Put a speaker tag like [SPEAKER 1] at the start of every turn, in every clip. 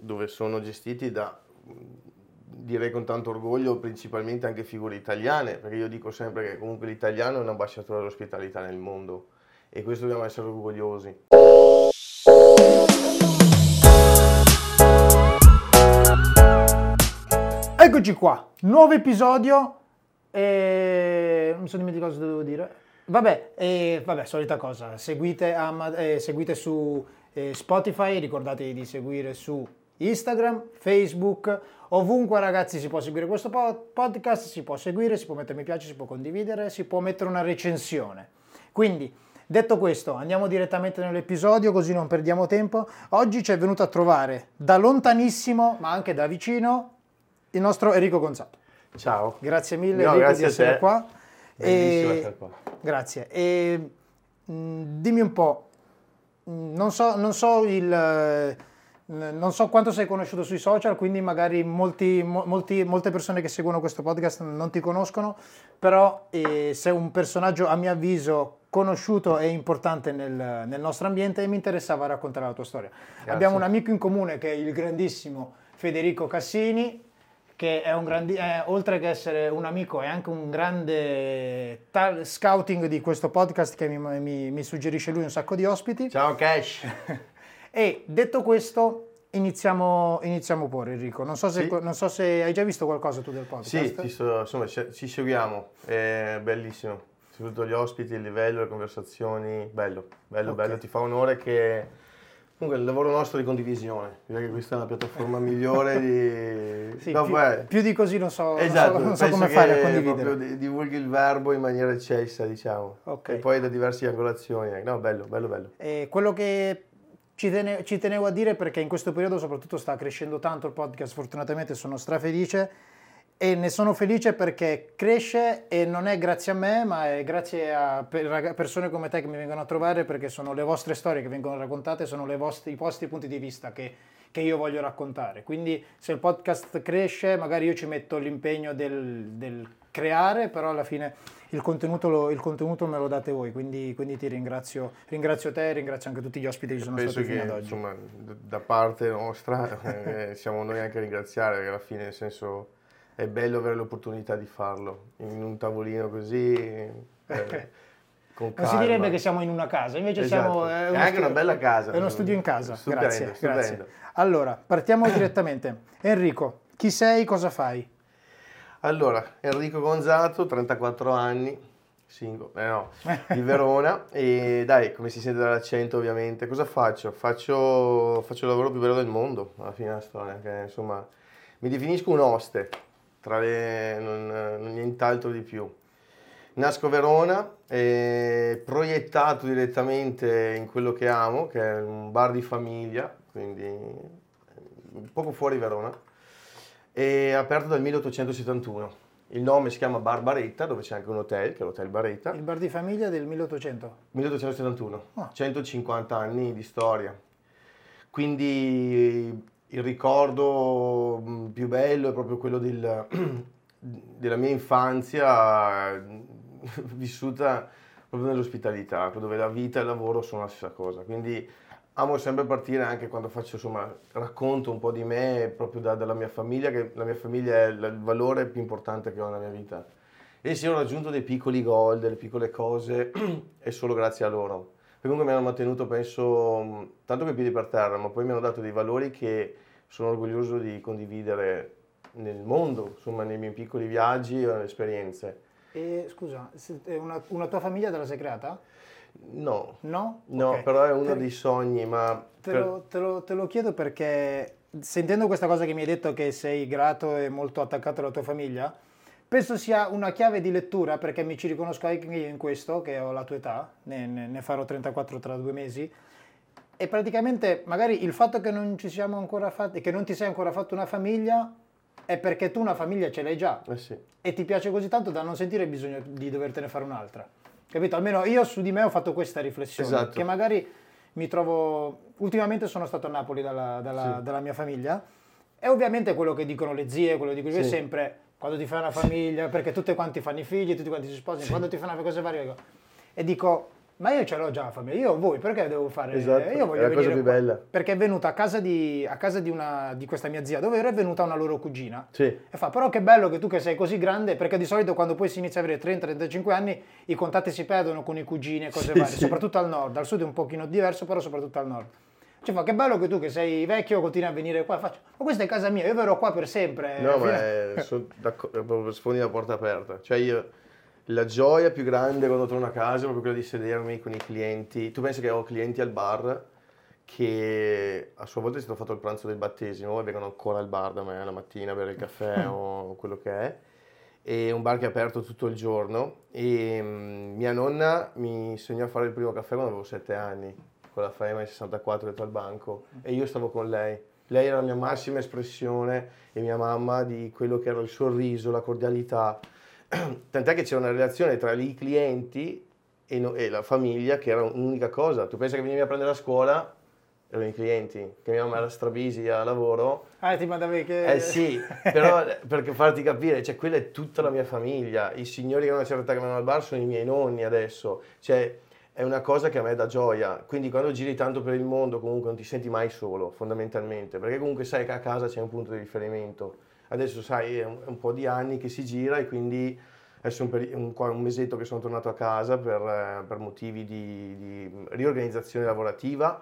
[SPEAKER 1] dove sono gestiti da, direi con tanto orgoglio, principalmente anche figure italiane, perché io dico sempre che comunque l'italiano è un ambasciatore dell'ospitalità nel mondo e questo dobbiamo essere orgogliosi.
[SPEAKER 2] Eccoci qua, nuovo episodio e non so dimenticato cosa devo dire. Vabbè, solita cosa, seguite su Spotify, ricordatevi di seguire su Instagram, Facebook, ovunque ragazzi si può seguire questo podcast, si può seguire, si può mettere mi piace, si può condividere, si può mettere una recensione. Quindi, detto questo, andiamo direttamente nell'episodio così non perdiamo tempo. Oggi ci è venuto a trovare da lontanissimo, ma anche da vicino, il nostro Enrico Gonzato.
[SPEAKER 1] Ciao.
[SPEAKER 2] Grazie mille Enrico di essere qua.
[SPEAKER 1] Bellissimo essere qua.
[SPEAKER 2] Grazie. E dimmi un po', non so quanto sei conosciuto sui social, quindi magari molte persone che seguono questo podcast non ti conoscono, però sei un personaggio a mio avviso conosciuto e importante nel nostro ambiente e mi interessava raccontare la tua storia.
[SPEAKER 1] Grazie.
[SPEAKER 2] Abbiamo un amico in comune che è il grandissimo Federico Cassini, che è oltre che essere un amico è anche un grande scouting di questo podcast che mi suggerisce lui un sacco di ospiti.
[SPEAKER 1] Ciao Cash!
[SPEAKER 2] E detto questo iniziamo pure Enrico, non so se hai già visto qualcosa tu del podcast.
[SPEAKER 1] Sì, insomma ci seguiamo, è bellissimo, soprattutto gli ospiti, il livello, le conversazioni, bello,
[SPEAKER 2] Okay.
[SPEAKER 1] ti fa onore che... Comunque il lavoro nostro è di condivisione, direi che questa è una piattaforma migliore di...
[SPEAKER 2] Sì,
[SPEAKER 1] No,
[SPEAKER 2] più di così non so
[SPEAKER 1] penso
[SPEAKER 2] come fare a
[SPEAKER 1] che
[SPEAKER 2] condividere.
[SPEAKER 1] proprio divulghi il verbo in maniera eccelsa, diciamo,
[SPEAKER 2] Ok.
[SPEAKER 1] e poi da diverse angolazioni, no, bello.
[SPEAKER 2] E quello che ci tenevo a dire, perché in questo periodo soprattutto sta crescendo tanto il podcast, fortunatamente sono strafelice e ne sono felice perché cresce e non è grazie a me, ma è grazie a persone come te che mi vengono a trovare, perché sono le vostre storie che vengono raccontate, sono i vostri punti di vista che io voglio raccontare. Quindi se il podcast cresce, magari io ci metto l'impegno del creare, però alla fine il contenuto me lo date voi, quindi ti ringrazio te, ringrazio anche tutti gli ospiti che sono stati fino ad oggi.
[SPEAKER 1] Insomma, da parte nostra siamo noi anche a ringraziare, perché alla fine, nel senso, è bello avere l'opportunità di farlo in un tavolino così, con calma.
[SPEAKER 2] Non si direbbe che siamo in una casa, invece
[SPEAKER 1] Esatto. È anche una bella casa.
[SPEAKER 2] È uno studio in casa.
[SPEAKER 1] Stupendo.
[SPEAKER 2] Grazie. Allora, partiamo direttamente. Enrico, chi sei, cosa fai?
[SPEAKER 1] Allora, Enrico Gonzato, 34 anni, di Verona, e dai, come si sente dall'accento ovviamente, cosa faccio? Faccio il lavoro più bello del mondo, alla fine della storia, che insomma, mi definisco un oste, non nient'altro di più. Nasco a Verona, proiettato direttamente in quello che amo, che è un bar di famiglia, quindi poco fuori Verona, è aperto dal 1871. Il nome si chiama Bar Baretta, dove c'è anche un hotel, che è l'Hotel Baretta.
[SPEAKER 2] Il bar di famiglia del 1800?
[SPEAKER 1] 1871,
[SPEAKER 2] Ah.
[SPEAKER 1] 150 anni di storia. Quindi il ricordo più bello è proprio quello della mia infanzia vissuta proprio nell'ospitalità, dove la vita e il lavoro sono la stessa cosa. Quindi amo sempre partire anche quando faccio, insomma, racconto un po' di me proprio dalla mia famiglia, che la mia famiglia è il valore più importante che ho nella mia vita. E se ho raggiunto dei piccoli gol, delle piccole cose, è solo grazie a loro. Comunque mi hanno mantenuto, penso, tanto che piedi per terra, ma poi mi hanno dato dei valori che sono orgoglioso di condividere nel mondo, insomma, nei miei piccoli viaggi e esperienze.
[SPEAKER 2] E scusa, una tua famiglia te la sei creata?
[SPEAKER 1] No.
[SPEAKER 2] No?
[SPEAKER 1] No,
[SPEAKER 2] Okay.
[SPEAKER 1] però è uno dei sogni, ma...
[SPEAKER 2] Te lo chiedo perché, sentendo questa cosa che mi hai detto che sei grato e molto attaccato alla tua famiglia, penso sia una chiave di lettura, perché mi ci riconosco anche io in questo, che ho la tua età, ne farò 34 tra 2 mesi, e praticamente magari il fatto che non ci siamo ancora fatti, che non ti sei ancora fatto una famiglia, è perché tu una famiglia ce l'hai già,
[SPEAKER 1] sì.
[SPEAKER 2] E ti piace così tanto da non sentire il bisogno di dovertene fare un'altra. Capito? Almeno io su di me ho fatto questa riflessione,
[SPEAKER 1] Esatto.
[SPEAKER 2] che magari mi trovo... Ultimamente sono stato a Napoli dalla mia famiglia e ovviamente quello che dicono le zie, quello che dico io è sempre quando ti fai una famiglia, perché tutti quanti fanno i figli, tutti quanti si sposano, quando ti fanno cose varie. E dico, ma io ce l'ho già la famiglia, io voi perché devo fare?
[SPEAKER 1] Esatto,
[SPEAKER 2] Io voglio
[SPEAKER 1] è la cosa
[SPEAKER 2] venire
[SPEAKER 1] più
[SPEAKER 2] qua.
[SPEAKER 1] bella.
[SPEAKER 2] Perché è venuta a casa di questa mia zia, dove era venuta una loro cugina.
[SPEAKER 1] Sì.
[SPEAKER 2] E fa, però che bello che tu che sei così grande, perché di solito quando poi si inizia a avere 30-35 anni i contatti si perdono con i cugini e cose
[SPEAKER 1] Sì,
[SPEAKER 2] varie,
[SPEAKER 1] sì.
[SPEAKER 2] soprattutto al nord, al sud è un pochino diverso, però soprattutto al nord. Cioè fa, che bello che tu che sei vecchio continui a venire qua. Faccio, ma questa è casa mia, io verrò qua per sempre.
[SPEAKER 1] No,
[SPEAKER 2] Fino-
[SPEAKER 1] ma sono d'accordo, proprio sfondi la porta aperta. Cioè io, la gioia più grande quando torno a casa è proprio quella di sedermi con i clienti. Tu pensi che ho clienti al bar che a sua volta è stato fatto il pranzo del battesimo e vengono ancora al bar da me la mattina a bere il caffè o quello che è. È un bar che è aperto tutto il giorno e mia nonna mi insegnò a fare il primo caffè quando avevo 7 anni, con la Faema in 64 dietro al banco e io stavo con lei. Lei era la mia massima espressione e mia mamma di quello che era il sorriso, la cordialità. Tant'è che c'era una relazione tra i clienti e la famiglia che era un'unica cosa. Tu pensi che venivi a prendere a scuola, erano i clienti, che mia mamma era strabisi a lavoro.
[SPEAKER 2] ti mandavi che...
[SPEAKER 1] Eh sì, però perché farti capire, cioè quella è tutta la mia famiglia. I signori che hanno una certa età che vanno al bar sono i miei nonni adesso. Cioè è una cosa che a me dà gioia. Quindi quando giri tanto per il mondo comunque non ti senti mai solo, fondamentalmente, perché comunque sai che a casa c'è un punto di riferimento. Adesso sai, è un po' di anni che si gira e quindi adesso è un mesetto che sono tornato a casa per motivi di riorganizzazione lavorativa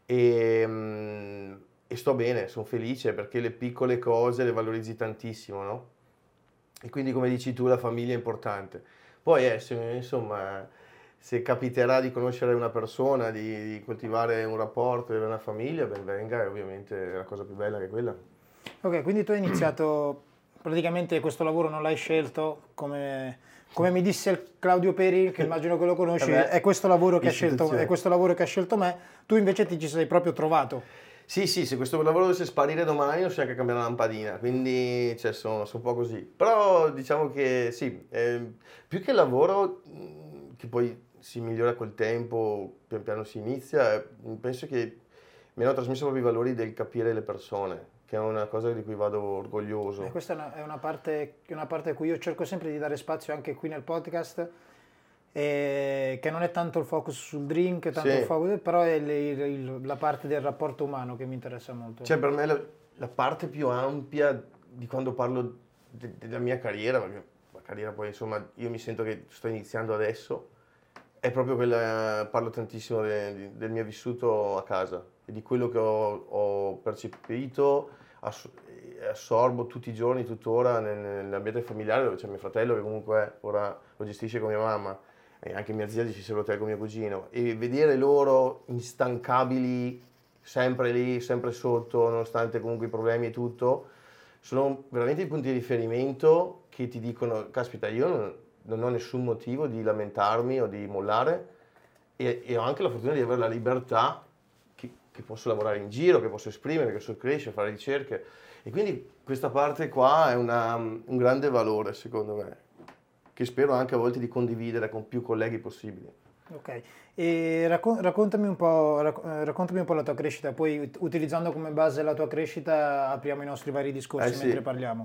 [SPEAKER 1] e sto bene, sono felice perché le piccole cose le valorizzi tantissimo, no? E quindi come dici tu la famiglia è importante. Poi insomma, se capiterà di conoscere una persona, di coltivare un rapporto, di avere una famiglia, ben venga, e ovviamente è la cosa più bella che è quella.
[SPEAKER 2] Ok, quindi tu hai iniziato, praticamente questo lavoro non l'hai scelto, come mi disse il Claudio Peri, che immagino che lo conosci, è questo lavoro che ha scelto me, tu invece ti ci sei proprio trovato.
[SPEAKER 1] Sì, se questo lavoro dovesse sparire domani non so neanche cambiare la lampadina, quindi cioè, sono un po' così. Però diciamo che sì, più che il lavoro, che poi si migliora col tempo, pian piano si inizia, penso che mi hanno trasmesso proprio i valori del capire le persone, che è una cosa di cui vado orgoglioso.
[SPEAKER 2] Questa è una parte a cui io cerco sempre di dare spazio anche qui nel podcast, che non è tanto il focus sul drink, tanto il focus, però è la parte del rapporto umano che mi interessa molto.
[SPEAKER 1] Cioè per me la parte più ampia di quando parlo della mia carriera, perché la carriera poi insomma io mi sento che sto iniziando adesso, è proprio quella, parlo tantissimo del mio vissuto a casa e di quello che ho percepito, assorbo tutti i giorni, tuttora nell'ambiente familiare dove c'è mio fratello che comunque ora lo gestisce con mia mamma e anche mia zia gestisce l'hotel con mio cugino e vedere loro instancabili, sempre lì, sempre sotto, nonostante comunque i problemi e tutto, sono veramente i punti di riferimento che ti dicono, caspita, io non ho nessun motivo di lamentarmi o di mollare e ho anche la fortuna di avere la libertà che posso lavorare in giro, che posso esprimere, che posso crescere, fare ricerche e quindi questa parte qua è un grande valore secondo me, che spero anche a volte di condividere con più colleghi possibili.
[SPEAKER 2] Ok, e raccontami un po' la tua crescita, poi utilizzando come base la tua crescita apriamo i nostri vari discorsi mentre parliamo.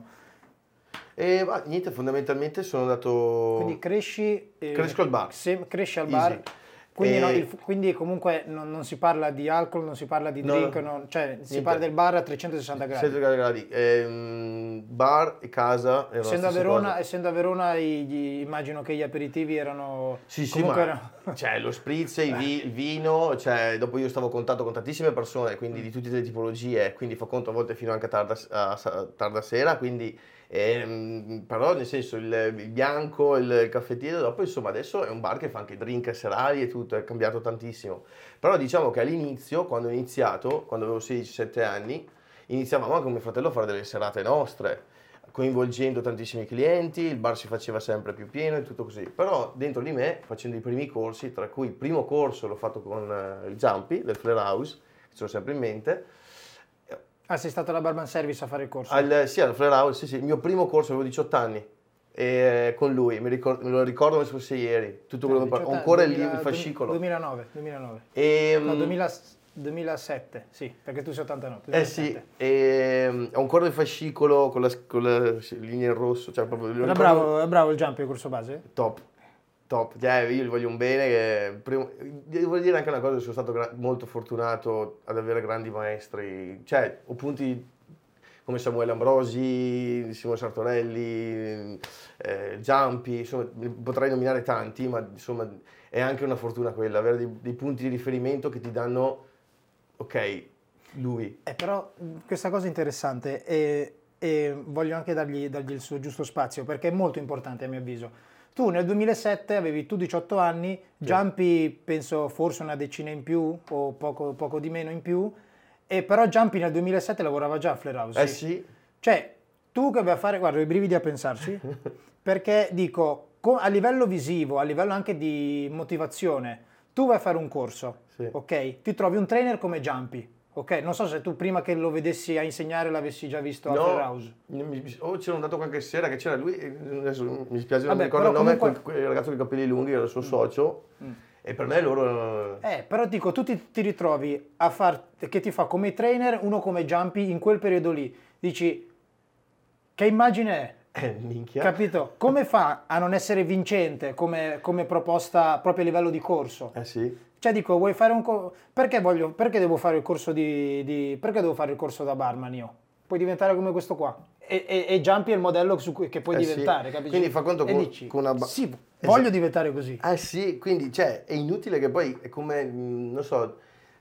[SPEAKER 1] Niente, fondamentalmente sono andato...
[SPEAKER 2] Quindi
[SPEAKER 1] Cresco al bar.
[SPEAKER 2] Cresci al bar. Quindi, quindi comunque non si parla di alcol, non si parla di drink, cioè si parla del bar a 360 gradi.
[SPEAKER 1] 360 gradi. Bar e casa erano
[SPEAKER 2] Essendo a Verona immagino che gli aperitivi erano...
[SPEAKER 1] Sì, cioè lo spritz, il vino, cioè dopo io stavo a contatto con tantissime persone, quindi di tutte le tipologie, quindi fa conto a volte fino anche a tarda sera, quindi... però nel senso il bianco, il caffettiere, dopo insomma adesso è un bar che fa anche drink serali e tutto, è cambiato tantissimo. Però diciamo che all'inizio, quando ho iniziato, quando avevo 16-17 anni, iniziavamo anche con mio fratello a fare delle serate nostre, coinvolgendo tantissimi clienti, il bar si faceva sempre più pieno e tutto così. Però dentro di me, facendo i primi corsi, tra cui il primo corso l'ho fatto con il Jumpy del Flare House, che ce l'ho sempre in mente.
[SPEAKER 2] Ah, sei stato alla Barman Service a fare il corso?
[SPEAKER 1] Sì, al Flare House, sì. Il mio primo corso avevo 18 anni e con lui, me lo ricordo come se fosse ieri, tutto quello che ancora il fascicolo.
[SPEAKER 2] 2009. No, 2007, sì, perché tu sei 89. 2007.
[SPEAKER 1] Sì, ho ancora il fascicolo con la linea in rosso, cioè proprio...
[SPEAKER 2] Era bravo il Jumpy, il corso base?
[SPEAKER 1] Top. top, cioè io gli voglio un bene. Devo dire anche una cosa, sono stato molto fortunato ad avere grandi maestri, cioè ho punti come Samuele Ambrosi, Simone Sartorelli, Giampi, insomma potrei nominare tanti, ma insomma è anche una fortuna quella, avere dei punti di riferimento che ti danno, ok, lui.
[SPEAKER 2] Però questa cosa è interessante e voglio anche dargli il suo giusto spazio, perché è molto importante a mio avviso. Tu nel 2007 avevi 18 anni, Giampi penso forse una decina in più o poco di meno in più, e però Giampi nel 2007 lavorava già a Flare House.
[SPEAKER 1] Sì.
[SPEAKER 2] Cioè, tu che vai a fare, guarda, ho i brividi a pensarci, perché dico, a livello visivo, a livello anche di motivazione, tu vai a fare un corso, ok? Ti trovi un trainer come Giampi. Ok, non so se tu prima che lo vedessi a insegnare l'avessi già visto a Flare House.
[SPEAKER 1] C'era andato qualche sera che c'era lui, adesso mi spiace, non mi
[SPEAKER 2] Vabbè,
[SPEAKER 1] ricordo il nome,
[SPEAKER 2] comunque...
[SPEAKER 1] quel ragazzo con i capelli lunghi, era il suo socio, e per me loro...
[SPEAKER 2] Però dico, tu ti ritrovi a che ti fa come trainer uno come Giampi in quel periodo lì, dici, che immagine è?
[SPEAKER 1] Minchia.
[SPEAKER 2] Capito? Come fa a non essere vincente come proposta proprio a livello di corso?
[SPEAKER 1] Sì.
[SPEAKER 2] Cioè dico, vuoi fare perché devo fare il corso perché devo fare il corso da barman io? Puoi diventare come questo qua. E Giampi è il modello che puoi diventare, capisci?
[SPEAKER 1] Quindi fa conto
[SPEAKER 2] dici,
[SPEAKER 1] con una
[SPEAKER 2] sì, voglio diventare così.
[SPEAKER 1] Sì, quindi cioè, è inutile che poi è come, non so,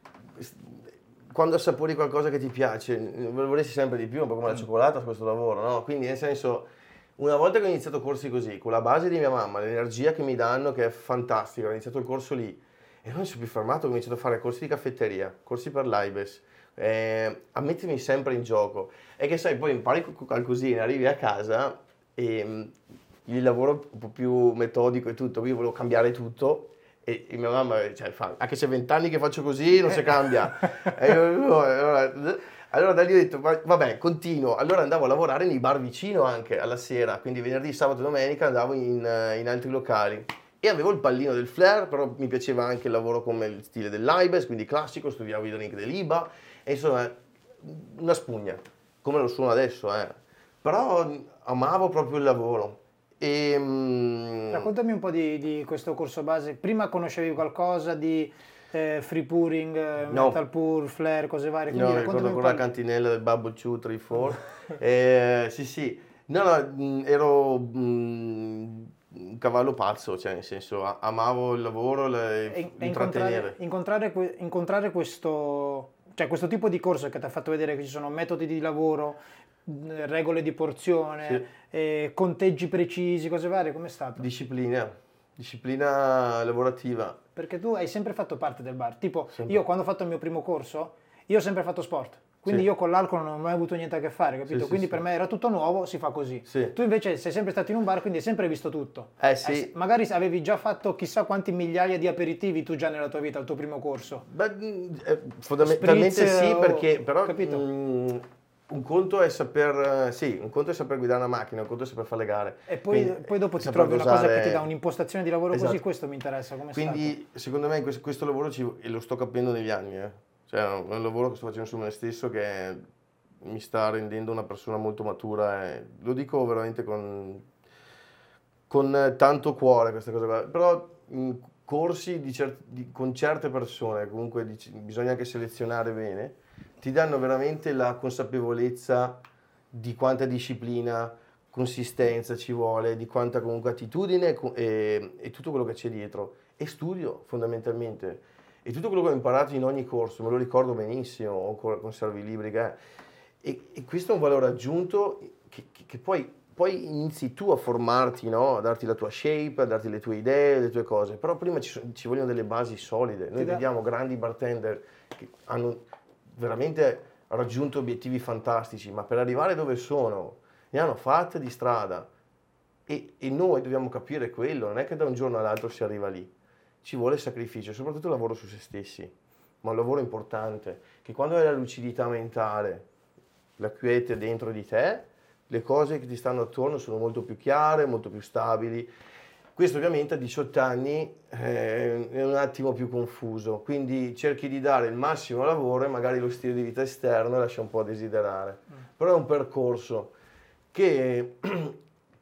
[SPEAKER 1] quando assapori qualcosa che ti piace, vorresti sempre di più, un po' come la cioccolata su questo lavoro, no? Quindi nel senso, una volta che ho iniziato corsi così, con la base di mia mamma, l'energia che mi danno, che è fantastica, ho iniziato il corso lì, e non mi sono più fermato, ho iniziato a fare corsi di caffetteria, corsi per l'Aibes, a mettermi sempre in gioco. E che sai, poi impari qualcosina, arrivi a casa e il lavoro un po' più metodico e tutto, quindi volevo cambiare tutto. E mia mamma fa, anche se 20 anni che faccio così non si cambia. E io, allora da lì ho detto, vabbè, continuo. Allora andavo a lavorare nei bar vicino anche alla sera, quindi venerdì, sabato e domenica andavo in altri locali. E avevo il pallino del Flare, però mi piaceva anche il lavoro come il stile dell'Aibes, quindi classico, studiavo i drink dell'IBA, e insomma, una spugna, come lo sono adesso, Però amavo proprio il lavoro.
[SPEAKER 2] Raccontami un po' di questo corso base. Prima conoscevi qualcosa di free pouring, mental pour, flare, cose varie? Quindi
[SPEAKER 1] no, ricordo ancora la cantinella del Bubble 2, 3, 4. Sì. No, ero un cavallo pazzo, cioè nel senso amavo il lavoro, intrattenere.
[SPEAKER 2] Incontrare questo tipo di corso che ti ha fatto vedere che ci sono metodi di lavoro, regole di porzione, conteggi precisi, cose varie, com'è stato?
[SPEAKER 1] Disciplina lavorativa.
[SPEAKER 2] Perché tu hai sempre fatto parte del bar, tipo io quando ho fatto il mio primo corso, io ho sempre fatto sport. Quindi io con l'alcol non ho mai avuto niente a che fare, capito? Quindi per me era tutto nuovo, si fa così. Tu invece sei sempre stato in un bar, quindi hai sempre visto tutto. Magari avevi già fatto chissà quanti migliaia di aperitivi tu già nella tua vita, al tuo primo corso.
[SPEAKER 1] Fondamentalmente sì, perché però
[SPEAKER 2] capito?
[SPEAKER 1] un conto è saper guidare una macchina, un conto è saper fare le gare.
[SPEAKER 2] E poi dopo ti trovi una cosa che ti dà un'impostazione di lavoro così, questo mi interessa.
[SPEAKER 1] Quindi secondo me questo lavoro e lo sto capendo negli anni, Cioè, è un lavoro che sto facendo su me stesso che mi sta rendendo una persona molto matura e lo dico veramente con tanto cuore questa cosa qua. Però corsi con certe persone, comunque bisogna anche selezionare bene, ti danno veramente la consapevolezza di quanta disciplina, consistenza ci vuole, di quanta comunque attitudine e tutto quello che c'è dietro. E studio fondamentalmente. E tutto quello che ho imparato in ogni corso, me lo ricordo benissimo, ho ancora conservo i libri, e questo è un valore aggiunto che poi inizi tu a formarti, no? A darti la tua shape, a darti le tue idee, le tue cose, però prima ci vogliono delle basi solide. Noi vediamo grandi bartender che hanno veramente raggiunto obiettivi fantastici, ma per arrivare dove sono, ne hanno fatte di strada, e noi dobbiamo capire quello, non è che da un giorno all'altro si arriva lì. Ci vuole sacrificio, soprattutto lavoro su se stessi, ma un lavoro importante, che quando hai la lucidità mentale, la quiete dentro di te, le cose che ti stanno attorno sono molto più chiare, molto più stabili. Questo ovviamente a 18 anni è un attimo più confuso, quindi cerchi di dare il massimo al lavoro e magari lo stile di vita esterno lascia un po' a desiderare. Però è un percorso che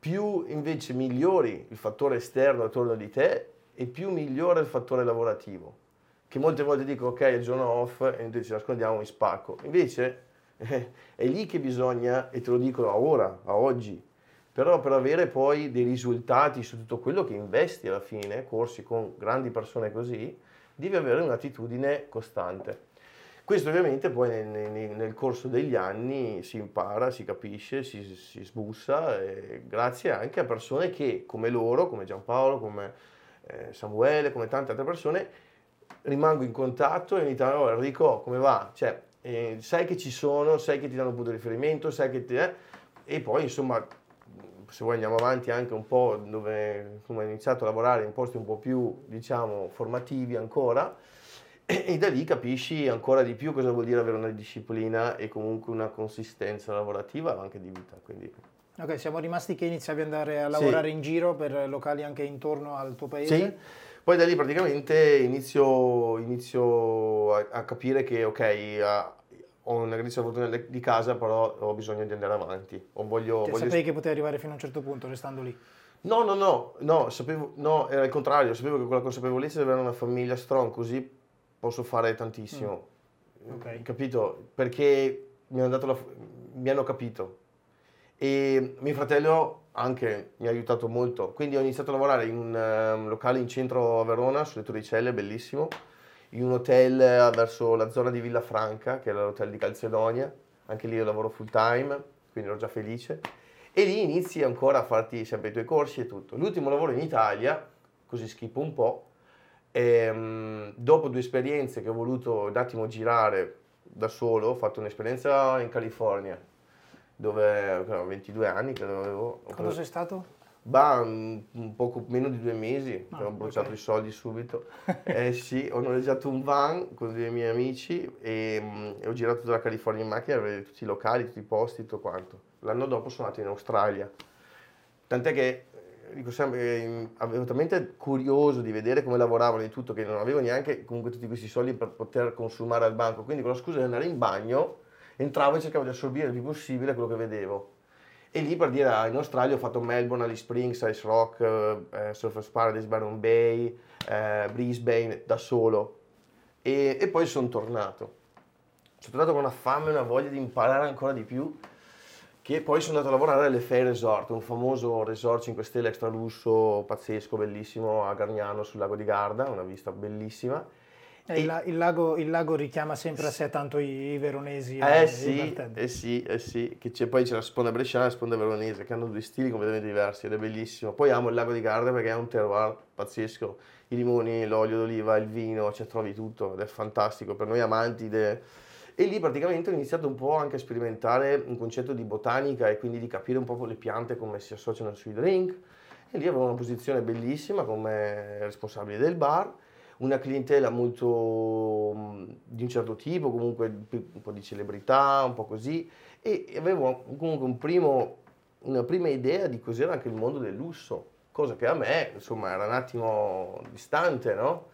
[SPEAKER 1] più invece migliori il fattore esterno attorno di te e più migliore il fattore lavorativo. Che molte volte dico ok, è il giorno off e noi ci nascondiamo in spacco. Invece è lì che bisogna, e te lo dico a ora, a oggi, però per avere poi dei risultati su tutto quello che investi alla fine, corsi con grandi persone così, devi avere un'attitudine costante. Questo ovviamente poi nel corso degli anni si impara, si capisce, si sbussa, grazie anche a persone che come loro, come Giampaolo, come Samuele, come tante altre persone, rimango in contatto e mi dicono: "Oh, Enrico, come va? Cioè, sai che ci sono, sai che ti danno un punto di riferimento, sai che e poi insomma, se vuoi andiamo avanti anche un po' dove come ho iniziato a lavorare in posti un po' più, diciamo, formativi ancora, e da lì capisci ancora di più cosa vuol dire avere una disciplina e comunque una consistenza lavorativa anche di vita. Quindi.
[SPEAKER 2] Ok, siamo rimasti che iniziavi ad andare a lavorare in giro per locali anche intorno al tuo paese?
[SPEAKER 1] Sì, poi da lì praticamente inizio a capire che ok, ho una grandissima fortuna di casa, però ho bisogno di andare avanti.
[SPEAKER 2] Sapevi che potevi arrivare fino a un certo punto restando lì?
[SPEAKER 1] No, sapevo, no, era il contrario, sapevo che con la consapevolezza di avere una famiglia strong così posso fare tantissimo.
[SPEAKER 2] Ok.
[SPEAKER 1] Capito? Perché mi hanno capito. E mio fratello anche mi ha aiutato molto, quindi ho iniziato a lavorare in un locale in centro a Verona, sulle Torricelle, bellissimo, in un hotel verso la zona di Villafranca, che era l'hotel di Calzedonia, anche lì io lavoro full time, quindi ero già felice, e lì inizi ancora a farti sempre i tuoi corsi e tutto. L'ultimo lavoro in Italia, così schippo un po', dopo 2 esperienze che ho voluto un attimo girare da solo, ho fatto un'esperienza in California, dove avevo 22 anni, credo avevo.
[SPEAKER 2] Quando sei stato?
[SPEAKER 1] Un poco meno di 2 mesi, ho bruciato i soldi subito. Sì, ho noleggiato un van con 2 miei amici e ho girato tutta la California in macchina, avevo tutti i locali, tutti i posti, tutto quanto. L'anno dopo sono andato in Australia. Tant'è che dico sempre, avevo talmente curioso di vedere come lavoravano e tutto che non avevo neanche comunque tutti questi soldi per poter consumare al banco. Quindi con la scusa di andare in bagno entravo e cercavo di assorbire il più possibile quello che vedevo. E lì per dire in Australia ho fatto Melbourne, Alice Springs, Ice Rock, Surfers Paradise, Byron Bay, Brisbane da solo. E poi sono tornato. Sono tornato con una fame e una voglia di imparare ancora di più, che poi sono andato a lavorare alle Fay Resort, un famoso resort 5 stelle extra lusso, pazzesco, bellissimo, a Gargnano sul lago di Garda, una vista bellissima.
[SPEAKER 2] Il lago richiama sempre a sé tanto i veronesi
[SPEAKER 1] sì, che poi c'è la sponda bresciana e la sponda veronese, che hanno 2 stili completamente diversi ed è bellissimo. Poi amo il lago di Garda perché è un terroir pazzesco, i limoni, l'olio d'oliva, il vino, cioè trovi tutto ed è fantastico per noi amanti. E lì praticamente ho iniziato un po' anche a sperimentare un concetto di botanica e quindi di capire un po' le piante come si associano sui drink. E lì avevo una posizione bellissima come responsabile del bar, una clientela molto di un certo tipo, comunque un po' di celebrità, un po' così, e avevo comunque una prima idea di cos'era anche il mondo del lusso, cosa che a me, insomma, era un attimo distante, no?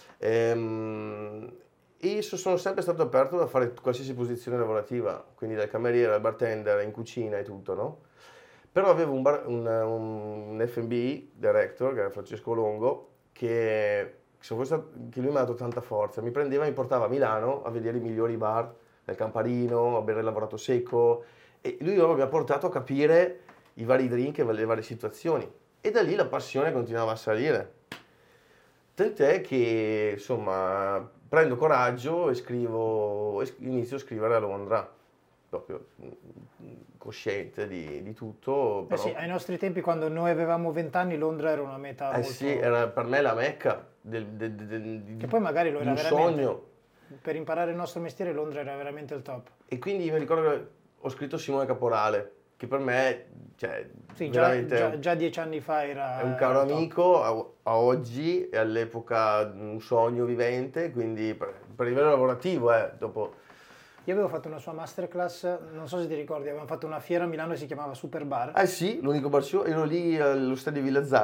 [SPEAKER 1] E sono sempre stato aperto a fare qualsiasi posizione lavorativa, quindi dal cameriere al bartender, in cucina e tutto, no? Però avevo un F&B director, che era Francesco Longo, che lui mi ha dato tanta forza, mi prendeva e mi portava a Milano a vedere i migliori bar del Camparino, a bere il lavorato secco, e lui mi ha portato a capire i vari drink e le varie situazioni, e da lì la passione continuava a salire, tant'è che insomma prendo coraggio e inizio a scrivere a Londra, proprio cosciente di tutto. Però.
[SPEAKER 2] Sì, ai nostri tempi, quando noi avevamo 20 anni, Londra era una meta molto...
[SPEAKER 1] Sì, era per me la mecca
[SPEAKER 2] che poi magari lo era
[SPEAKER 1] un
[SPEAKER 2] veramente.
[SPEAKER 1] Sogno.
[SPEAKER 2] Per imparare il nostro mestiere Londra era veramente il top.
[SPEAKER 1] E quindi mi ricordo che ho scritto Simone Caporale, che per me, cioè,
[SPEAKER 2] sì,
[SPEAKER 1] veramente
[SPEAKER 2] già 10 anni fa era...
[SPEAKER 1] È un caro amico, a oggi e all'epoca un sogno vivente, quindi per livello lavorativo, dopo...
[SPEAKER 2] Io avevo fatto una sua masterclass, non so se ti ricordi, avevamo fatto una fiera a Milano e si chiamava Super Bar.
[SPEAKER 1] Sì, l'unico bar show, ero lì allo stadio Villa Zarri.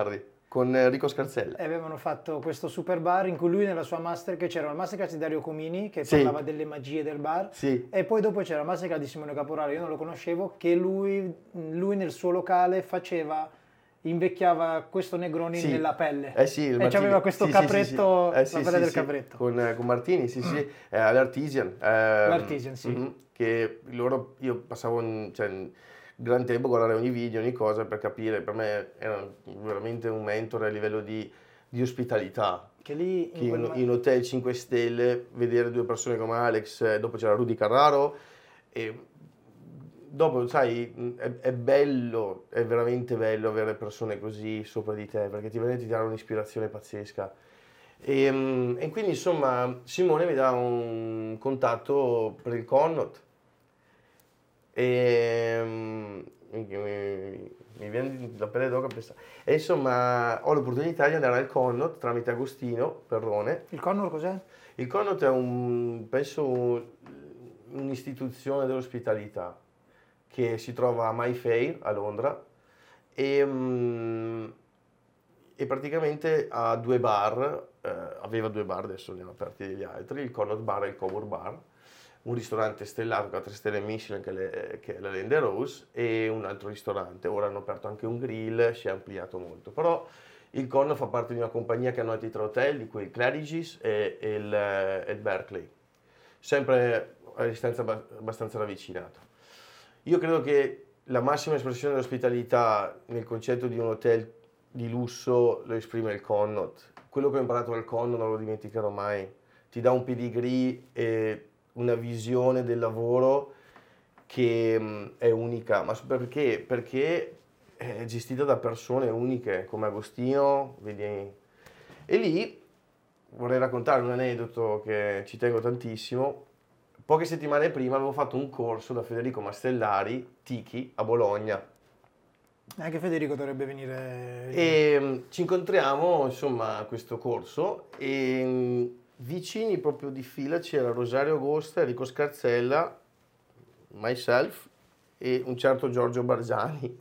[SPEAKER 1] con Enrico Scarzella.
[SPEAKER 2] E avevano fatto questo super bar in cui lui nella sua che c'era una masterclass di Dario Comini che
[SPEAKER 1] Sì.
[SPEAKER 2] parlava delle magie del bar,
[SPEAKER 1] Sì.
[SPEAKER 2] e poi dopo c'era la masterclass di Simone Caporale, io non lo conoscevo, che lui nel suo locale invecchiava questo Negroni
[SPEAKER 1] Sì.
[SPEAKER 2] nella pelle.
[SPEAKER 1] Sì, il
[SPEAKER 2] e
[SPEAKER 1] Martini.
[SPEAKER 2] c'aveva questo
[SPEAKER 1] Sì,
[SPEAKER 2] capretto,
[SPEAKER 1] sì, sì.
[SPEAKER 2] la pelle del capretto.
[SPEAKER 1] Con Martini, sì. All'Artisan.
[SPEAKER 2] L'Artisan, sì.
[SPEAKER 1] Che io passavo un gran tempo a guardare ogni video, ogni cosa per capire, per me era veramente un mentore a livello di ospitalità.
[SPEAKER 2] Che lì
[SPEAKER 1] In hotel 5 stelle, vedere due persone come Alex, dopo c'era Rudy Carraro, e dopo, sai, è bello, è veramente bello avere persone così sopra di te, perché ti danno un'ispirazione pazzesca. E quindi, insomma, Simone mi dà un contatto per il Connaught. E mi viene la pelle d'oca a pensare. E insomma, ho l'opportunità di andare al Connaught tramite Agostino Perrone.
[SPEAKER 2] Il Connaught cos'è?
[SPEAKER 1] Il Connaught è penso, un'istituzione dell'ospitalità che si trova a Mayfair a Londra e praticamente ha due bar, aveva due bar, adesso ne hanno aperti degli altri, il Connaught Bar e il Coburg Bar, un ristorante stellato con 3 stelle Michelin che è la Lende Rose, e un altro ristorante. Ora hanno aperto anche un grill, si è ampliato molto, però il Connaught fa parte di una compagnia che hanno altri 3 hotel, di cui il Claridge's e il Berkeley, sempre a distanza abbastanza ravvicinato. Io credo che la massima espressione dell'ospitalità nel concetto di un hotel di lusso lo esprime il Connaught. Quello che ho imparato dal Connaught non lo dimenticherò mai. Ti dà un pedigree e una visione del lavoro che è unica. Ma perché? Perché è gestita da persone uniche come Agostino, vedi. E lì vorrei raccontare un aneddoto che ci tengo tantissimo. Poche settimane prima avevo fatto un corso da Federico Mastellari, Tiki, a Bologna.
[SPEAKER 2] Anche Federico dovrebbe venire.
[SPEAKER 1] E ci incontriamo, insomma, a questo corso, e vicini proprio di fila c'era Rosario Agosta, Enrico Scarzella, myself e un certo Giorgio Bargiani.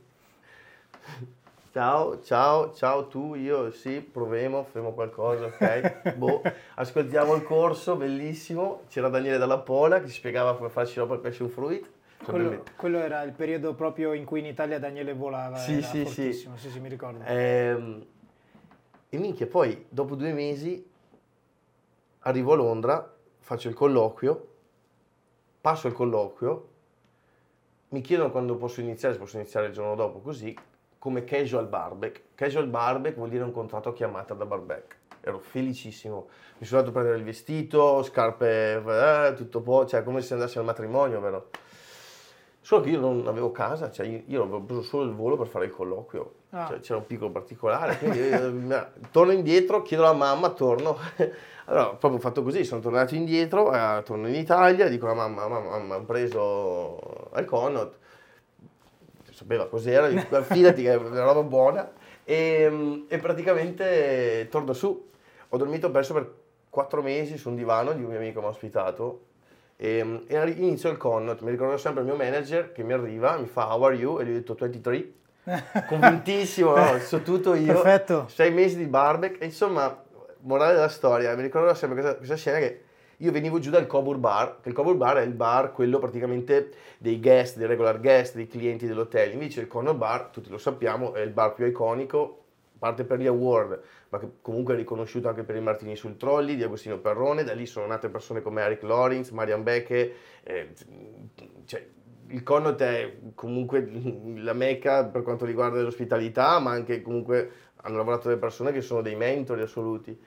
[SPEAKER 1] Ciao, tu, io, sì, proviamo, faremo qualcosa, ok? Ascoltiamo il corso, bellissimo. C'era Daniele Dalla Pola che ci spiegava come fare sciroppo al passion fruit.
[SPEAKER 2] Quello era il periodo proprio in cui in Italia Daniele volava,
[SPEAKER 1] sì,
[SPEAKER 2] fortissimo, sì, mi ricordo.
[SPEAKER 1] E minchia, poi dopo 2 mesi arrivo a Londra, faccio il colloquio, passo il colloquio, mi chiedono quando posso iniziare, se posso iniziare il giorno dopo, così, come casual barback. Casual barback vuol dire un contratto a chiamata da barback. Ero felicissimo, mi sono andato a prendere il vestito, scarpe, tutto cioè come se andassi al matrimonio, vero? Solo che io non avevo casa, cioè io avevo preso solo il volo per fare il colloquio, cioè, c'era un piccolo particolare, quindi torno indietro, chiedo alla mamma, torno, allora proprio fatto così, sono tornato indietro, torno in Italia, dico alla mamma, ho preso al Connaught, sapeva cos'era, fidati che è una roba buona, e praticamente torno su, ho dormito perso per 4 mesi su un divano di un mio amico che mi ha ospitato. E inizio il Connaught, mi ricordo sempre il mio manager che mi arriva, mi fa "How are you?" e gli ho detto 23, convintissimo, no? So tutto io.
[SPEAKER 2] Perfetto.
[SPEAKER 1] 6 mesi di barback, e insomma, morale della storia, mi ricordo sempre questa scena che io venivo giù dal Coburg Bar, che il Coburg Bar è il bar, quello praticamente dei guest, dei regular guest, dei clienti dell'hotel, invece il Connaught Bar, tutti lo sappiamo, è il bar più iconico, parte per gli award, ma che comunque è riconosciuto anche per i Martini sul Trolley di Agostino Perrone. Da lì sono nate persone come Eric Lawrence, Marian Becche, cioè, il Connaught è comunque la mecca per quanto riguarda l'ospitalità, ma anche comunque hanno lavorato delle persone che sono dei mentori assoluti.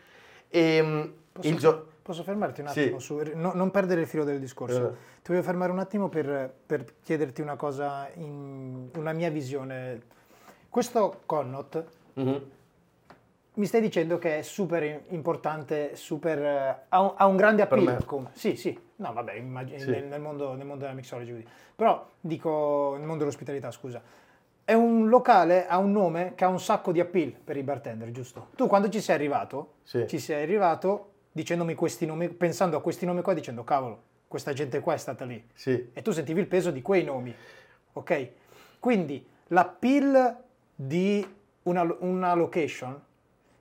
[SPEAKER 2] Posso fermarti un attimo?
[SPEAKER 1] Sì.
[SPEAKER 2] Non perdere il filo del discorso. Ti voglio fermare un attimo per chiederti una cosa, una mia visione. Questo Connaught mi stai dicendo che è super importante, ha un grande appeal. Sì, no vabbè, nel mondo della mixology, così. Però dico nel mondo dell'ospitalità, scusa. È un locale, ha un nome che ha un sacco di appeal per i bartender, giusto? Tu quando ci sei arrivato, dicendomi questi nomi, pensando a questi nomi qua, dicendo cavolo, questa gente qua è stata lì.
[SPEAKER 1] Sì.
[SPEAKER 2] E tu sentivi il peso di quei nomi, ok? Quindi l'appeal di una location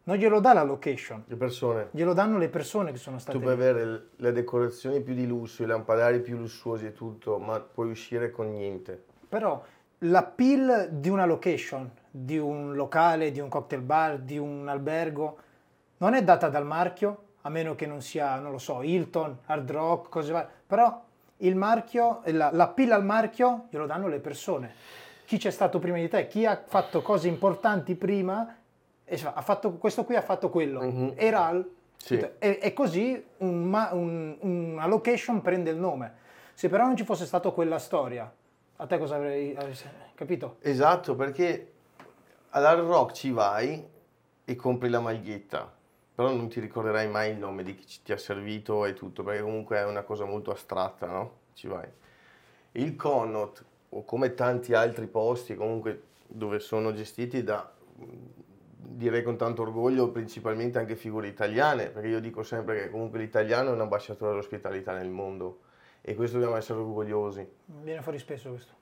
[SPEAKER 2] non glielo dà la location,
[SPEAKER 1] Le persone.
[SPEAKER 2] glielo danno le persone che sono state
[SPEAKER 1] Tu puoi
[SPEAKER 2] lì.
[SPEAKER 1] avere le decorazioni più di lusso, i lampadari più lussuosi e tutto, ma puoi uscire con niente.
[SPEAKER 2] Però l'appeal di una location, di un locale, di un cocktail bar, di un albergo, non è data dal marchio, a meno che non sia, non lo so, Hilton, Hard Rock, cose varie. Però il marchio, l'appeal al marchio glielo danno le persone. Chi c'è stato prima di te, chi ha fatto cose importanti prima, ha fatto questo qui, ha fatto quello. Era
[SPEAKER 1] Sì.
[SPEAKER 2] e così una location prende il nome. Se però non ci fosse stato quella storia, a te cosa avresti capito?
[SPEAKER 1] Esatto, perché all'Hard Rock ci vai e compri la maglietta, però non ti ricorderai mai il nome di chi ti ha servito e tutto, perché comunque è una cosa molto astratta, no? Ci vai. Il Connaught, o come tanti altri posti comunque dove sono gestiti da, direi con tanto orgoglio, principalmente anche figure italiane, perché io dico sempre che comunque l'italiano è un ambasciatore dell'ospitalità nel mondo e questo dobbiamo essere orgogliosi.
[SPEAKER 2] Viene fuori spesso questo.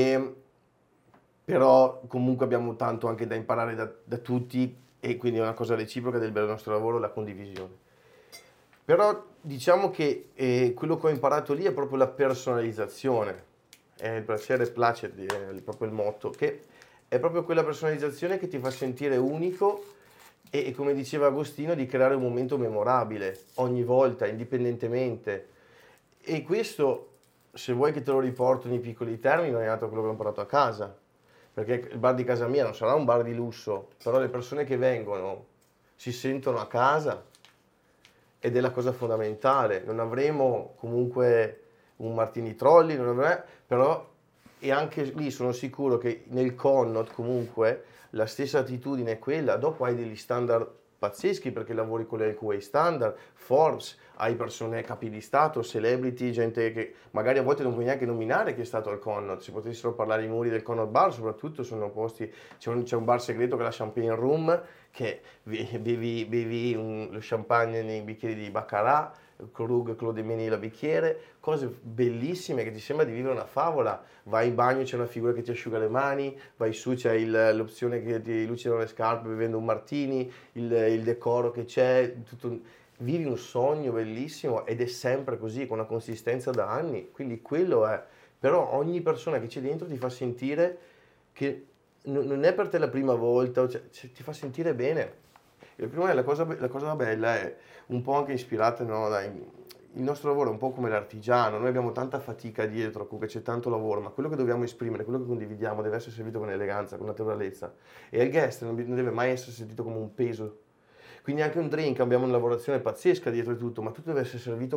[SPEAKER 1] Però comunque abbiamo tanto anche da imparare da tutti e quindi è una cosa reciproca del bello nostro lavoro, la condivisione. Però diciamo che quello che ho imparato lì è proprio la personalizzazione, è il piacere placet, è proprio il motto, che è proprio quella personalizzazione che ti fa sentire unico e come diceva Agostino, di creare un momento memorabile ogni volta, indipendentemente. E questo, se vuoi che te lo riporto nei piccoli termini, non è altro quello che ho imparato a casa. Perché il bar di casa mia non sarà un bar di lusso, però le persone che vengono si sentono a casa ed è la cosa fondamentale. Non avremo comunque un Martini Trolli, però e anche lì sono sicuro che nel Connaught comunque la stessa attitudine è quella. Dopo hai degli standard pazzeschi perché lavori con le LQA standard, Forbes, hai persone, capi di stato, celebrity, gente che magari a volte non puoi neanche nominare chi è stato al Connaught. Se potessero parlare i muri del Connaught Bar, soprattutto sono posti, c'è un bar segreto che è la Champagne Room, che bevi lo champagne nei bicchieri di Baccarat, Krug, Claude Meni la bicchiere, cose bellissime che ti sembra di vivere una favola. Vai in bagno, c'è una figura che ti asciuga le mani, vai su, c'è l'opzione che ti lucidano le scarpe bevendo un martini, il decoro che c'è, vivi un sogno bellissimo ed è sempre così, con una consistenza da anni, quindi quello è. Però ogni persona che c'è dentro ti fa sentire che non è per te la prima volta, ti fa sentire bene. E prima me la cosa bella è un po' anche ispirata, no, il nostro lavoro è un po' come l'artigiano, noi abbiamo tanta fatica dietro, comunque c'è tanto lavoro, ma quello che dobbiamo esprimere, quello che condividiamo deve essere servito con eleganza, con naturalezza. E il guest non deve mai essere sentito come un peso. Quindi anche un drink, abbiamo una lavorazione pazzesca dietro di tutto, ma tutto deve essere servito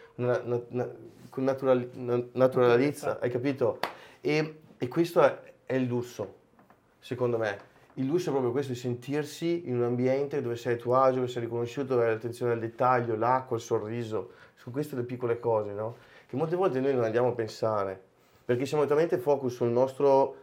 [SPEAKER 1] con naturalezza, hai capito? E questo è il lusso, secondo me. Il lusso è proprio questo, di sentirsi in un ambiente dove sei a tuo agio, dove sei riconosciuto, dove hai l'attenzione al dettaglio, l'acqua, il sorriso. Sono queste le piccole cose, no? Che molte volte noi non andiamo a pensare, perché siamo talmente focus sul nostro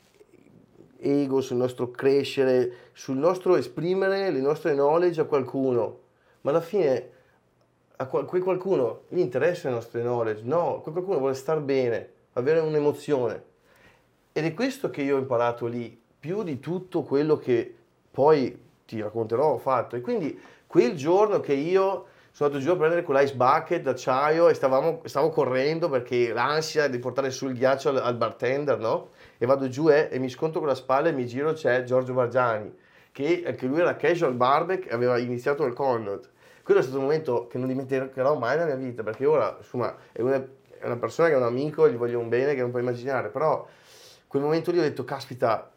[SPEAKER 1] ego, sul nostro crescere, sul nostro esprimere le nostre knowledge a qualcuno. Ma alla fine a quel qualcuno gli interessa le nostre knowledge, no, quel qualcuno vuole star bene, avere un'emozione. Ed è questo che io ho imparato lì, più di tutto quello che poi ti racconterò ho fatto. E quindi quel giorno che io sono andato giù a prendere quell'ice bucket d'acciaio e stavo correndo perché l'ansia di portare sul ghiaccio al bartender, no? E vado giù e mi scontro con la spalla e mi giro, c'è Giorgio Bargiani, che anche lui era casual barbecue e aveva iniziato il Connaught. Quello è stato un momento che non dimenticherò mai nella mia vita, perché ora, insomma, è una persona che è un amico, gli voglio un bene che non puoi immaginare, però quel momento lì ho detto, caspita,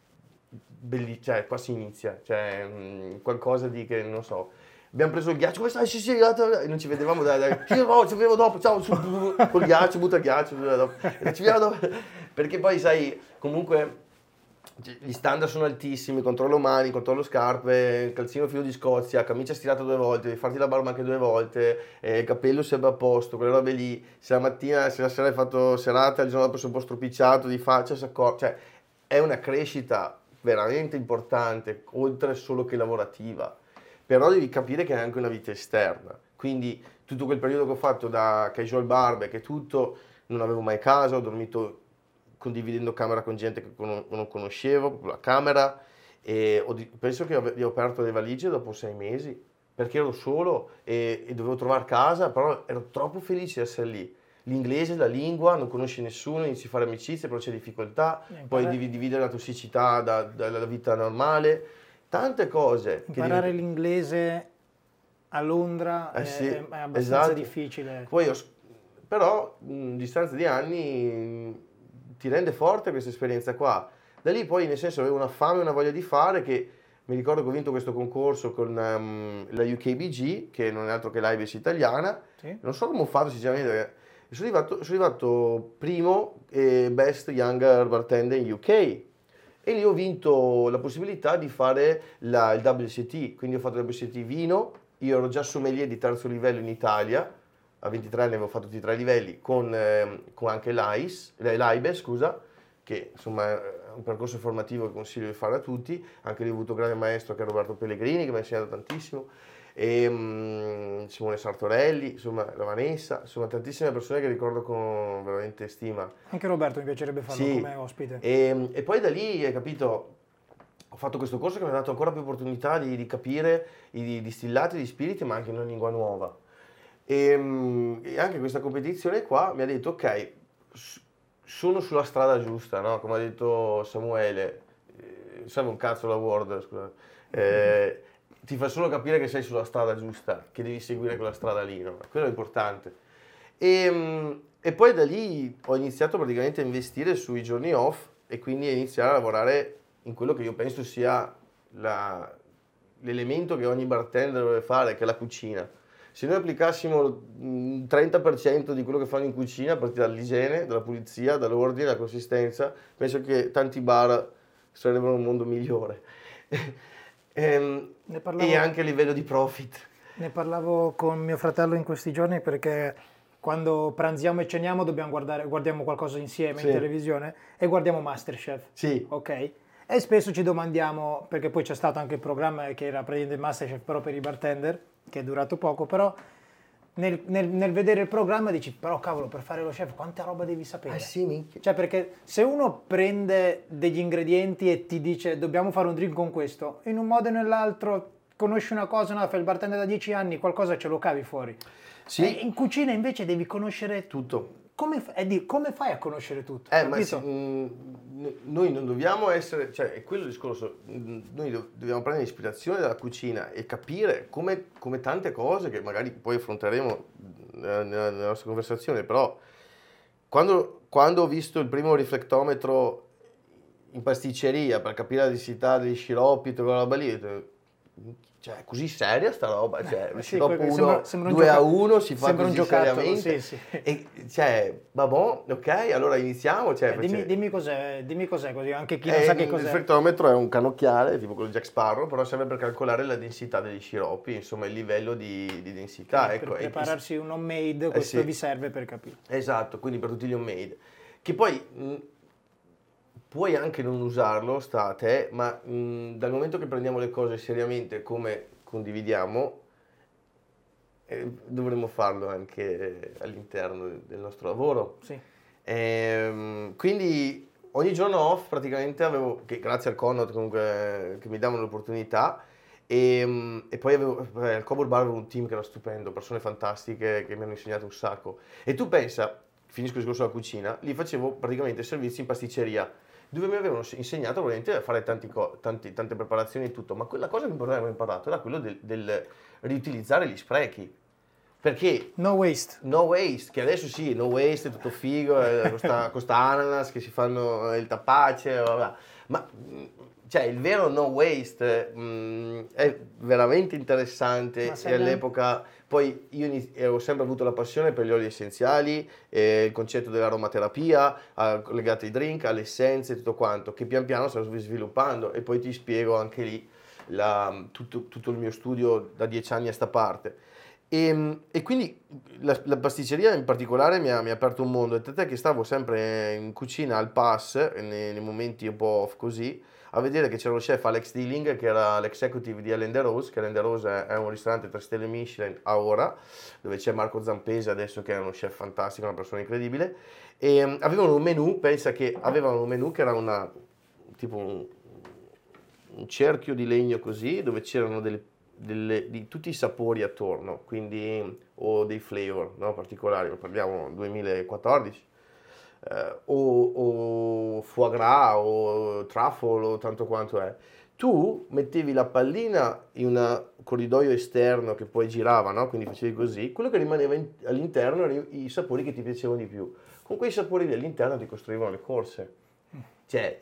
[SPEAKER 1] cioè qua si inizia, cioè qualcosa di che non so. Abbiamo preso il ghiaccio, come stai? Sì, e non ci vedevamo ci vediamo dopo, ciao, col ghiaccio, butta il ghiaccio, ci vediamo dopo. Perché poi sai, comunque gli standard sono altissimi, controllo mani, controllo scarpe, calzino filo di Scozia, camicia stirata 2 volte, devi farti la barba anche 2 volte, il capello sempre a posto, quelle robe lì, se la sera hai fatto serata, il giorno dopo sei un po' stropicciato di faccia, cioè è una crescita veramente importante, oltre solo che lavorativa. Però devi capire che è anche una vita esterna. Quindi tutto quel periodo che ho fatto da casual barbecue e tutto, non avevo mai casa, ho dormito condividendo camera con gente che non conoscevo, proprio la camera, e penso che ho aperto le valigie dopo 6 mesi, perché ero solo e dovevo trovare casa, però ero troppo felice di essere lì. L'inglese, la lingua, non conosci nessuno, inizi a fare amicizie, però c'è difficoltà, poi devi dividere la tossicità dalla vita normale, tante cose.
[SPEAKER 2] Imparare l'inglese a Londra
[SPEAKER 1] sì,
[SPEAKER 2] è abbastanza
[SPEAKER 1] esatto.
[SPEAKER 2] difficile.
[SPEAKER 1] Poi però, a distanza di anni, ti rende forte questa esperienza qua. Da lì poi, nel senso, avevo una fame e una voglia di fare che mi ricordo che ho vinto questo concorso con la UKBG, che non è altro che l'Ibis italiana.
[SPEAKER 2] Sì.
[SPEAKER 1] Non so come ho fatto, sinceramente. Sono arrivato primo e Best Younger Bartender in UK. E lì ho vinto la possibilità di fare il WCT, quindi ho fatto il WCT vino. Io ero già sommelier di terzo livello in Italia, a 23 anni avevo fatto tutti i 3 livelli, con anche l'AIBE, scusa, che insomma è un percorso formativo che consiglio di fare a tutti. Anche lì ho avuto un grande maestro che è Roberto Pellegrini, che mi ha insegnato tantissimo, e Simone Sartorelli, insomma la Vanessa, insomma tantissime persone che ricordo con veramente stima.
[SPEAKER 2] Anche Roberto mi piacerebbe farlo come ospite.
[SPEAKER 1] E poi da lì, hai capito, ho fatto questo corso che mi ha dato ancora più opportunità di capire i distillati, gli spiriti, ma anche in una lingua nuova. E anche questa competizione qua mi ha detto, ok, sono sulla strada giusta, no? Come ha detto Samuele, serve un cazzo l'award, scusa. Ti fa solo capire che sei sulla strada giusta, che devi seguire quella strada lì, no? Quello è importante. E poi da lì ho iniziato praticamente a investire sui giorni off e quindi a iniziare a lavorare in quello che io penso sia l'elemento che ogni bartender deve fare, che è la cucina. Se noi applicassimo un 30% di quello che fanno in cucina, a partire dall'igiene, dalla pulizia, dall'ordine, dalla consistenza, penso che tanti bar sarebbero un mondo migliore. E anche a livello di profit.
[SPEAKER 2] Ne parlavo con mio fratello in questi giorni perché quando pranziamo e ceniamo guardiamo qualcosa insieme in televisione e guardiamo MasterChef.
[SPEAKER 1] Sì.
[SPEAKER 2] Ok? E spesso ci domandiamo, perché poi c'è stato anche il programma che era praticamente MasterChef però per i bartender, che è durato poco, però nel vedere il programma dici, però cavolo, per fare lo chef quanta roba devi sapere?
[SPEAKER 1] Sì, minchia.
[SPEAKER 2] Cioè, perché se uno prende degli ingredienti e ti dice dobbiamo fare un drink con questo, in un modo o nell'altro conosci una cosa, no, fai il bartender da 10 anni, qualcosa ce lo cavi fuori.
[SPEAKER 1] Sì.
[SPEAKER 2] In cucina invece devi conoscere
[SPEAKER 1] tutto.
[SPEAKER 2] Come fai a conoscere tutto?
[SPEAKER 1] Noi non dobbiamo essere, cioè è quello il discorso, noi dobbiamo prendere ispirazione dalla cucina e capire come tante cose che magari poi affronteremo nella nostra conversazione, però quando ho visto il primo riflettometro in pasticceria per capire la densità degli sciroppi e tutta quella roba lì, ho detto, cioè, è così seria sta roba? Cioè,
[SPEAKER 2] sì,
[SPEAKER 1] sciroppo
[SPEAKER 2] sembra
[SPEAKER 1] 2-1 si fa
[SPEAKER 2] sembra
[SPEAKER 1] così
[SPEAKER 2] un giocattolo,
[SPEAKER 1] seriamente?
[SPEAKER 2] sì.
[SPEAKER 1] E, cioè, vabbè, ok, allora iniziamo. Cioè,
[SPEAKER 2] dimmi cos'è così, anche chi non sa che cos'è.
[SPEAKER 1] Il riflettometro è un cannocchiale, tipo quello di Jack Sparrow, però serve per calcolare la densità degli sciroppi, insomma il livello di densità.
[SPEAKER 2] Per prepararsi un homemade, questo vi serve per capire.
[SPEAKER 1] Esatto, quindi per tutti gli homemade. Che poi puoi anche non usarlo, sta a te, ma dal momento che prendiamo le cose seriamente come condividiamo, dovremmo farlo anche all'interno del nostro lavoro.
[SPEAKER 2] Sì.
[SPEAKER 1] Quindi ogni giorno off praticamente avevo, che grazie al Connaught comunque che mi davano l'opportunità, e poi al Coburg Bar avevo un team che era stupendo, persone fantastiche che mi hanno insegnato un sacco. E tu pensa, finisco il discorso della cucina, lì facevo praticamente servizi in pasticceria, dove mi avevano insegnato probabilmente a fare tante preparazioni e tutto, ma quella cosa che avevo imparato era quello del riutilizzare gli sprechi. Perché
[SPEAKER 2] no waste,
[SPEAKER 1] che adesso sì, no waste, è tutto figo, costa ananas che si fanno il tapace, ma cioè il vero no waste è veramente interessante e all'epoca poi io ho sempre avuto la passione per gli oli essenziali, il concetto dell'aromaterapia legato ai drink, alle essenze, tutto quanto, che pian piano stavo sviluppando e poi ti spiego anche lì tutto il mio studio da 10 anni a sta parte. E quindi la pasticceria in particolare mi ha aperto un mondo, e tant'è che stavo sempre in cucina al pass, nei momenti un po' off così, a vedere che c'era lo chef Alex Dilling, che era l'executive di Ellen DeRose, che Ellen DeRose è un ristorante 3 stelle Michelin a ora, dove c'è Marco Zampese adesso, che è uno chef fantastico, una persona incredibile, e avevano un menù, pensa che avevano un menù che era un cerchio di legno così, dove c'erano di tutti i sapori attorno, quindi o dei flavor, no, particolari, parliamo 2014, o foie gras o truffle o tanto quanto è. Tu mettevi la pallina in un corridoio esterno che poi girava, no? Quindi facevi così, quello che rimaneva all'interno erano i sapori che ti piacevano di più. Con quei sapori lì all'interno ti costruivano le corse. Cioè,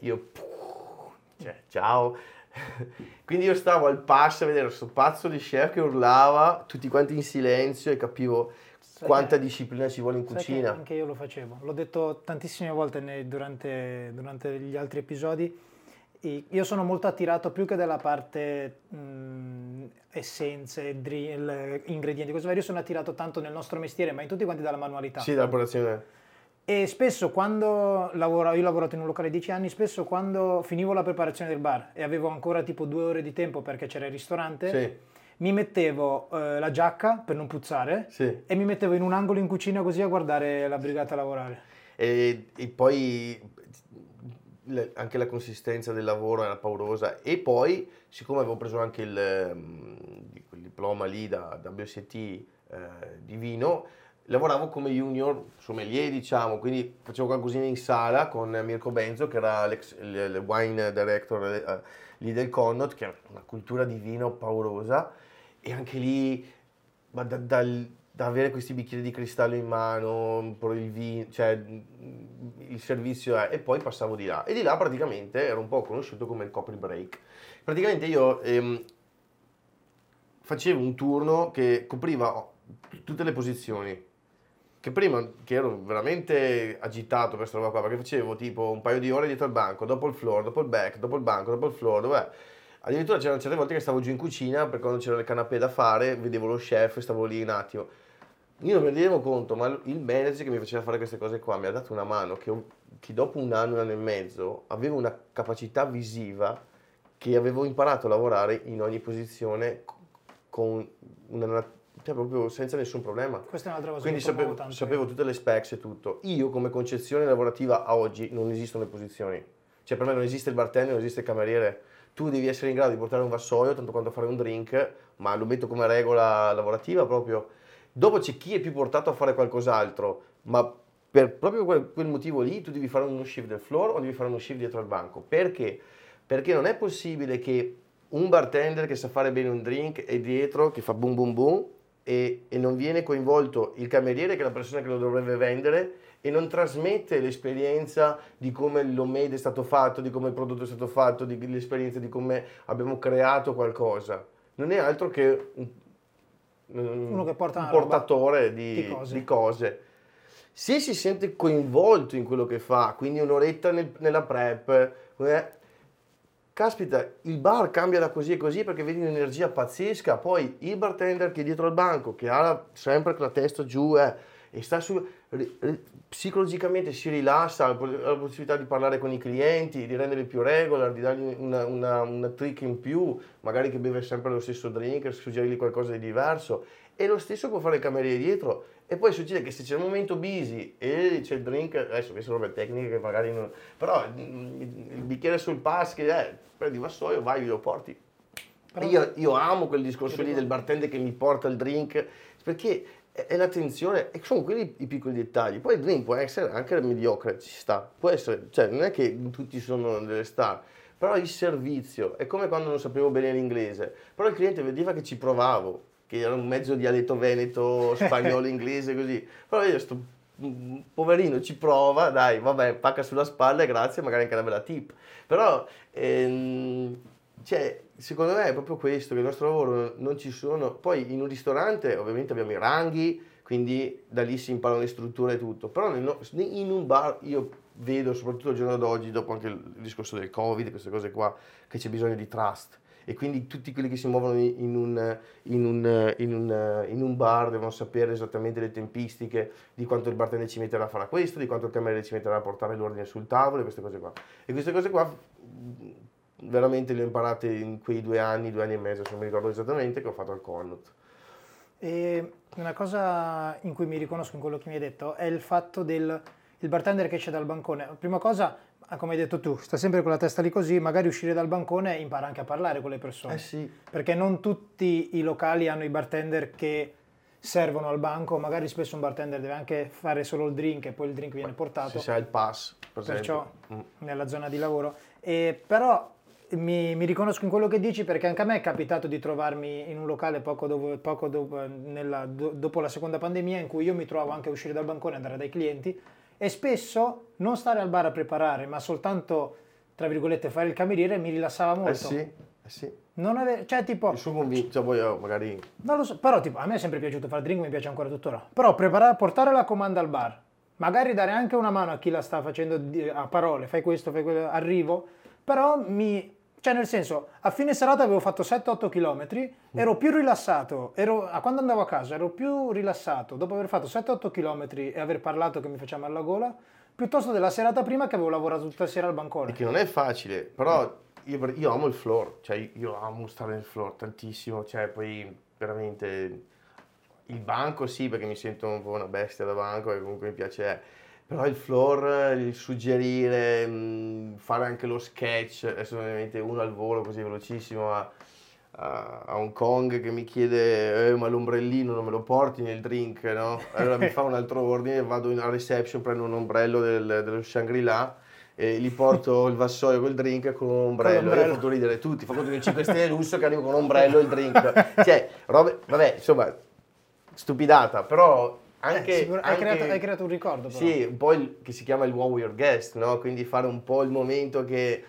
[SPEAKER 1] ciao. Quindi io stavo al passo a vedere questo pazzo di chef che urlava, tutti quanti in silenzio, e capivo quanta disciplina ci vuole in cucina.
[SPEAKER 2] Anche io lo facevo, l'ho detto tantissime volte durante gli altri episodi. Io sono molto attirato più che dalla parte essenze, ingredienti, cose varie. Io sono attirato tanto nel nostro mestiere, ma in tutti quanti, dalla manualità.
[SPEAKER 1] Sì, dalla lavorazione.
[SPEAKER 2] E spesso io ho lavorato in un locale 10 anni, spesso quando finivo la preparazione del bar e avevo ancora tipo 2 ore di tempo perché c'era il ristorante,
[SPEAKER 1] sì,
[SPEAKER 2] mi mettevo la giacca per non puzzare,
[SPEAKER 1] sì,
[SPEAKER 2] e mi mettevo in un angolo in cucina così a guardare la brigata lavorare.
[SPEAKER 1] E poi anche la consistenza del lavoro era paurosa. E poi, siccome avevo preso anche quel diploma lì da WSET di vino, lavoravo come junior sommelier, diciamo, quindi facevo qualcosina in sala con Mirko Benzo, che era il wine director lì del Connaught, che è una cultura di vino paurosa, e anche lì, ma da avere questi bicchieri di cristallo in mano, per il vino, cioè il servizio e poi passavo di là. E di là praticamente ero un po' conosciuto come il coffee break. Praticamente io facevo un turno che copriva tutte le posizioni. Che prima, che ero veramente agitato per questa roba qua, perché facevo tipo un paio di ore dietro al banco, dopo il floor, dopo il back, dopo il banco, dopo il floor, dov'è? Addirittura c'erano certe volte che stavo giù in cucina, per quando c'erano le canapè da fare, vedevo lo chef e stavo lì un attimo. Io non me ne rendevo conto, ma il manager che mi faceva fare queste cose qua mi ha dato una mano che dopo un anno e mezzo, avevo una capacità visiva che avevo imparato a lavorare in ogni posizione con cioè proprio senza nessun problema.
[SPEAKER 2] Questa è un'altra cosa
[SPEAKER 1] Quindi
[SPEAKER 2] che promuovo tanto.
[SPEAKER 1] sapevo tutte le specs e tutto. Io come concezione lavorativa a oggi non esistono le posizioni. Cioè per me non esiste il bartender, non esiste il cameriere. Tu devi essere in grado di portare un vassoio, tanto quanto fare un drink, ma lo metto come regola lavorativa proprio. Dopo c'è chi è più portato a fare qualcos'altro, ma per proprio quel motivo lì tu devi fare uno shift del floor o devi fare uno shift dietro al banco. Perché? Perché non è possibile che un bartender che sa fare bene un drink è dietro, che fa boom boom boom, e non viene coinvolto il cameriere, che è la persona che lo dovrebbe vendere, e non trasmette l'esperienza di come l'homemade è stato fatto, di come il prodotto è stato fatto, l'esperienza di come abbiamo creato qualcosa. Non è altro che
[SPEAKER 2] uno che porta
[SPEAKER 1] un portatore di cose. Se si sente coinvolto in quello che fa, quindi un'oretta nella prep, caspita, il bar cambia da così e così perché vedi un'energia pazzesca. Poi il bartender che è dietro al banco, che ha sempre la testa giù e sta psicologicamente si rilassa, ha la possibilità di parlare con i clienti, di renderli più regular, di dargli una trick in più, magari che beve sempre lo stesso drink, suggerirgli qualcosa di diverso. E lo stesso può fare il cameriere dietro. E poi succede che se c'è un momento busy e c'è il drink, adesso queste sono robe tecniche che magari non... però il bicchiere sul pass che prendi il vassoio, vai, lo porti. Io amo quel discorso lì del bartender che mi porta il drink, perché è l'attenzione, e sono quelli i piccoli dettagli. Poi il drink può essere anche mediocre, ci sta, può essere, cioè non è che tutti sono delle star, però il servizio è come quando non sapevo bene l'inglese, però il cliente vedeva che ci provavo, che era un mezzo dialetto veneto, spagnolo, inglese, così. Però io sto poverino ci prova, dai, vabbè, pacca sulla spalla e grazie, magari anche una bella tip. Però, cioè, secondo me è proprio questo, che il nostro lavoro non ci sono... Poi in un ristorante ovviamente abbiamo i ranghi, quindi da lì si imparano le strutture e tutto. Però in un bar io vedo, soprattutto al giorno d'oggi, dopo anche il discorso del Covid, queste cose qua, che c'è bisogno di trust. E quindi tutti quelli che si muovono in un bar devono sapere esattamente le tempistiche di quanto il bartender ci metterà a fare questo, di quanto il cameriere ci metterà a portare l'ordine sul tavolo e queste cose qua. E queste cose qua veramente le ho imparate in quei 2 anni e mezzo, se non mi ricordo esattamente, che ho fatto al Connaught.
[SPEAKER 2] E una cosa in cui mi riconosco in quello che mi hai detto è il fatto del bartender che esce dal bancone. Prima cosa, come hai detto tu, sta sempre con la testa lì così, magari uscire dal bancone e impara anche a parlare con le persone.
[SPEAKER 1] Sì.
[SPEAKER 2] Perché non tutti i locali hanno i bartender che servono al banco, magari spesso un bartender deve anche fare solo il drink e poi il drink viene portato.
[SPEAKER 1] Se hai il pass, per
[SPEAKER 2] perciò
[SPEAKER 1] esempio.
[SPEAKER 2] nella zona di lavoro. Però mi riconosco in quello che dici, perché anche a me è capitato di trovarmi in un locale poco dopo la seconda pandemia, in cui io mi trovavo anche a uscire dal bancone e andare dai clienti, e spesso non stare al bar a preparare, ma soltanto, tra virgolette, fare il cameriere mi rilassava molto.
[SPEAKER 1] Sì.
[SPEAKER 2] Non cioè tipo...
[SPEAKER 1] Sono convinto, cioè poi magari...
[SPEAKER 2] Non lo so, però tipo, a me è sempre piaciuto fare drink, mi piace ancora tuttora. Però portare la comanda al bar, magari dare anche una mano a chi la sta facendo a parole, fai questo, fai quello, arrivo, però cioè nel senso, a fine serata avevo fatto 7-8 km, ero più rilassato, quando andavo a casa ero più rilassato dopo aver fatto 7-8 km e aver parlato che mi faceva male la gola, piuttosto della serata prima che avevo lavorato tutta la sera al bancone.
[SPEAKER 1] E che non è facile, però io amo il floor, cioè io amo stare nel floor tantissimo, cioè poi veramente il banco sì, perché mi sento un po' una bestia da banco e comunque mi piace, però il floor, il suggerire, fare anche lo sketch, adesso ovviamente uno al volo così velocissimo a Hong Kong che mi chiede ma l'ombrellino non me lo porti nel drink, no? Allora mi fa un altro ordine, vado a reception, prendo un ombrello dello Shangri-La e gli porto il vassoio col drink con un ombrello. Io ho fatto ridere tutti, fa conto che 5 stelle lusso che arrivo con un ombrello e il drink, cioè robe, vabbè, insomma, stupidata, però anche,
[SPEAKER 2] hai creato un ricordo però.
[SPEAKER 1] Sì, un po' che si chiama il wow your guest, no? Quindi fare un po' il momento che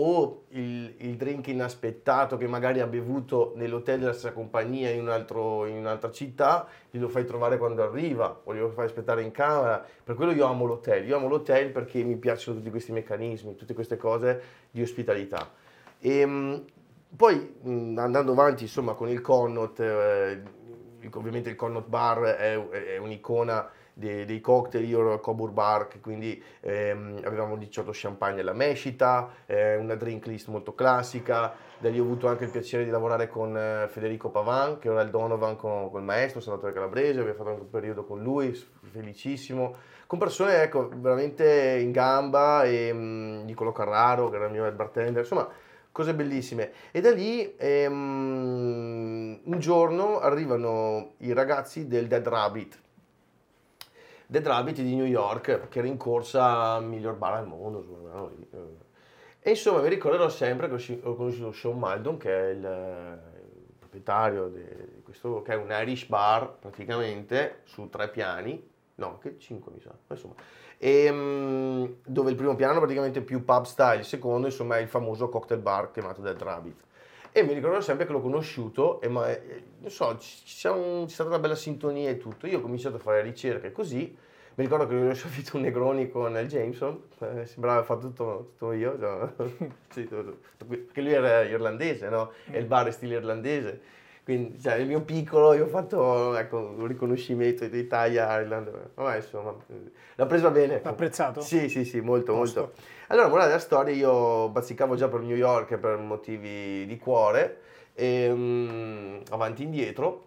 [SPEAKER 1] il drink inaspettato che magari ha bevuto nell'hotel della stessa compagnia in un'altra città, glielo fai trovare quando arriva o glielo fai aspettare in camera. Per quello io amo l'hotel perché mi piacciono tutti questi meccanismi, tutte queste cose di ospitalità. E poi andando avanti insomma con il Connaught, ovviamente il Connaught Bar è un'icona dei cocktail. Io ero al Coburg Bar, quindi avevamo 18 champagne alla mescita, una drink list molto classica. Da lì ho avuto anche il piacere di lavorare con Federico Pavan, che ora è il Donovan con il maestro Salvatore Calabrese, abbiamo fatto anche un periodo con lui, felicissimo. Con persone ecco, veramente in gamba, e Niccolò Carraro, che era il mio head bartender, insomma cose bellissime. E da lì un giorno arrivano i ragazzi del Dead Rabbit di New York, che era in corsa a miglior bar al mondo. E insomma mi ricorderò sempre che ho conosciuto Sean Maldon, che è il proprietario di questo, che è un Irish bar praticamente, su 3 piani, no, che 5 mi sa, insomma. Dove il primo piano è praticamente più pub style, il secondo insomma è il famoso cocktail bar chiamato Dead Rabbit. E mi ricordo sempre che l'ho conosciuto e non so, c'è stata una bella sintonia e tutto. Io ho cominciato a fare ricerche così. Mi ricordo che lui ho servito un Negroni con il Jameson, sembrava fatto tutto io, no? Sì, perché lui era irlandese, no? E il bar è stile irlandese. Quindi, cioè, nel mio piccolo io ho fatto ecco, un riconoscimento di Italia, Irlanda. Vabbè, insomma, l'ha presa bene.
[SPEAKER 2] L'ha apprezzato?
[SPEAKER 1] Sì, molto. Allora, morale della storia, io bazzicavo già per New York per motivi di cuore, avanti e indietro,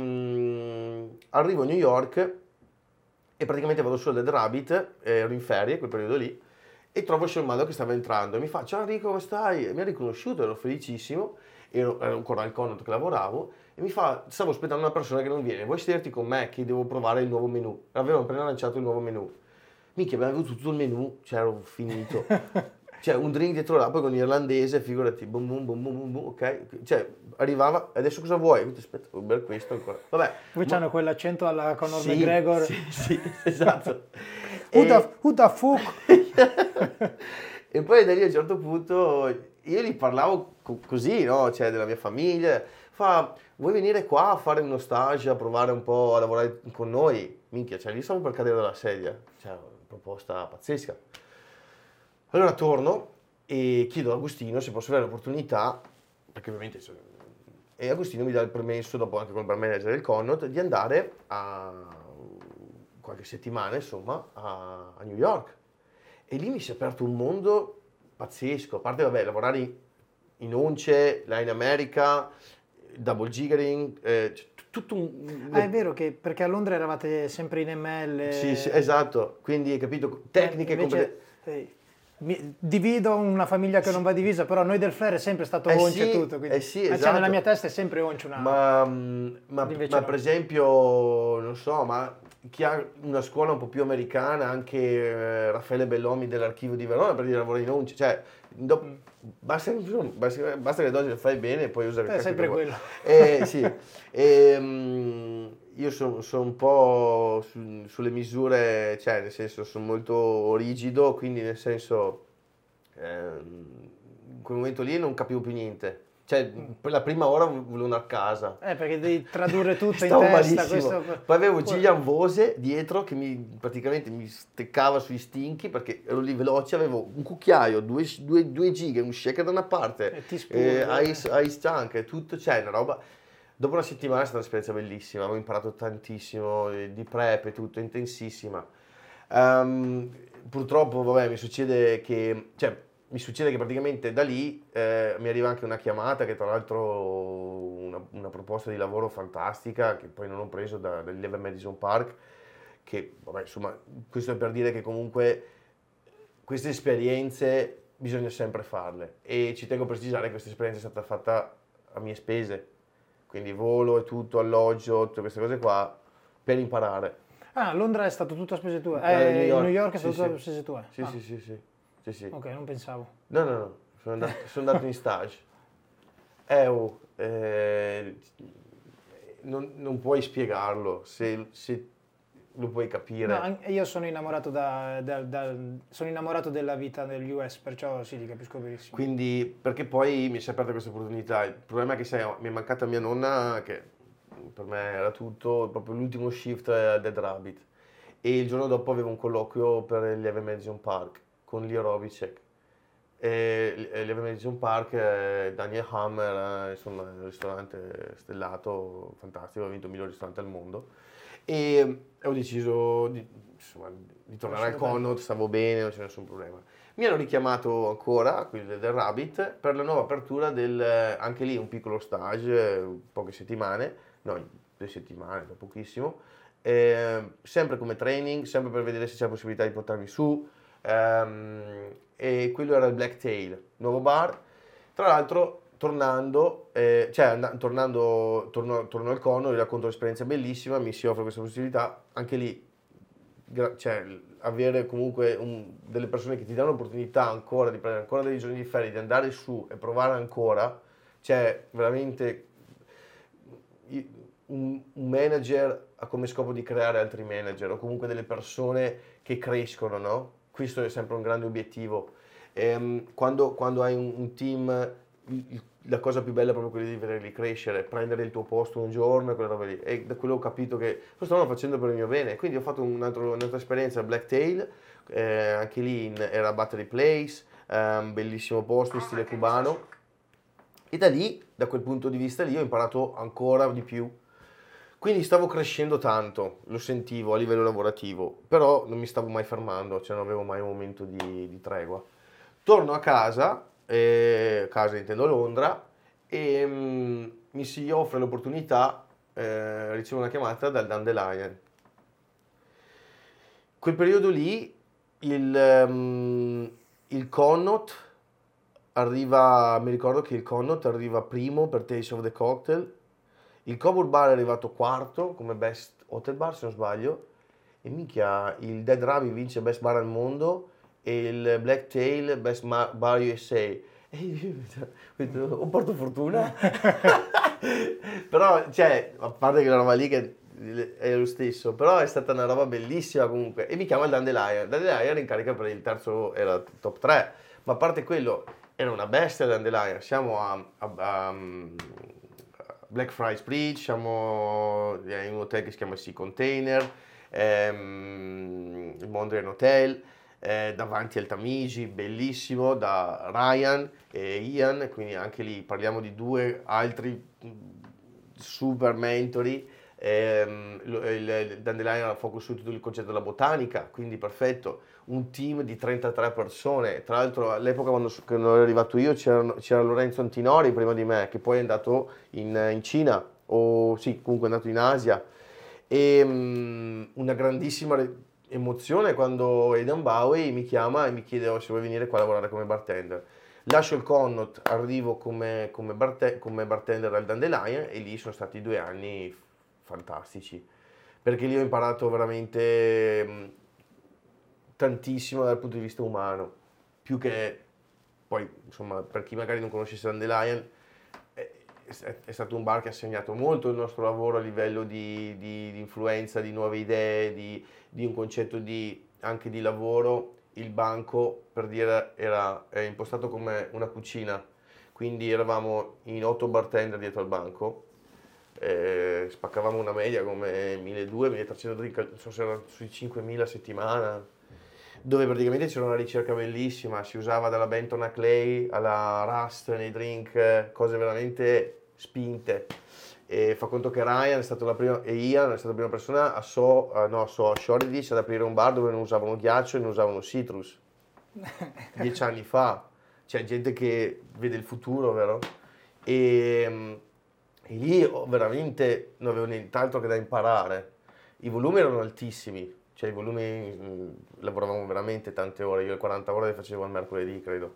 [SPEAKER 1] arrivo a New York e praticamente vado su al Dead Rabbit, ero in ferie quel periodo lì, e trovo Sean Maldon che stava entrando e mi fa: ciao Enrico, come stai? E mi ha riconosciuto, ero felicissimo, ero ancora al Connaught che lavoravo, e mi fa: stavo aspettando una persona che non viene, vuoi sederti con me che devo provare il nuovo menù? Avevano appena lanciato il nuovo menù. Minchia, abbiamo avuto tutto il menù, cioè ero finito. Cioè un drink dietro là, poi con irlandese, figurati, boom, ok? Cioè arrivava, adesso cosa vuoi? Aspetta, devo bere questo ancora. Vabbè.
[SPEAKER 2] Poi c'hanno quell'accento alla Conor McGregor.
[SPEAKER 1] Sì, esatto.
[SPEAKER 2] Who the fuck?
[SPEAKER 1] E poi da lì a un certo punto io gli parlavo così, no? Cioè della mia famiglia. Fa: vuoi venire qua a fare uno stage, a provare un po' a lavorare con noi? Minchia, cioè lì stavo per cadere dalla sedia. Cioè, una proposta pazzesca. Allora torno e chiedo ad Agostino se posso avere l'opportunità, perché ovviamente... E Agostino mi dà il permesso, dopo anche col bar manager del Connaught, di andare a qualche settimana, insomma, a New York. E lì mi si è aperto un mondo pazzesco. A parte, vabbè, lavorare in once, là in America, double jiggering, tutto un...
[SPEAKER 2] Ah, è vero che perché a Londra eravate sempre in ML.
[SPEAKER 1] Sì, esatto. Quindi, hai capito, tecniche...
[SPEAKER 2] Invece, divido una famiglia che non va divisa, però noi del Flair è sempre stato once e tutto, quindi
[SPEAKER 1] esatto.
[SPEAKER 2] nella mia testa è sempre once
[SPEAKER 1] ma per esempio, non so, ma chi ha una scuola un po' più americana, anche Raffaele Bellomi dell'Archivio di Verona, per dire lavora in once, cioè basta che dosi le fai bene e poi usare
[SPEAKER 2] è sempre quello.
[SPEAKER 1] Sì. Io sono un po' sulle misure, cioè nel senso sono molto rigido, quindi nel senso in quel momento lì non capivo più niente. Cioè, per la prima ora volevo andare a casa.
[SPEAKER 2] Perché devi tradurre tutto in
[SPEAKER 1] Stavo
[SPEAKER 2] testa.
[SPEAKER 1] malissimo. Poi avevo Gillian Vose dietro che praticamente mi steccava sui stinchi perché ero lì veloce, avevo un cucchiaio, due gighe, un shaker da una parte, ice chunk, tutto, c'è una roba. Dopo una settimana è stata un'esperienza bellissima, avevo imparato tantissimo di prep e tutto, intensissima. Purtroppo, vabbè, mi succede che praticamente da lì mi arriva anche una chiamata, che tra l'altro una proposta di lavoro fantastica, che poi non ho preso dall'Eleven Madison Park, che vabbè, insomma, questo è per dire che comunque queste esperienze bisogna sempre farle, e ci tengo a precisare che questa esperienza è stata fatta a mie spese, quindi volo e tutto, alloggio, tutte queste cose qua, per imparare.
[SPEAKER 2] Londra è stato tutto a spese tue? New York è stato tutto a spese tue?
[SPEAKER 1] Sì.
[SPEAKER 2] Ok, non pensavo.
[SPEAKER 1] No, sono andato in stage. Non puoi spiegarlo, se lo puoi capire.
[SPEAKER 2] No, io sono innamorato sono innamorato della vita negli US, perciò sì, ti capisco benissimo.
[SPEAKER 1] Quindi, perché poi mi si è aperta questa opportunità. Il problema è che mi è mancata mia nonna, che per me era tutto, proprio l'ultimo shift a Dead Rabbit. E il giorno dopo avevo un colloquio per l'Eleven Madison Park con Leo Robicek. L'Eleven Madison Park, Daniel Hammer, insomma, un ristorante stellato, fantastico, ha vinto il miglior ristorante al mondo. E ho deciso di tornare al Connaught, stavo bene, non c'era nessun problema. Mi hanno richiamato ancora, quelli del Rabbit, per la nuova apertura anche lì un piccolo stage, poche settimane, no, 2 settimane, da pochissimo, sempre come training, sempre per vedere se c'è la possibilità di portarmi su, e quello era il Blacktail, nuovo bar. Tra l'altro, torno al Cono, vi racconto un'esperienza bellissima, mi si offre questa possibilità, anche lì, avere comunque delle persone che ti danno l'opportunità ancora di prendere ancora dei giorni di ferie, di andare su e provare ancora, veramente un manager ha come scopo di creare altri manager, o comunque delle persone che crescono, no? Questo è sempre un grande obiettivo. Quando hai un team, la cosa più bella è proprio quella di vederli crescere, prendere il tuo posto un giorno e quelle robe lì. E da quello ho capito che lo stavano facendo per il mio bene. Quindi ho fatto un'altra esperienza al Blacktail, anche lì era Battery Place, bellissimo posto in stile cubano. E da lì, da quel punto di vista lì, ho imparato ancora di più. Quindi stavo crescendo tanto, lo sentivo a livello lavorativo, però non mi stavo mai fermando, cioè non avevo mai un momento di tregua. Torno a casa intendo Londra, e mi si offre l'opportunità, ricevo una chiamata dal Dandelion. Quel periodo lì il Connaught arriva, mi ricordo che il Connaught arriva primo per Taste of the Cocktail, il Coburg Bar è arrivato quarto come Best Hotel Bar, se non sbaglio, e minchia, il Dead Rabbit vince Best Bar al mondo e il Blacktail Best Bar USA. E io ho porto fortuna. Però, a parte che la roba lì che è lo stesso, però è stata una roba bellissima comunque. E mi chiama il Dandelion. Dandelion era in carica per il terzo, era top 3, ma a parte quello era una bestia Dandelion. Siamo a Blackfriars Bridge, siamo in un hotel che si chiama Sea Container, il Mondrian Hotel, davanti al Tamigi, bellissimo, da Ryan e Ian, quindi anche lì parliamo di 2 altri super mentori. Il Dandelion ha focus su tutto il concetto della botanica, quindi perfetto, un team di 33 persone. Tra l'altro all'epoca quando ero arrivato io c'era Lorenzo Antinori prima di me, che poi è andato in Cina, comunque è andato in Asia, e una grandissima emozione quando Aidan Bowie mi chiama e mi chiede se vuoi venire qua a lavorare come bartender. Lascio il Connaught, arrivo come bartender al Dandelion e lì sono stati 2 anni fantastici, perché lì ho imparato veramente tantissimo dal punto di vista umano, più che poi, insomma, per chi magari non conoscesse Dandelion, è stato un bar che ha segnato molto il nostro lavoro a livello di influenza, di nuove idee, di un concetto anche di lavoro. Il banco, per dire, è impostato come una cucina, quindi eravamo in 8 bartender dietro al banco, spaccavamo una media come 1200-1300 drink, non so se era sui 5000 a settimana, dove praticamente c'era una ricerca bellissima, si usava dalla Benton a Clay alla Rust nei drink, cose veramente spinte. E fa conto che Ryan è stato la prima, e Ian è stata la prima persona a Shoreditch ad aprire un bar dove non usavano ghiaccio e non usavano citrus. 10 anni fa. C'è gente che vede il futuro, vero? E lì veramente non avevo nient'altro che da imparare. I volumi erano altissimi, cioè i volumi lavoravamo veramente tante ore, io le 40 ore le facevo al mercoledì, credo.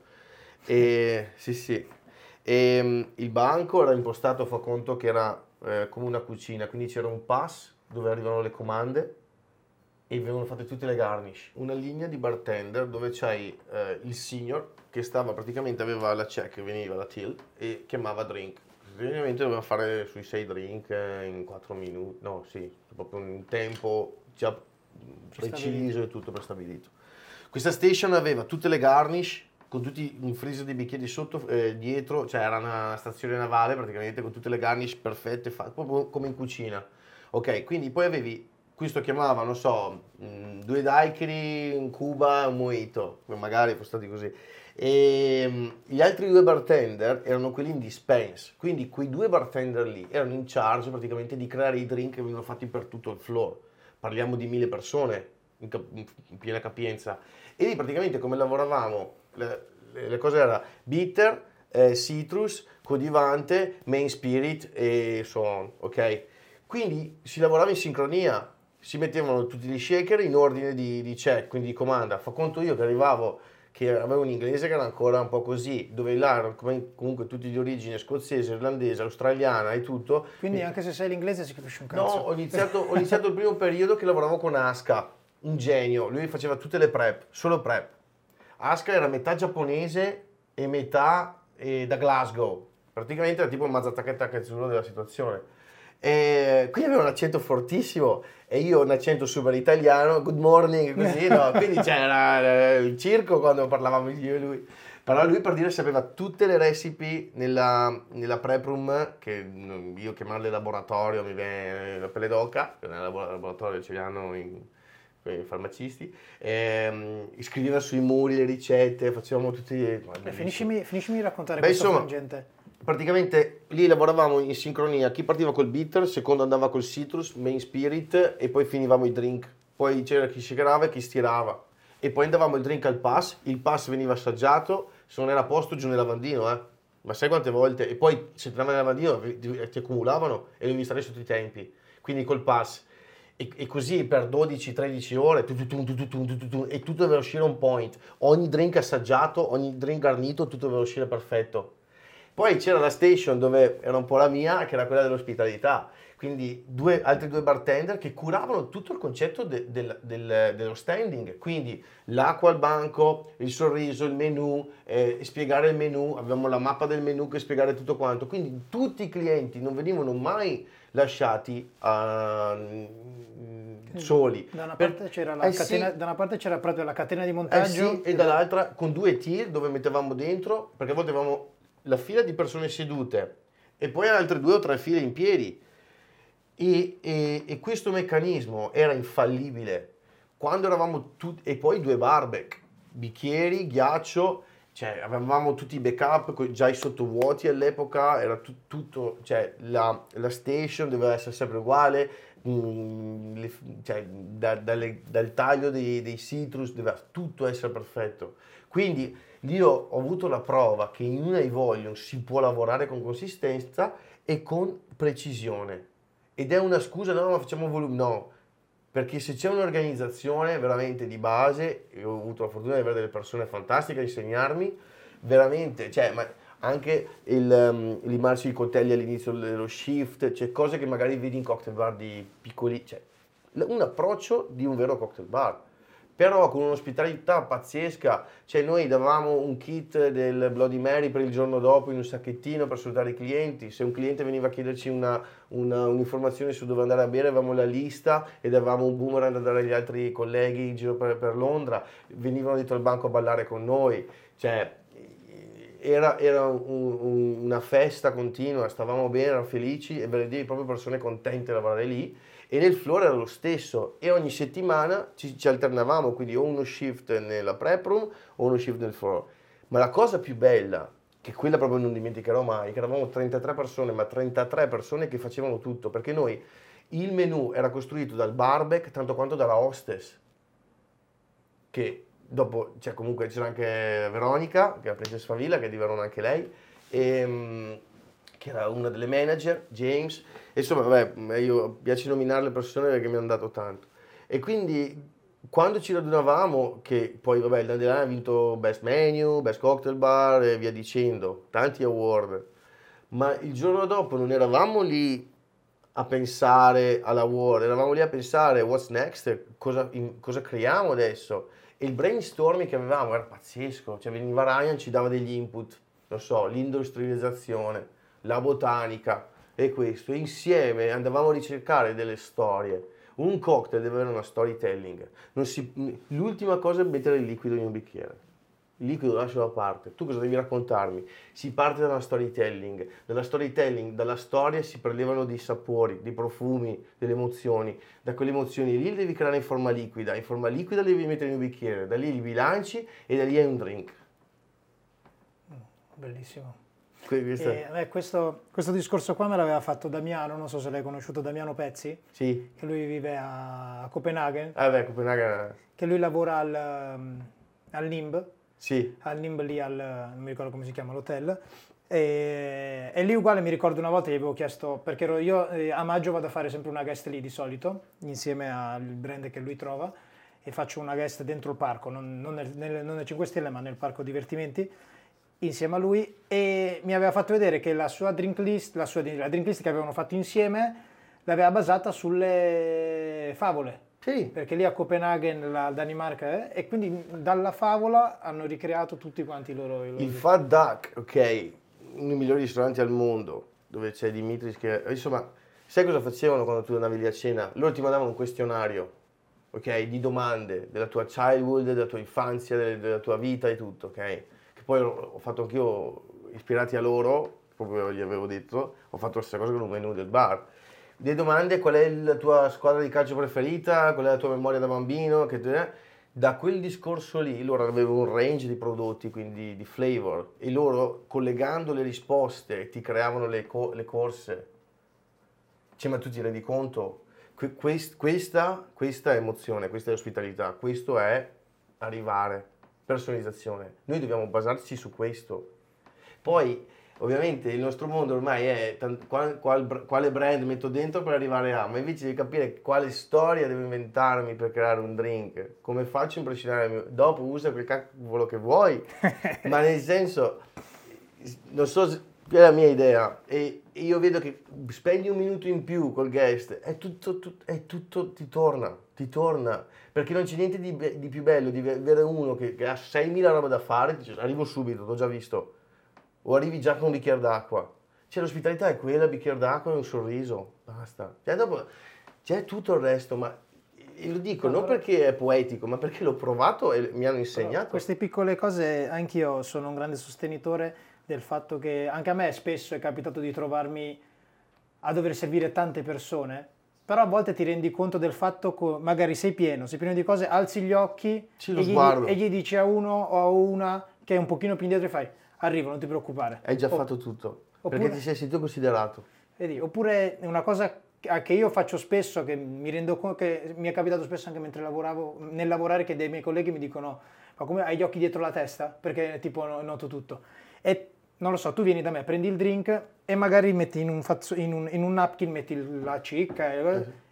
[SPEAKER 1] E sì. E il banco era impostato, fa conto che era come una cucina, quindi c'era un pass dove arrivano le comande e venivano fatte tutte le garnish. Una linea di bartender dove c'hai il senior che stava praticamente, aveva la check, veniva la till e chiamava drink. Praticamente doveva fare sui 6 drink in 4 minuti, no sì, proprio un tempo già preciso e tutto prestabilito. Questa station aveva tutte le garnish con tutti un freezer di bicchieri sotto, dietro, cioè era una stazione navale praticamente con tutte le garnish perfette, proprio come in cucina. Ok, quindi poi avevi, questo chiamava, non so, 2 daiquiri, un Cuba, un mojito, magari fosse stati così. E gli altri 2 bartender erano quelli in dispense, quindi quei 2 bartender lì erano in charge praticamente di creare i drink che venivano fatti per tutto il floor. Parliamo di 1000 persone in piena capienza. E lì praticamente come lavoravamo, le cose erano bitter, citrus, codivante, main spirit e so on, ok? Quindi si lavorava in sincronia, si mettevano tutti gli shaker in ordine di check, quindi di comanda. Fa conto io che arrivavo, che avevo un inglese che era ancora un po' così, dove là erano comunque tutti di origine scozzese, irlandese, australiana e tutto.
[SPEAKER 2] Quindi anche se sai l'inglese si capisce un cazzo.
[SPEAKER 1] No, ho iniziato il primo periodo che lavoravo con Aska, un genio, lui faceva tutte le prep, solo prep. Aska era metà giapponese e metà da Glasgow, praticamente era tipo il Mazataka Taketsuro della situazione. E quindi aveva un accento fortissimo e io un accento super italiano, good morning, così, no? Quindi c'era il circo quando parlavamo io e lui. Però lui, per dire, sapeva tutte le recipe nella prep room, che io chiamarle laboratorio mi viene la pelle d'oca, nel laboratorio ce li hanno i farmacisti, scriveva sui muri le ricette, facevamo tutti...
[SPEAKER 2] Finiscimi di raccontare questa frangente.
[SPEAKER 1] Praticamente lì lavoravamo in sincronia, chi partiva col bitter, secondo andava col citrus, main spirit e poi finivamo i drink. Poi c'era chi shakerava e chi stirava. E poi andavamo il drink al pass, il pass veniva assaggiato, se non era a posto giù nel lavandino, Ma sai quante volte? E poi se entravi nel lavandino ti accumulavano e dovevi stare sotto i tempi. Quindi col pass. E così per 12-13 ore e tutto doveva uscire on point. Ogni drink assaggiato, ogni drink garnito, tutto doveva uscire perfetto. Poi c'era la station dove era un po' la mia, che era quella dell'ospitalità, quindi altri 2 bartender che curavano tutto il concetto dello standing, quindi l'acqua al banco, il sorriso, il menù, spiegare il menù, avevamo la mappa del menù che spiegare tutto quanto, quindi tutti i clienti non venivano mai lasciati soli.
[SPEAKER 2] Da una parte c'era la catena, da una parte c'era proprio la catena di montaggio
[SPEAKER 1] e dall'altra con 2 tier dove mettevamo dentro, perché a volte avevamo la fila di persone sedute e poi altre 2 o 3 file in piedi e questo meccanismo era infallibile quando eravamo tutti, e poi 2 barback, bicchieri, ghiaccio, cioè avevamo tutti i backup già i sottovuoti all'epoca, era tutto, cioè la station doveva essere sempre uguale, cioè, dal taglio dei citrus doveva tutto essere perfetto, quindi io ho avuto la prova che in una Evolution si può lavorare con consistenza e con precisione. Ed è una scusa, no, ma facciamo volume. No, Perché se c'è un'organizzazione veramente di base, e ho avuto la fortuna di avere delle persone fantastiche a insegnarmi, veramente, cioè, ma anche limarsi i coltelli all'inizio dello shift, cioè cose che magari vedi in cocktail bar di piccoli, cioè un approccio di un vero cocktail bar. Però con un'ospitalità pazzesca, cioè noi davamo un kit del Bloody Mary per il giorno dopo in un sacchettino per salutare i clienti, se un cliente veniva a chiederci un'informazione su dove andare a bere avevamo la lista e davamo un boomerang da dare agli altri colleghi in giro per Londra, venivano dietro al banco a ballare con noi, cioè era una festa continua, stavamo bene, eravamo felici e vedevi proprio persone contente di lavorare lì. E nel floor era lo stesso e ogni settimana ci alternavamo, quindi o uno shift nella prep room o uno shift nel floor. Ma la cosa più bella, che quella proprio non dimenticherò mai, che eravamo 33 persone, ma 33 persone che facevano tutto, perché noi il menù era costruito dal barback tanto quanto dalla hostess, che dopo, cioè comunque c'era anche Veronica, che è la Princess Favilla, che è di Verona anche lei, che era una delle manager, James, e insomma, vabbè, io piace nominare le persone perché mi hanno dato tanto. E quindi quando ci radunavamo, che poi vabbè, il Dandelion ha vinto Best Menu, Best Cocktail Bar e via dicendo, tanti award, ma il giorno dopo non eravamo lì a pensare all'award, eravamo lì a pensare what's next, cosa creiamo adesso. E il brainstorming che avevamo era pazzesco, cioè veniva Ryan, ci dava degli input, non so, l'industrializzazione, la botanica e questo, insieme andavamo a ricercare delle storie. Un cocktail deve avere una storytelling, l'ultima cosa è mettere il liquido in un bicchiere. Il liquido lascio da parte, tu cosa devi raccontarmi? Si parte dalla storytelling, dalla storia si prelevano dei sapori, dei profumi, delle emozioni, da quelle emozioni lì le devi creare in forma liquida le devi mettere in un bicchiere, da lì li bilanci e da lì hai un drink.
[SPEAKER 2] Bellissimo.
[SPEAKER 1] Questo
[SPEAKER 2] discorso qua me l'aveva fatto Damiano, non so se l'hai conosciuto, Damiano Pezzi,
[SPEAKER 1] sì.
[SPEAKER 2] Che lui vive a Copenaghen,
[SPEAKER 1] Copenaghen.
[SPEAKER 2] Che lui lavora al NIMB,
[SPEAKER 1] sì.
[SPEAKER 2] Al NIMB lì non mi ricordo come si chiama l'hotel, e lì uguale mi ricordo una volta gli avevo chiesto, perché io a maggio vado a fare sempre una guest lì di solito, insieme al brand che lui trova, e faccio una guest dentro il parco, non nel 5 Stelle ma nel parco divertimenti, insieme a lui, e mi aveva fatto vedere che la sua drink list, la drink list che avevano fatto insieme l'aveva basata sulle favole.
[SPEAKER 1] Sì.
[SPEAKER 2] Perché lì a Copenaghen, la Danimarca, e quindi dalla favola hanno ricreato tutti quanti i loro...
[SPEAKER 1] Il Fat Duck, ok, uno dei migliori ristoranti al mondo, dove c'è Dimitris che... Insomma, sai cosa facevano quando tu andavi lì a cena? Loro ti mandavano un questionario, ok, di domande della tua childhood, della tua infanzia, della tua vita e tutto, ok? Che poi ho fatto anch'io, ispirati a loro, proprio gli avevo detto, ho fatto la stessa cosa con un menù del bar. Le domande, qual è la tua squadra di calcio preferita, qual è la tua memoria da bambino, da quel discorso lì loro avevano un range di prodotti, quindi di flavor, e loro collegando le risposte ti creavano le corse. Cioè, ma tu ti rendi conto? Questa è emozione, questa è ospitalità, questo è arrivare, personalizzazione. Noi dobbiamo basarci su questo. Poi ovviamente il nostro mondo ormai è quale brand metto dentro per arrivare a, ma invece di capire quale storia devo inventarmi per creare un drink, come faccio a impressionare il mio, dopo usa quel cavolo che vuoi, ma nel senso, non so, è la mia idea e io vedo che spendi un minuto in più col guest, è tutto ti torna, perché non c'è niente di più bello di avere uno che ha 6.000 robe da fare, dice arrivo subito, t'ho già visto. O arrivi già con un bicchiere d'acqua. Cioè l'ospitalità è quella, bicchiere d'acqua e un sorriso, basta. Cioè dopo c'è tutto il resto, ma io lo dico non perché è poetico, ma perché l'ho provato e mi hanno insegnato.
[SPEAKER 2] Però queste piccole cose, anch'io sono un grande sostenitore del fatto che anche a me spesso è capitato di trovarmi a dover servire tante persone, però a volte ti rendi conto del fatto che magari sei pieno di cose, alzi gli occhi e gli dici a uno o a una che è un pochino più indietro e fai arrivo, non ti preoccupare.
[SPEAKER 1] Hai già fatto tutto, perché ti sei sentito considerato.
[SPEAKER 2] Vedi, oppure una cosa che io faccio spesso, che mi rendo conto che mi è capitato spesso anche mentre lavoravo, nel lavorare, che dei miei colleghi mi dicono ma come hai gli occhi dietro la testa? Perché tipo noto tutto. E non lo so, tu vieni da me, prendi il drink e magari metti in un napkin, metti la cicca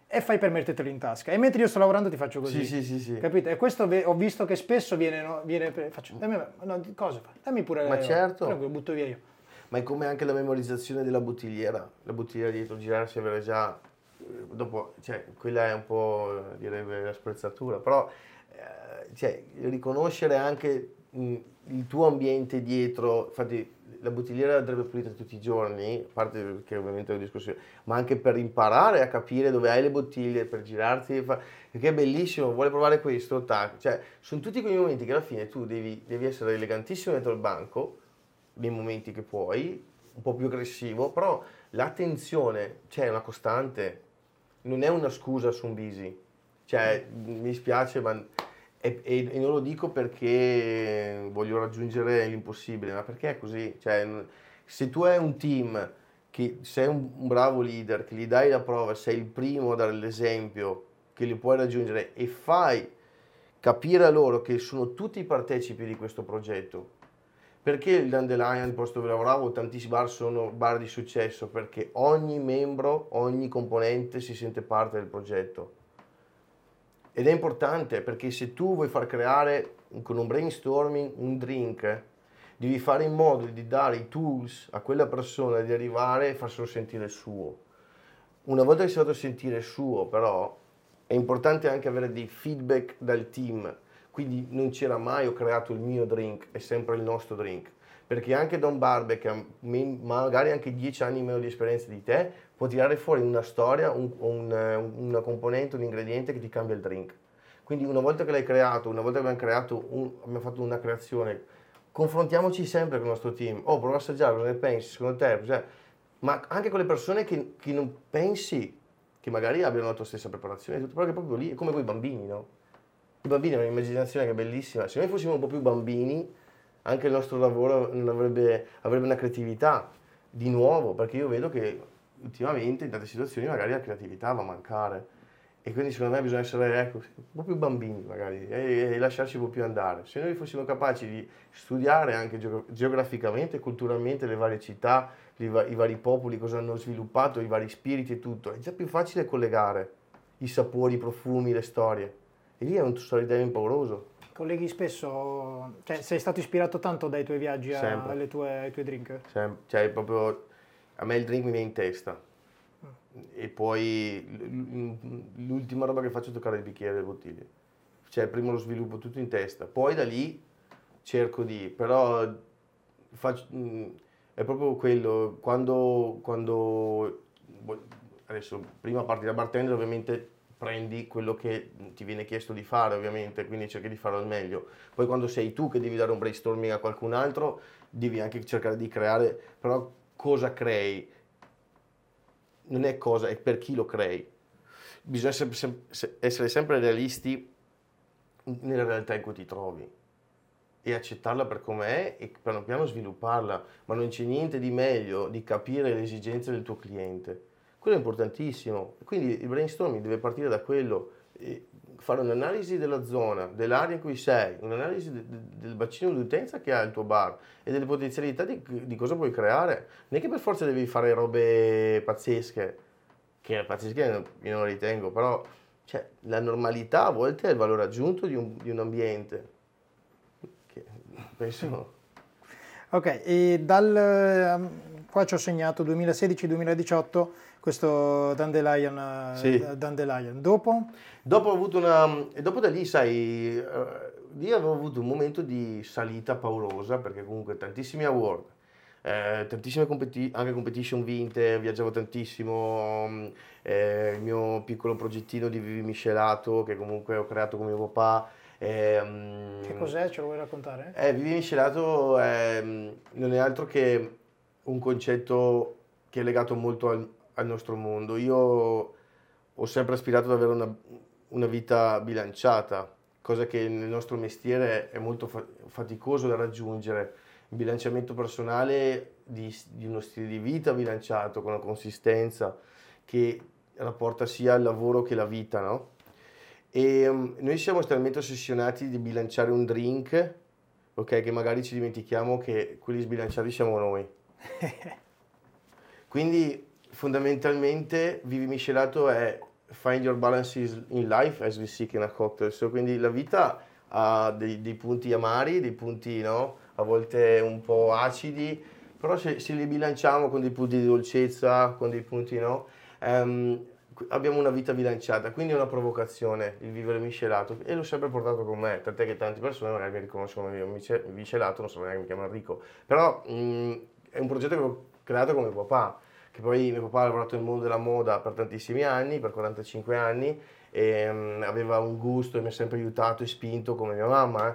[SPEAKER 2] e fai per mettertelo in tasca. E mentre io sto lavorando ti faccio così.
[SPEAKER 1] Sì.
[SPEAKER 2] Capito? E questo ho visto che spesso faccio, cosa fa? Dammi pure
[SPEAKER 1] Ma certo.
[SPEAKER 2] però lo butto via io.
[SPEAKER 1] Ma è come anche la memorizzazione della bottigliera. La bottigliera dietro, girarsi e avere già... Dopo, cioè, quella è un po', direbbe, la sprezzatura. Però, cioè, riconoscere anche il tuo ambiente dietro. Infatti, la bottigliera andrebbe pulita tutti i giorni, a parte perché ovviamente è una discussione, ma anche per imparare a capire dove hai le bottiglie, per girarti, perché è bellissimo, vuole provare questo, tac. Cioè, sono tutti quei momenti che alla fine tu devi essere elegantissimo dentro il banco, nei momenti che puoi, un po' più aggressivo, però l'attenzione, cioè, è una costante, non è una scusa su un busy. Cioè, mi spiace, ma... E non lo dico perché voglio raggiungere l'impossibile, ma perché è così. Cioè, se tu hai un team, che sei un bravo leader, che gli dai la prova, sei il primo a dare l'esempio, che li puoi raggiungere e fai capire a loro che sono tutti partecipi di questo progetto. Perché il Dandelion, il posto dove lavoravo, tantissimi bar sono bar di successo? Perché ogni membro, ogni componente si sente parte del progetto. Ed è importante perché se tu vuoi far creare con un brainstorming un drink, devi fare in modo di dare i tools a quella persona di arrivare e farselo sentire il suo. Una volta che si è fatto sentire il suo, però, è importante anche avere dei feedback dal team. Quindi non c'era mai ho creato il mio drink, è sempre il nostro drink. Perché anche Don Barbe, che ha magari anche 10 anni meno di esperienza di te, può tirare fuori una storia, una componente, un ingrediente che ti cambia il drink. Quindi una volta che l'hai creato, una volta che abbiamo fatto una creazione, confrontiamoci sempre con il nostro team. Oh, prova a assaggiare, cosa ne pensi? Secondo te? Cioè, ma anche con le persone che non pensi che magari abbiano la tua stessa preparazione, però che è proprio lì, è come con i bambini, no? I bambini hanno un'immaginazione che è bellissima. Se noi fossimo un po' più bambini, anche il nostro lavoro non avrebbe una creatività di nuovo, perché io vedo che ultimamente in tante situazioni magari la creatività va a mancare e quindi secondo me bisogna essere un po' più bambini magari e lasciarci un po' più andare. Se noi fossimo capaci di studiare anche geograficamente e culturalmente le varie città, i vari popoli, cosa hanno sviluppato, i vari spiriti e tutto, è già più facile collegare i sapori, i profumi, le storie. E lì è un storytelling pauroso.
[SPEAKER 2] Colleghi spesso, cioè sei stato ispirato tanto dai tuoi viaggi
[SPEAKER 1] Sempre.
[SPEAKER 2] ai tuoi drink?
[SPEAKER 1] Cioè, proprio a me il drink mi viene in testa. E poi l'ultima roba che faccio è toccare il bicchiere e le bottiglie. Cioè, prima lo sviluppo tutto in testa, poi da lì cerco però è proprio quello, adesso prima parti da bartender ovviamente prendi quello che ti viene chiesto di fare ovviamente, quindi cerchi di farlo al meglio. Poi quando sei tu che devi dare un brainstorming a qualcun altro, devi anche cercare di creare, però cosa crei? Non è cosa, è per chi lo crei. Bisogna essere sempre realisti nella realtà in cui ti trovi e accettarla per com'è e piano piano svilupparla, ma non c'è niente di meglio di capire le esigenze del tuo cliente. Quello è importantissimo, quindi il brainstorming deve partire da quello, fare un'analisi della zona, dell'area in cui sei, un'analisi del bacino di utenza che ha il tuo bar e delle potenzialità di cosa puoi creare. Non è che per forza devi fare robe pazzesche, che pazzesche io non ritengo, però cioè, la normalità a volte è il valore aggiunto di un ambiente. Che penso...
[SPEAKER 2] Ok, e qua ci ho segnato 2016-2018 questo Dandelion.
[SPEAKER 1] Sì.
[SPEAKER 2] Dandelion. Dopo?
[SPEAKER 1] Dopo ho avuto dopo da lì, sai, lì avevo avuto un momento di salita paurosa perché comunque tantissimi award, tantissime anche competition vinte, viaggiavo tantissimo, il mio piccolo progettino di Vivi Miscelato che comunque ho creato con mio papà.
[SPEAKER 2] Che cos'è? Ce lo vuoi raccontare?
[SPEAKER 1] Vivi Miscelato non è altro che un concetto che è legato molto al nostro mondo. Io ho sempre aspirato ad avere una vita bilanciata, cosa che nel nostro mestiere è molto faticoso da raggiungere. Il bilanciamento personale di uno stile di vita bilanciato, con una consistenza che rapporta sia il lavoro che la vita, no? E noi siamo estremamente ossessionati di bilanciare un drink, ok, che magari ci dimentichiamo che quelli sbilanciati siamo noi. Quindi fondamentalmente Vivi Miscelato è find your balances in life as we seek in a cocktail. So, quindi la vita ha dei punti amari, dei punti, no? A volte un po' acidi, però se li bilanciamo con dei punti di dolcezza, con dei punti, no? Abbiamo una vita bilanciata, quindi è una provocazione il vivere miscelato e l'ho sempre portato con me, tant'è che tante persone magari mi riconoscono come miscelato, non so neanche mi chiamano Enrico, però è un progetto che ho creato con mio papà, che poi mio papà ha lavorato nel mondo della moda per tantissimi anni, per 45 anni, e aveva un gusto e mi ha sempre aiutato e spinto come mia mamma.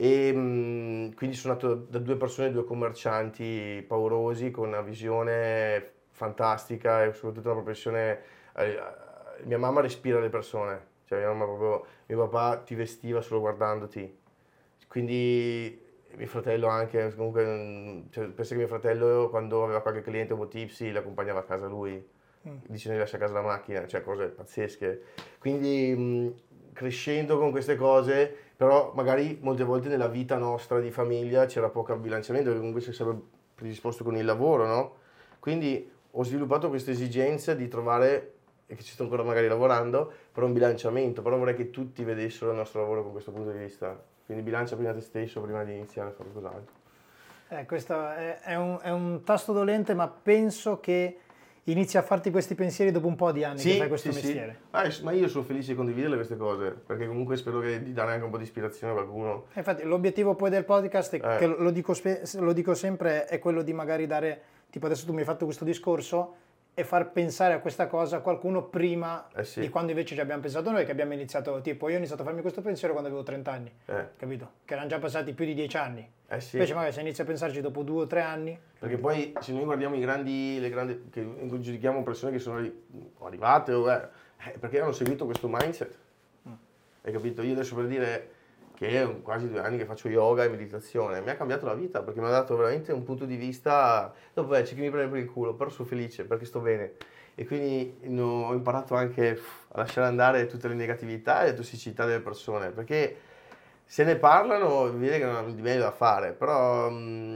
[SPEAKER 1] Quindi sono nato da due persone, due commercianti paurosi con una visione fantastica e soprattutto una professione. Mia mamma respira le persone, cioè mia mamma proprio, mio papà ti vestiva solo guardandoti, quindi mio fratello anche, comunque, cioè, penso che mio fratello quando aveva qualche cliente un po' tipsy l'accompagnava a casa lui, dicendo di lasciare a casa la macchina, cioè cose pazzesche. Quindi crescendo con queste cose, però magari molte volte nella vita nostra di famiglia c'era poco bilanciamento, perché comunque sei sempre predisposto con il lavoro, no? Quindi ho sviluppato questa esigenza di trovare, e che ci sto ancora magari lavorando, per un bilanciamento, però vorrei che tutti vedessero il nostro lavoro con questo punto di vista. Quindi bilancia prima te stesso, prima di iniziare a fare qualcos'altro.
[SPEAKER 2] Questo è un tasto dolente, ma penso che inizi a farti questi pensieri dopo un po' di anni che fai questo mestiere.
[SPEAKER 1] Sì. Ma io sono felice di condividerle queste cose, perché comunque spero di dare anche un po' di ispirazione a qualcuno.
[SPEAKER 2] Infatti l'obiettivo poi del podcast, che lo dico sempre, è quello di magari dare, tipo adesso tu mi hai fatto questo discorso, e far pensare a questa cosa a qualcuno prima di quando invece ci abbiamo pensato noi, che abbiamo iniziato, tipo io ho iniziato a farmi questo pensiero quando avevo 30 anni, capito? Che erano già passati più di 10 anni. Invece magari se inizi a pensarci dopo 2 o 3 anni...
[SPEAKER 1] Perché poi se noi guardiamo le grandi, che giudichiamo persone che sono arrivate, perché hanno seguito questo mindset. Hai capito? Io adesso per dire che è quasi 2 anni che faccio yoga e meditazione, mi ha cambiato la vita perché mi ha dato veramente un punto di vista, dopo c'è chi mi prende per il culo, però sono felice perché sto bene e quindi ho imparato anche a lasciare andare tutte le negatività e le tossicità delle persone, perché se ne parlano vede che non hanno di meglio da fare, però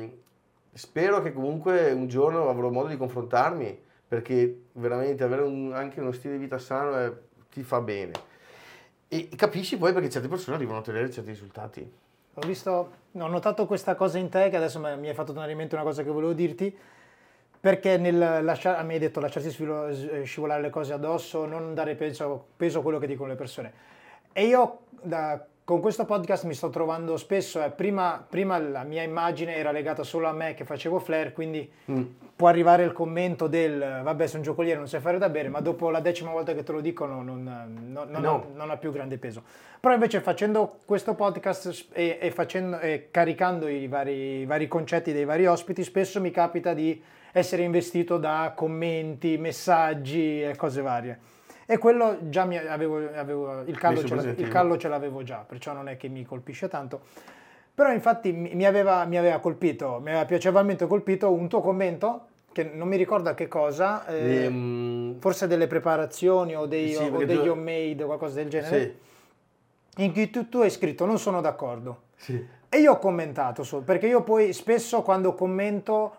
[SPEAKER 1] spero che comunque un giorno avrò modo di confrontarmi, perché veramente avere anche uno stile di vita sano ti fa bene. E capisci poi perché certe persone arrivano a ottenere certi risultati.
[SPEAKER 2] Ho notato questa cosa in te, che adesso mi hai fatto tornare in mente una cosa che volevo dirti, perché mi hai detto lasciarsi scivolare le cose addosso, non dare peso a quello che dicono le persone. E io con questo podcast mi sto trovando spesso, prima la mia immagine era legata solo a me che facevo flair, quindi può arrivare il commento del vabbè sei un giocoliere, non sai fare da bere, ma dopo la 10ª volta che te lo dicono non ha più grande peso. Però invece facendo questo podcast e caricando i vari concetti dei vari ospiti, spesso mi capita di essere investito da commenti, messaggi e cose varie. E quello già avevo il callo ce l'avevo già, perciò non è che mi colpisce tanto. Però infatti mi aveva colpito, mi aveva piacevolmente colpito un tuo commento, che non mi ricordo che cosa, forse delle preparazioni o degli homemade o qualcosa del genere, in cui tu hai scritto non sono d'accordo.
[SPEAKER 1] Sì.
[SPEAKER 2] E io ho commentato perché io poi spesso quando commento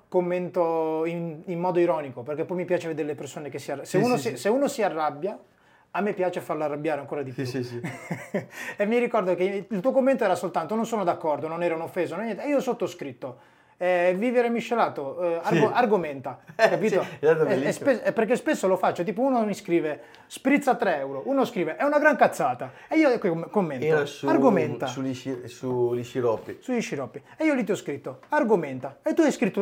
[SPEAKER 2] in modo ironico, perché poi mi piace vedere le persone che si arrabbiano. Se uno si arrabbia, a me piace farlo arrabbiare ancora di più.
[SPEAKER 1] Sì.
[SPEAKER 2] E mi ricordo che il tuo commento era soltanto non sono d'accordo, non ero offeso, non niente. E io ho sottoscritto. Vivere miscelato, argomenta, capito? Perché spesso lo faccio, tipo uno mi scrive sprizza 3 euro, uno scrive è una gran cazzata e io commento, argomenta
[SPEAKER 1] sugli sciroppi.
[SPEAKER 2] Sugli sciroppi. E io lì ti ho scritto argomenta e tu hai scritto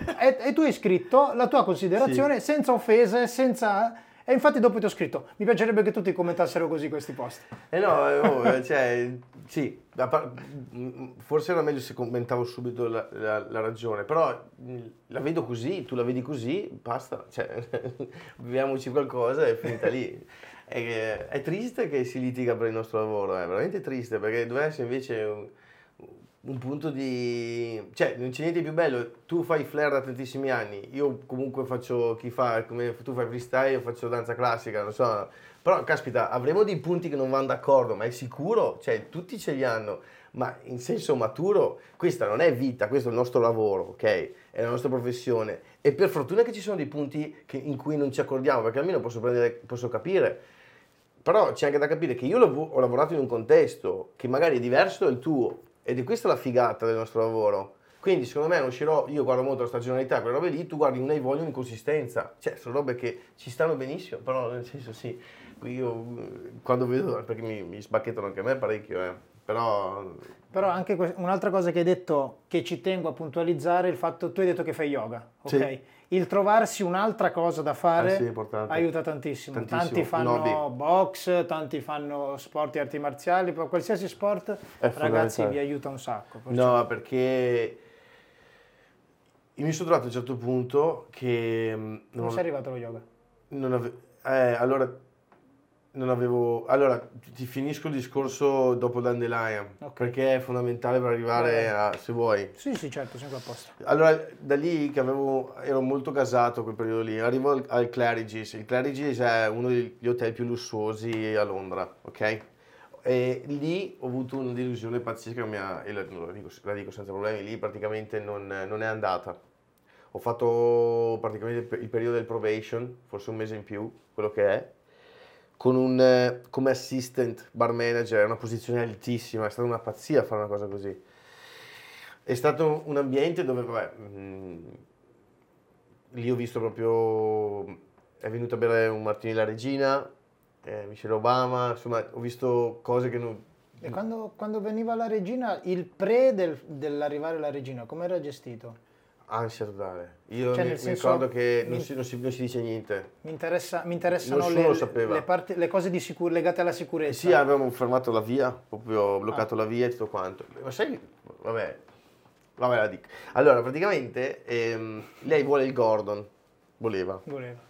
[SPEAKER 2] la tua considerazione senza offese, senza... E infatti dopo ti ho scritto, mi piacerebbe che tutti commentassero così questi post.
[SPEAKER 1] Sì, forse era meglio se commentavo subito la ragione, però la vedo così, tu la vedi così, basta, beviamoci qualcosa e è finita lì. È triste che si litiga per il nostro lavoro, è veramente triste, perché doveva essere invece un punto di... non c'è niente di più bello, tu fai flair da tantissimi anni, io comunque faccio come tu fai freestyle, io faccio danza classica, non so, però caspita, avremo dei punti che non vanno d'accordo, ma è sicuro, tutti ce li hanno, ma in senso maturo, questa non è vita, questo è il nostro lavoro, ok? È la nostra professione, e per fortuna che ci sono dei punti in cui non ci accordiamo, perché almeno posso capire. però c'è anche da capire che io ho lavorato in un contesto che magari è diverso dal tuo, ed è questa la figata del nostro lavoro. Quindi secondo me non uscirò, io guardo molto la stagionalità, quelle robe lì, tu guardi un hai voglia, un'inconsistenza, cioè sono robe che ci stanno benissimo, però nel senso sì, io quando vedo, perché mi sbacchettano anche a me parecchio, però
[SPEAKER 2] anche un'altra cosa che hai detto, che ci tengo a puntualizzare, il fatto, tu hai detto che fai yoga, ok?
[SPEAKER 1] Sì.
[SPEAKER 2] Il trovarsi un'altra cosa da fare
[SPEAKER 1] sì, è importante.
[SPEAKER 2] aiuta tantissimo.
[SPEAKER 1] Tantissimo,
[SPEAKER 2] Tanti
[SPEAKER 1] un
[SPEAKER 2] fanno
[SPEAKER 1] hobby.
[SPEAKER 2] box, tanti fanno sport e arti marziali, però qualsiasi sport, ragazzi,
[SPEAKER 1] fondamentale.
[SPEAKER 2] vi aiuta un sacco. Perciò-
[SPEAKER 1] No, perché io mi sono trovato a un certo punto che
[SPEAKER 2] Come sei arrivato allo yoga?
[SPEAKER 1] allora ti finisco il discorso dopo Dandelion,
[SPEAKER 2] Ok.
[SPEAKER 1] perché è fondamentale per arrivare a, se vuoi.
[SPEAKER 2] Sì, certo, sempre a posto.
[SPEAKER 1] Allora, da lì che ero molto gasato quel periodo lì, arrivo al Claridge's. Il Claridge's è uno degli hotel più lussuosi a Londra, ok? E lì ho avuto una delusione pazzesca, e la dico senza problemi, lì praticamente non è andata. Ho fatto praticamente il periodo del probation, forse un mese in più, quello che è, come assistant bar manager, è una posizione altissima, è stata una pazzia fare una cosa così. È stato un ambiente dove, vabbè, lì ho visto proprio, è venuta a bere un martini la regina, Michelle Obama, insomma, ho visto cose che non...
[SPEAKER 2] E quando veniva la regina, il dell'arrivare alla regina, come era gestito?
[SPEAKER 1] Ansia totale. Io
[SPEAKER 2] Cioè,
[SPEAKER 1] mi
[SPEAKER 2] nel senso,
[SPEAKER 1] ricordo che non si dice niente.
[SPEAKER 2] Mi interessano
[SPEAKER 1] Nessuno lo sapeva.
[SPEAKER 2] le cose legate alla sicurezza.
[SPEAKER 1] Sì, avevamo fermato la via, proprio bloccato la via e tutto quanto. Ma sai, vabbè, la dico. Allora, praticamente lei vuole il Gordon, voleva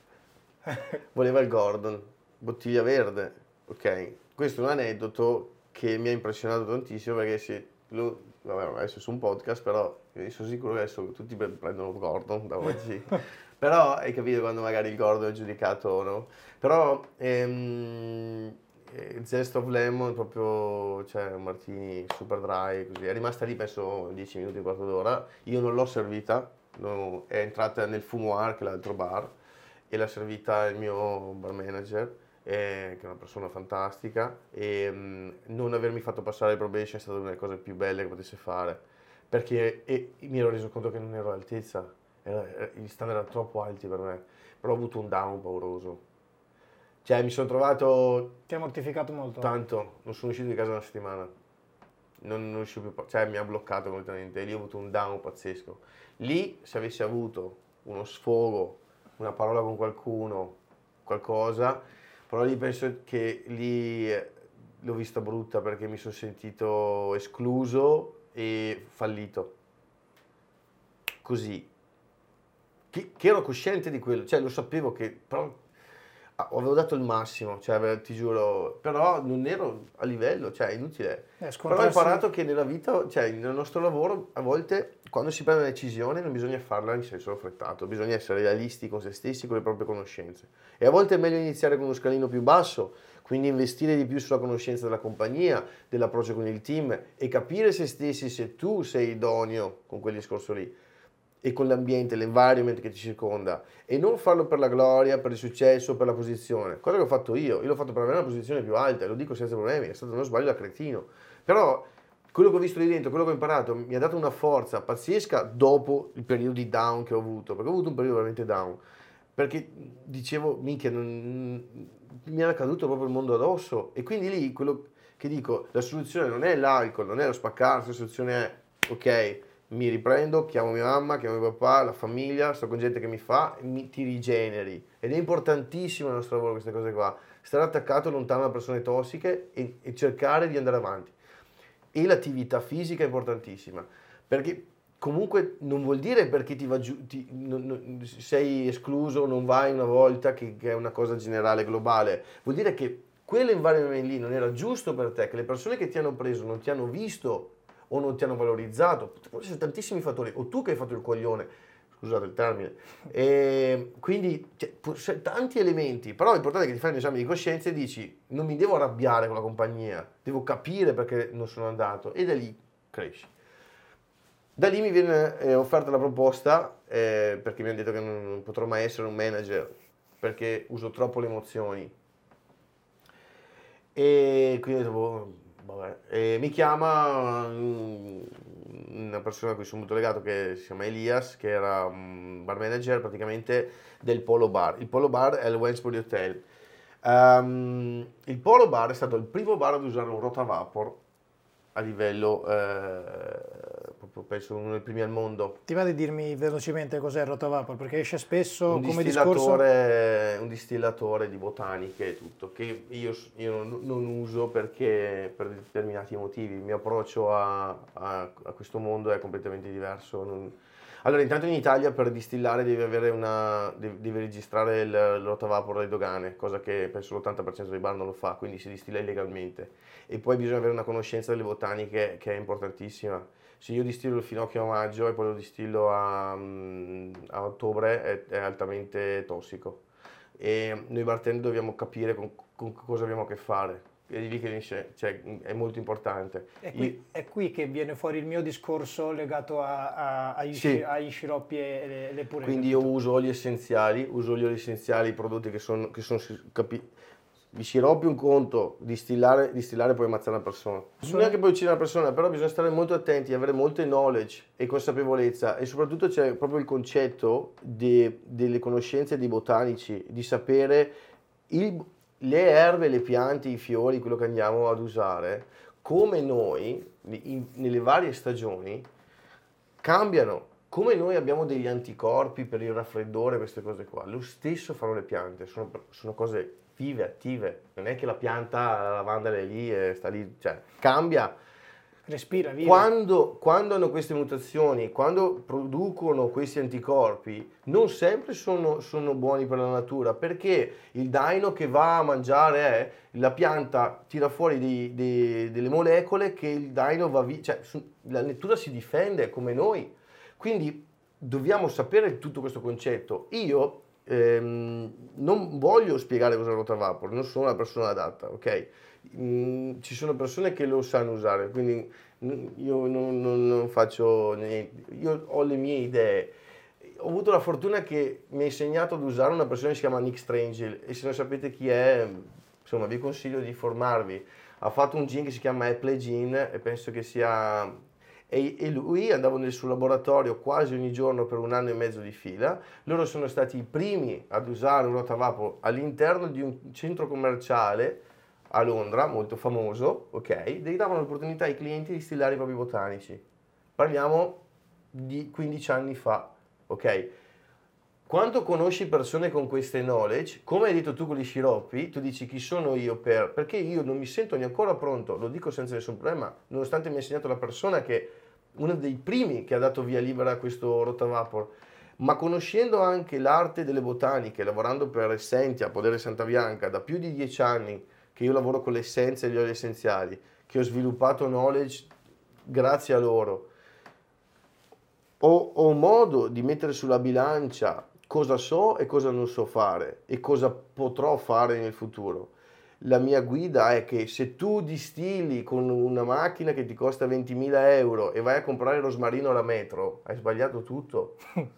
[SPEAKER 1] il Gordon, bottiglia verde, ok? Questo è un aneddoto che mi ha impressionato tantissimo perché vabbè, adesso su un podcast, però sono sicuro che adesso tutti prendono Gordon da oggi. Però hai capito quando magari il Gordon è giudicato o no? Però Zest of Lemon proprio, cioè un martini super dry così, è rimasta lì penso 10 minuti, un quarto d'ora, io non l'ho servita, è entrata nel fumoir che è l'altro bar e l'ha servita il mio bar manager, che è una persona fantastica, e non avermi fatto passare il probation è stata una delle cose più belle che potesse fare, perché mi ero reso conto che non ero all'altezza, gli standard erano troppo alti per me, però ho avuto un down pauroso. Cioè mi sono trovato
[SPEAKER 2] Ti ha mortificato molto?
[SPEAKER 1] tanto, non sono uscito di casa una settimana, non riuscivo più, cioè mi ha bloccato completamente, e lì ho avuto un down pazzesco. Lì se avessi avuto uno sfogo, una parola con qualcuno, qualcosa, però lì penso che lì l'ho vista brutta perché mi sono sentito escluso e fallito. Così. Che ero cosciente di quello, cioè lo sapevo che, però avevo dato il massimo, cioè ti giuro, però non ero a livello, cioè è inutile. Però ho imparato che nella vita, cioè nel nostro lavoro, a volte quando si prende una decisione non bisogna farla in senso affrettato, bisogna essere realisti con se stessi, con le proprie conoscenze. E a volte è meglio iniziare con uno scalino più basso, quindi investire di più sulla conoscenza della compagnia, dell'approccio con il team e capire se stessi se tu sei idoneo con quel discorso lì e con l'ambiente, l'environment che ti circonda, e non farlo per la gloria, per il successo, per la posizione, cosa che ho fatto io l'ho fatto per avere una posizione più alta e lo dico senza problemi, è stato uno sbaglio da cretino, però quello che ho visto lì dentro, quello che ho imparato mi ha dato una forza pazzesca dopo il periodo di down che ho avuto, perché ho avuto un periodo veramente down, perché dicevo, minchia, mi era caduto proprio il mondo addosso, e quindi lì quello che dico, la soluzione non è l'alcol, non è lo spaccarsi, la soluzione è, ok, mi riprendo, chiamo mia mamma, chiamo mio papà, la famiglia, sto con gente che mi fa, ti rigeneri. Ed è importantissimo nel nostro lavoro queste cose qua, stare attaccato lontano da persone tossiche e cercare di andare avanti. E l'attività fisica è importantissima, perché comunque non vuol dire perché ti va giù, sei escluso, non vai una volta, che è una cosa generale, globale, vuol dire che quell'environment lì non era giusto per te, che le persone che ti hanno preso non ti hanno visto o non ti hanno valorizzato, ci sono tantissimi fattori, o tu che hai fatto il coglione, scusate il termine, e quindi tanti elementi, però l'importante è che ti fai un esame di coscienza e dici non mi devo arrabbiare con la compagnia, devo capire perché non sono andato, e da lì cresci. Da lì mi viene offerta la proposta, perché mi hanno detto che non potrò mai essere un manager, perché uso troppo le emozioni. E quindi vabbè. E mi chiama una persona a cui sono molto legato che si chiama Elias, che era un bar manager praticamente del Polo Bar. Il Polo Bar è il Westbury Hotel. Il Polo Bar è stato il primo bar ad usare un rotavapor a livello, proprio penso uno dei primi al mondo.
[SPEAKER 2] Ti va di dirmi velocemente cos'è il rotavapor? Perché esce spesso
[SPEAKER 1] Un
[SPEAKER 2] come discorso.
[SPEAKER 1] un distillatore di botaniche e tutto, che io non uso perché per determinati motivi. Il mio approccio a questo mondo è completamente diverso. Allora, intanto in Italia per distillare devi registrare il rotavapor alle dogane, cosa che penso l'80% dei bar non lo fa, quindi si distilla illegalmente. E poi bisogna avere una conoscenza delle botaniche che è importantissima. Se io distillo il finocchio a maggio e poi lo distillo a ottobre è altamente tossico. E noi bartender dobbiamo capire con cosa abbiamo a che fare. E di lì che cioè, è molto importante.
[SPEAKER 2] È qui che viene fuori il mio discorso legato agli sciroppi e le purezze.
[SPEAKER 1] Quindi io uso oli essenziali, i prodotti che sono gli sciroppi un conto, distillare puoi ammazzare una persona. Non neanche puoi uccidere una persona, però bisogna stare molto attenti, avere molte knowledge e consapevolezza, e soprattutto c'è proprio il concetto delle conoscenze dei botanici, di sapere le erbe, le piante, i fiori, quello che andiamo ad usare, come noi nelle varie stagioni cambiano. Come noi abbiamo degli anticorpi per il raffreddore, queste cose qua, lo stesso fanno le piante, sono cose vive, attive. Non è che la pianta, la lavanda è lì e sta lì, cioè cambia.
[SPEAKER 2] Respira, vive.
[SPEAKER 1] Quando hanno queste mutazioni, quando producono questi anticorpi, non sempre sono buoni per la natura, perché il daino che va a mangiare la pianta tira fuori delle molecole che il daino va via, cioè la natura si difende come noi. Quindi dobbiamo sapere tutto questo concetto. Io non voglio spiegare cosa è il rotavapor, non sono la persona adatta, ok? Ci sono persone che lo sanno usare, quindi io non faccio niente, io ho le mie idee. Ho avuto la fortuna che mi ha insegnato ad usare una persona che si chiama Nick Strange, e se non sapete chi è, insomma, vi consiglio di informarvi. Ha fatto un gin che si chiama Apple Gin e penso che sia... E lui andava nel suo laboratorio quasi ogni giorno per 1 anno e mezzo di fila. Loro sono stati i primi ad usare un rotavapor all'interno di un centro commerciale a Londra, molto famoso, ok? Dei davano l'opportunità ai clienti di distillare i propri botanici. Parliamo di 15 anni fa, ok? Quando conosci persone con queste knowledge, come hai detto tu con gli sciroppi, tu dici chi sono io perché io non mi sento neanche ancora pronto, lo dico senza nessun problema, nonostante mi ha insegnato la persona che è uno dei primi che ha dato via libera a questo rotavapor, ma conoscendo anche l'arte delle botaniche, lavorando per Essentia, Podere Santa Bianca, da più di 10 anni che io lavoro con le essenze e gli oli essenziali, che ho sviluppato knowledge grazie a loro, ho modo di mettere sulla bilancia cosa so e cosa non so fare e cosa potrò fare nel futuro. La mia guida è che se tu distilli con una macchina che ti costa 20.000 euro e vai a comprare rosmarino alla Metro, hai sbagliato tutto.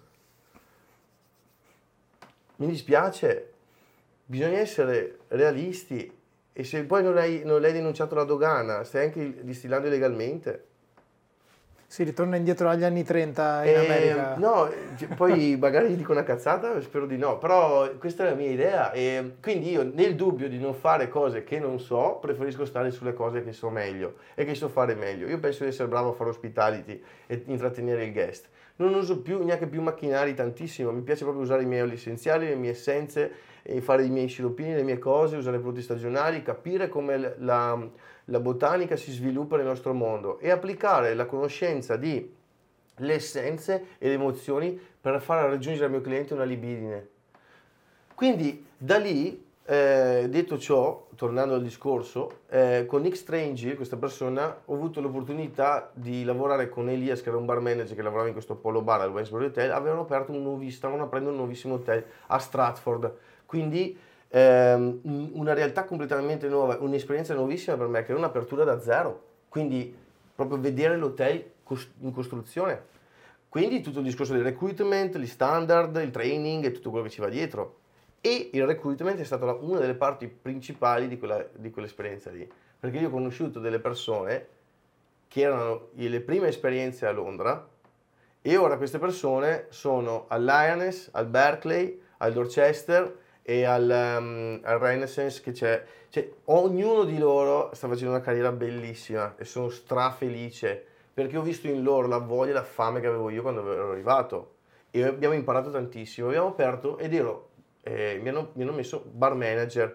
[SPEAKER 1] Mi dispiace, bisogna essere realisti, e se poi non hai denunciato la dogana, stai anche distillando illegalmente.
[SPEAKER 2] Si ritorna indietro agli anni 30 in America.
[SPEAKER 1] No, poi magari dico una cazzata, spero di no, però questa è la mia idea, e quindi io nel dubbio di non fare cose che non so, preferisco stare sulle cose che so meglio e che so fare meglio. Io penso di essere bravo a fare hospitality e intrattenere il guest. Non uso neanche più macchinari tantissimo, mi piace proprio usare i miei oli essenziali, le mie essenze, e fare i miei sciroppini, le mie cose, usare prodotti stagionali, capire come la botanica si sviluppa nel nostro mondo e applicare la conoscenza di le essenze e le emozioni per far raggiungere al mio cliente una libidine. Quindi da lì, detto ciò, tornando al discorso, con Nick Strange, questa persona, ho avuto l'opportunità di lavorare con Elias, che era un bar manager che lavorava in questo Polo Bar al Westbury Hotel. Stavano aprendo un nuovissimo hotel a Stratford, quindi una realtà completamente nuova, un'esperienza nuovissima per me, che era un'apertura da zero, quindi proprio vedere l'hotel in costruzione, quindi tutto il discorso del recruitment, gli standard, il training e tutto quello che ci va dietro. E il recruitment è stata una delle parti principali di quell'esperienza lì, perché io ho conosciuto delle persone che erano le prime esperienze a Londra e ora queste persone sono al Lioness, al Berkeley, al Dorchester e al Renaissance che c'è. Cioè, ognuno di loro sta facendo una carriera bellissima e sono strafelice perché ho visto in loro la voglia e la fame che avevo io quando ero arrivato e abbiamo imparato tantissimo, abbiamo aperto ed mi hanno messo bar manager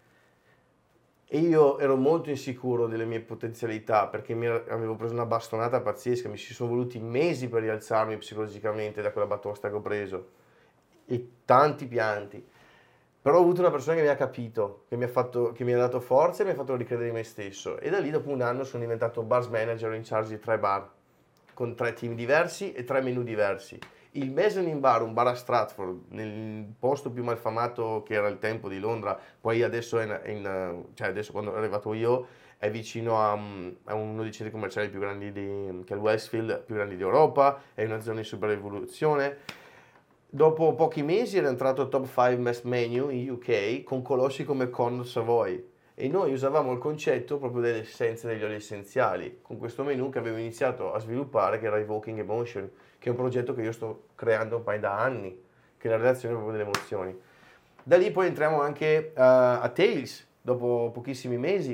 [SPEAKER 1] e io ero molto insicuro delle mie potenzialità perché avevo preso una bastonata pazzesca, mi ci sono voluti mesi per rialzarmi psicologicamente da quella batosta che ho preso e tanti pianti. Però ho avuto una persona che mi ha capito, che mi ha dato forza e mi ha fatto ricredere in me stesso. E da lì dopo un anno sono diventato bar manager in charge di 3 bar, con 3 team diversi e 3 menu diversi. Il Mezzanine Bar, un bar a Stratford, nel posto più malfamato che era il tempo di Londra, poi adesso cioè adesso quando ero arrivato io è vicino a uno dei centri commerciali più grandi che è il Westfield, più grandi d'Europa, è una zona in super evoluzione. Dopo pochi mesi era entrato al top 5 best menu in UK con colossi come Conrad Savoy e noi usavamo il concetto proprio delle essenze degli oli essenziali con questo menu che avevo iniziato a sviluppare che era Evoking Emotion, che è un progetto che io sto creando ormai da anni, che è la relazione proprio delle emozioni. Da lì poi entriamo anche a Tales, dopo pochissimi mesi.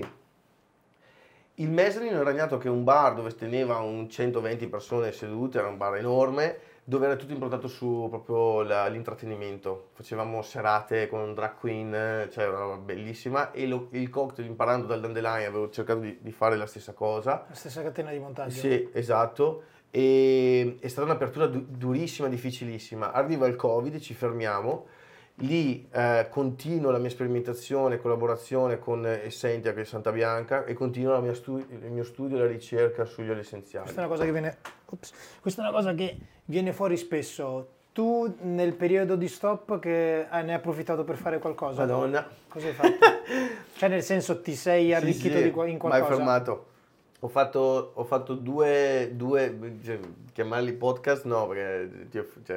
[SPEAKER 1] Il Mezzanine era nato che è un bar dove teneva un 120 persone sedute, era un bar enorme, dove era tutto improntato su proprio l'intrattenimento. Facevamo serate con drag queen, cioè era bellissima, e il cocktail, imparando dal Dandelion, avevo cercato di fare la stessa cosa.
[SPEAKER 2] La stessa catena di montaggio.
[SPEAKER 1] Sì, esatto. E è stata un'apertura durissima, difficilissima. Arriva il Covid, ci fermiamo. Lì continuo la mia sperimentazione, collaborazione con Essentia, che è Santa Bianca, e continuo il mio studio e la ricerca sugli oli essenziali.
[SPEAKER 2] Questa è una cosa che viene fuori spesso. Tu nel periodo di stop che ne hai approfittato per fare qualcosa?
[SPEAKER 1] Madonna.
[SPEAKER 2] Cosa hai fatto? Cioè nel senso ti sei arricchito in qualcosa?
[SPEAKER 1] Mai fermato. Ho fatto due cioè, chiamarli podcast no, perché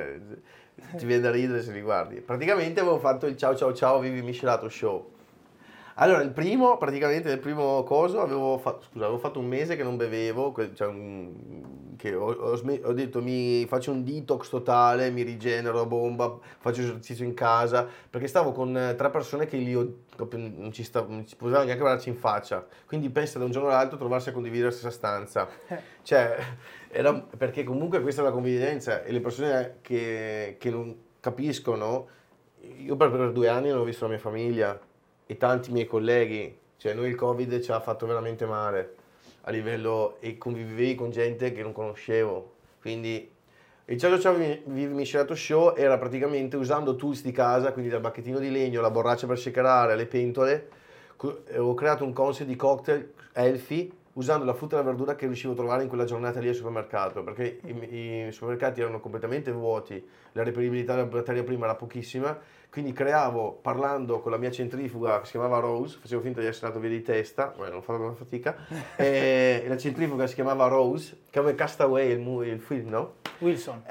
[SPEAKER 1] ti viene da ridere se li guardi. Praticamente avevo fatto il ciao ciao ciao vivi miscelato show. Allora, nel primo coso avevo fatto un mese che non bevevo, cioè che ho detto mi faccio un detox totale, mi rigenero a bomba, faccio esercizio in casa, perché stavo con 3 persone che lì non ci potevano neanche guardarci in faccia, quindi pensa da un giorno all'altro trovarsi a condividere la stessa stanza, cioè era perché comunque questa è la convivenza e le persone che non capiscono, io per 2 anni non ho visto la mia famiglia e tanti miei colleghi, cioè noi il Covid ci ha fatto veramente male a livello e convivevi con gente che non conoscevo, quindi il Ciao Ciao Vivi Miscelato Show era praticamente usando tools di casa, quindi dal bacchettino di legno, la borraccia per shakerare, le pentole, ho creato un concept di cocktail healthy usando la frutta e la verdura che riuscivo a trovare in quella giornata lì al supermercato, perché i supermercati erano completamente vuoti, la reperibilità della materia prima era pochissima, quindi creavo, parlando con la mia centrifuga che si chiamava Rose, facevo finta di essere andato via di testa, non ho fatto una fatica, e la centrifuga si chiamava Rose, come Castaway, il film, no?
[SPEAKER 2] Wilson.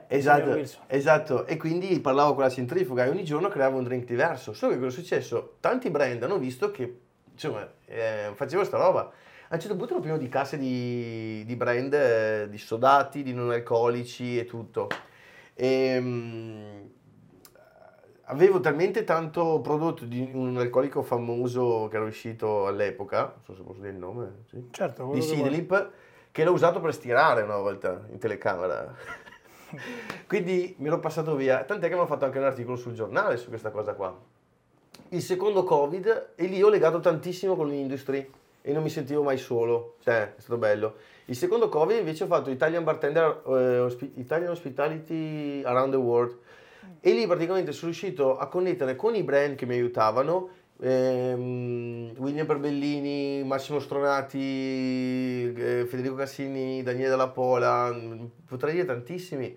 [SPEAKER 1] Esatto, e quindi parlavo con la centrifuga e ogni giorno creavo un drink diverso, solo che cosa è successo? Tanti brand hanno visto che, insomma, facevo sta roba. A un certo punto ero pieno di casse di brand, di sodati, di non alcolici e tutto. Avevo talmente tanto prodotto di un alcolico famoso che era uscito all'epoca, non so se posso dire il nome, sì?
[SPEAKER 2] Certo,
[SPEAKER 1] di Sidlip, che l'ho usato per stirare una volta in telecamera. Quindi mi ero passato via, tant'è che mi ho fatto anche un articolo sul giornale su questa cosa qua. Il secondo Covid, e lì ho legato tantissimo con l'industry e non mi sentivo mai solo, cioè è stato bello. Il secondo Covid invece ho fatto Italian Bartender, Italian Hospitality Around the World e lì praticamente sono riuscito a connettere con i brand che mi aiutavano, William Perbellini, Massimo Stronati, Federico Cassini, Daniele Dalla Pola, potrei dire tantissimi,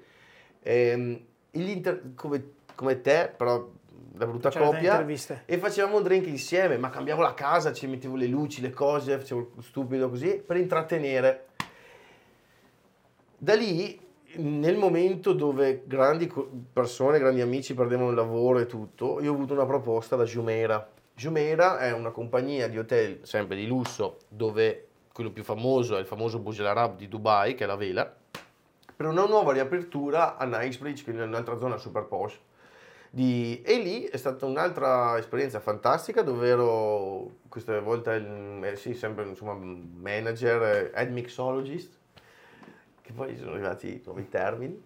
[SPEAKER 1] come te, però la brutta coppia, e facevamo un drink insieme, ma cambiavo la casa, ci mettevo le luci, le cose, facevo stupido così per intrattenere. Da lì nel momento dove grandi persone, grandi amici perdevano il lavoro e tutto, io ho avuto una proposta da Jumeirah. Jumeirah è una compagnia di hotel, sempre di lusso, dove quello più famoso è il famoso Burj Al Arab di Dubai, che è la vela, per una nuova riapertura a Knightsbridge, che è un'altra zona super posh. E lì è stata un'altra esperienza fantastica, dove ero questa volta sì, sempre insomma, manager, head mixologist, che poi sono arrivati i nuovi termini,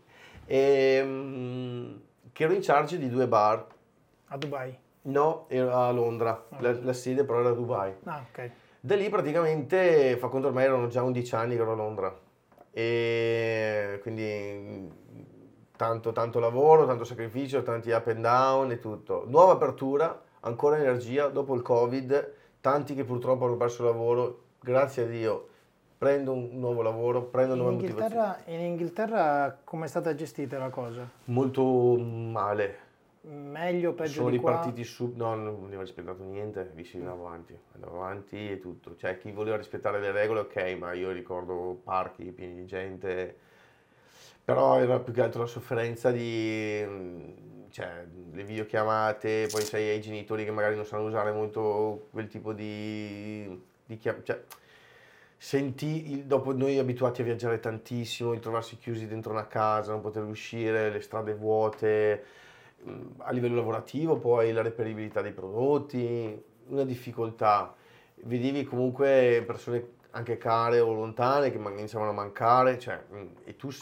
[SPEAKER 1] che ero in charge di 2 bar.
[SPEAKER 2] A Dubai?
[SPEAKER 1] No, era a Londra, la sede però era a Dubai.
[SPEAKER 2] Ah, ok.
[SPEAKER 1] Da lì praticamente, fa conto, ormai erano già 11 anni che ero a Londra, e quindi tanto lavoro, tanto sacrificio, tanti up and down e tutto. Nuova apertura, ancora energia, dopo il Covid, tanti che purtroppo hanno perso il lavoro, grazie a Dio, prendo un nuovo lavoro, prendo nuove motivazioni.
[SPEAKER 2] In Inghilterra come è stata gestita la cosa?
[SPEAKER 1] Molto male.
[SPEAKER 2] Meglio, peggio
[SPEAKER 1] Sono
[SPEAKER 2] di qua?
[SPEAKER 1] ripartiti su, no, non aveva rispettato niente, vi si andava avanti e tutto. Cioè, chi voleva rispettare le regole, ok, ma io ricordo parchi pieni di gente, però era più che altro la sofferenza di, cioè, le videochiamate, poi sai, ai genitori che magari non sanno usare molto quel tipo di cioè, dopo noi abituati a viaggiare tantissimo, di trovarsi chiusi dentro una casa, non poter uscire, le strade vuote, a livello lavorativo poi la reperibilità dei prodotti, una difficoltà. Vedevi comunque persone anche care o lontane che iniziavano a mancare, cioè, e tu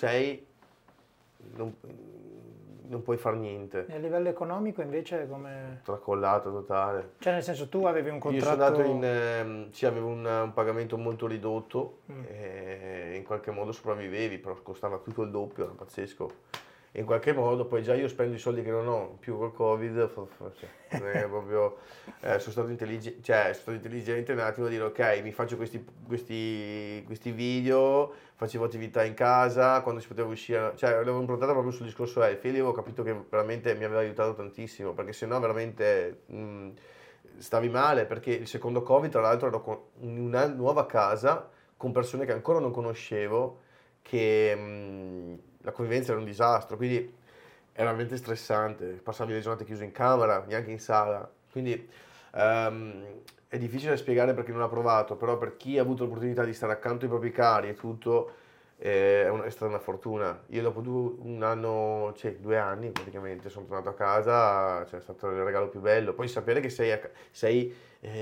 [SPEAKER 1] non puoi far niente.
[SPEAKER 2] E a livello economico invece come...
[SPEAKER 1] Tracollato totale.
[SPEAKER 2] Cioè nel senso tu avevi un contratto...
[SPEAKER 1] Io sono andato sì, avevo un pagamento molto ridotto, e in qualche modo sopravvivevi, però costava tutto il doppio, era pazzesco. E in qualche modo poi già io spendo i soldi che non ho più col Covid, cioè, non è proprio, sono stato intelligente un attimo a dire ok, mi faccio questi video, facevo attività in casa, quando si poteva uscire, cioè l'avevo improntata proprio sul discorso health, e lì avevo capito che veramente mi aveva aiutato tantissimo, perché sennò veramente stavi male, perché il secondo Covid tra l'altro ero in una nuova casa con persone che ancora non conoscevo, che la convivenza era un disastro, quindi era veramente stressante, passavi le giornate chiuso in camera, neanche in sala, quindi è difficile da spiegare per chi non ha provato, però per chi ha avuto l'opportunità di stare accanto ai propri cari e tutto, è stata una fortuna. Io dopo 2 anni praticamente sono tornato a casa, cioè, è stato il regalo più bello. Poi sapere che sei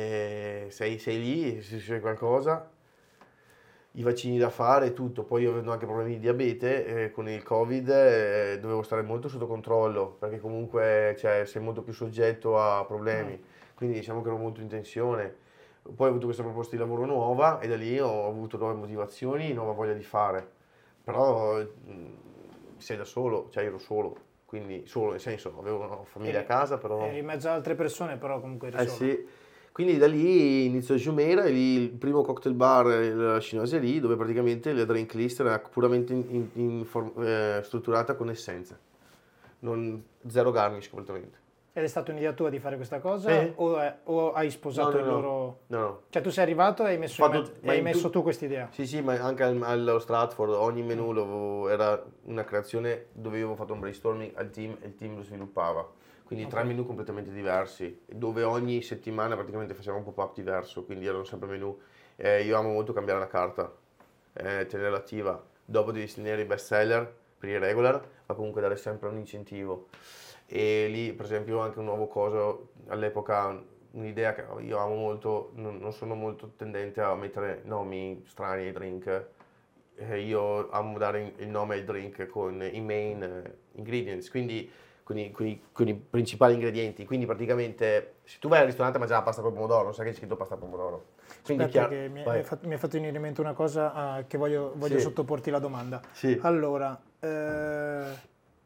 [SPEAKER 1] lì, se c'è qualcosa, i vaccini da fare e tutto. Poi io avendo anche problemi di diabete, con il Covid dovevo stare molto sotto controllo, perché comunque cioè, sei molto più soggetto a problemi, quindi diciamo che ero molto in tensione. Poi ho avuto questa proposta di lavoro nuova e da lì ho avuto nuove motivazioni, nuova voglia di fare, però sei da solo, cioè ero solo, quindi solo nel senso avevo una famiglia a casa, però...
[SPEAKER 2] Eri in mezzo ad altre persone, però comunque eri solo.
[SPEAKER 1] Sì. Quindi da lì inizio a Jumeirah, e lì il primo cocktail bar, la chinoiserie, dove praticamente la drink list era puramente strutturata con essenze, zero garnish completamente.
[SPEAKER 2] Ed è stata un'idea tua di fare questa cosa?
[SPEAKER 1] Sì.
[SPEAKER 2] O hai sposato il loro...
[SPEAKER 1] No.
[SPEAKER 2] Cioè tu sei arrivato e hai messo tu quest'idea?
[SPEAKER 1] Sì, ma anche allo Stratford, ogni menù era una creazione dove io avevo fatto un brainstorming al team e il team lo sviluppava. Quindi 3 menù completamente diversi, dove ogni settimana praticamente facevamo un pop-up diverso, quindi erano sempre menù. Io amo molto cambiare la carta, tenerla attiva. Dopo devi tenere i best seller per i regular, ma comunque dare sempre un incentivo. E lì, per esempio, anche un nuovo coso, all'epoca, un'idea che io amo molto, non sono molto tendente a mettere nomi strani ai drink. Io amo dare il nome ai drink con i main ingredients, quindi con i principali ingredienti. Quindi praticamente se tu vai al ristorante a mangiare la pasta col pomodoro, non sai che c'è scritto pasta al pomodoro. Quindi
[SPEAKER 2] aspetta che mi è fatto venire in mente una cosa che voglio
[SPEAKER 1] Sì.
[SPEAKER 2] sottoporti la domanda.
[SPEAKER 1] Sì.
[SPEAKER 2] Allora,
[SPEAKER 3] perché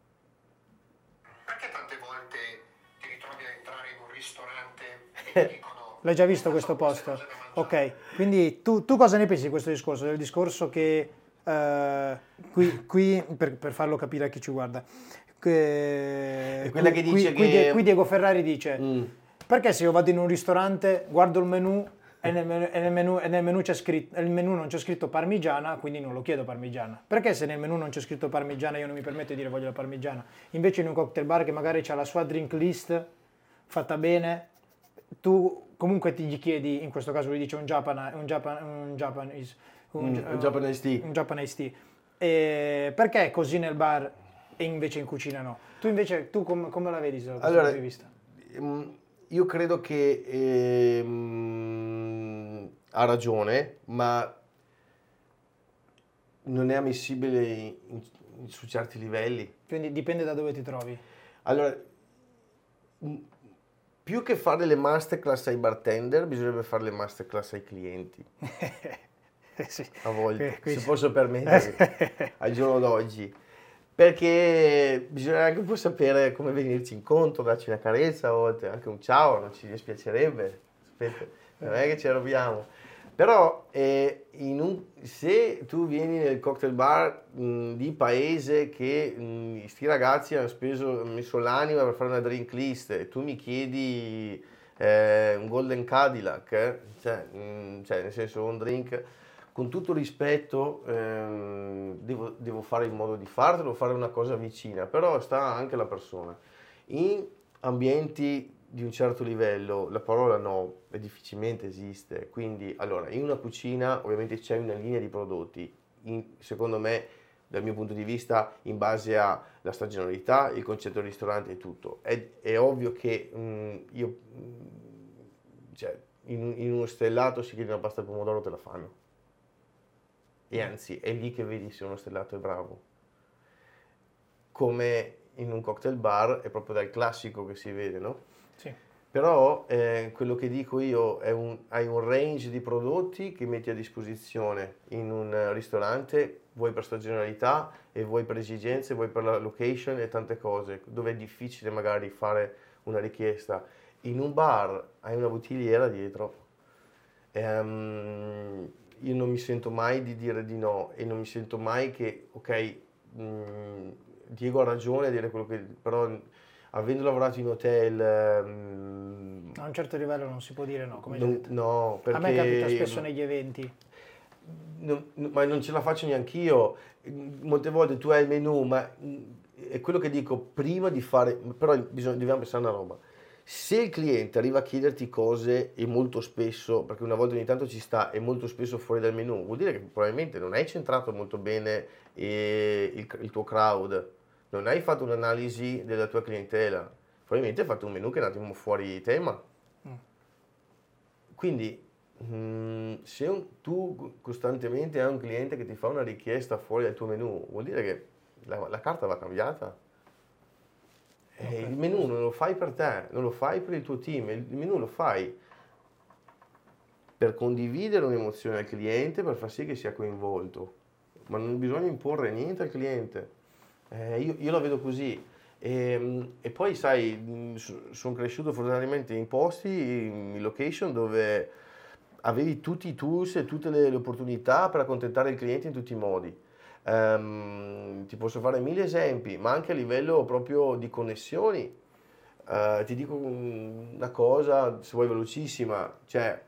[SPEAKER 3] tante volte ti ritrovi a entrare in un ristorante e ti dicono...
[SPEAKER 2] L'hai già visto questo post? Ok, quindi tu cosa ne pensi di questo discorso? Del discorso che qui per farlo capire a chi ci guarda,
[SPEAKER 1] che dice
[SPEAKER 2] qui Diego Ferrari dice perché se io vado in un ristorante, guardo il menù E nel menù c'è scritto, nel menù non c'è scritto parmigiana, quindi non lo chiedo parmigiana. Perché se nel menù non c'è scritto parmigiana io non mi permetto di dire voglio la parmigiana? Invece in un cocktail bar che magari c'ha la sua drink list fatta bene, tu comunque ti gli chiedi, in questo caso lui dice un Japanese
[SPEAKER 1] tea.
[SPEAKER 2] un Japanese tea. Perché così nel bar e invece in cucina no? Tu invece, come la vedi da questo punto di vista?
[SPEAKER 1] Io credo che ha ragione, ma non è ammissibile su certi livelli.
[SPEAKER 2] Quindi dipende da dove ti trovi.
[SPEAKER 1] Allora, più che fare le masterclass ai bartender, bisognerebbe fare le masterclass ai clienti.
[SPEAKER 2] Sì.
[SPEAKER 1] A volte,
[SPEAKER 2] Qui
[SPEAKER 1] se posso permettere, al giorno d'oggi. Perché bisogna anche un po' sapere come venirci incontro, darci una carezza, a volte anche un ciao, non ci dispiacerebbe. Aspetta, non è che ci arrabbiamo. Però se tu vieni nel cocktail bar di paese che sti ragazzi hanno messo l'anima per fare una drink list e tu mi chiedi un Golden Cadillac, cioè nel senso un drink, con tutto rispetto devo fare il modo di farlo, devo fare una cosa vicina, però sta anche la persona. In ambienti di un certo livello la parola no difficilmente esiste, quindi allora in una cucina ovviamente c'è una linea di prodotti, secondo me dal mio punto di vista in base alla stagionalità, il concetto di ristorante e tutto. È ovvio che in uno stellato si chiede una pasta al pomodoro, te la fanno. E anzi, è lì che vedi se uno stellato è bravo. Come in un cocktail bar è proprio dal classico che si vede, no?
[SPEAKER 2] Sì.
[SPEAKER 1] Però quello che dico io hai un range di prodotti che metti a disposizione in un ristorante, vuoi per stagionalità e vuoi per esigenze, vuoi per la location e tante cose, dove è difficile magari fare una richiesta. In un bar hai una bottigliera dietro. Io non mi sento mai di dire di no e non mi sento mai che, ok, Diego ha ragione a dire quello che... però avendo lavorato in hotel...
[SPEAKER 2] a un certo livello non si può dire no, come
[SPEAKER 1] no, perché...
[SPEAKER 2] A me capita spesso negli eventi.
[SPEAKER 1] Ma non ce la faccio neanch'io. Molte volte tu hai il menù, ma è quello che dico, prima di fare... Però dobbiamo pensare a una roba. Se il cliente arriva a chiederti cose e molto spesso, perché una volta ogni tanto ci sta, e molto spesso fuori dal menù, vuol dire che probabilmente non hai centrato molto bene il tuo crowd, non hai fatto un'analisi della tua clientela, probabilmente hai fatto un menù che è un attimo fuori tema. Quindi se tu costantemente hai un cliente che ti fa una richiesta fuori dal tuo menù, vuol dire che la carta va cambiata. Okay. Il menù non lo fai per te, non lo fai per il tuo team, il menù lo fai per condividere un'emozione al cliente, per far sì che sia coinvolto, ma non bisogna imporre niente al cliente. Io la vedo così. E poi sai, sono cresciuto fortunatamente in posti, in location dove avevi tutti i tools e tutte le opportunità per accontentare il cliente in tutti i modi. Ti posso fare 1000 esempi, ma anche a livello proprio di connessioni. Ti dico una cosa, se vuoi velocissima, cioè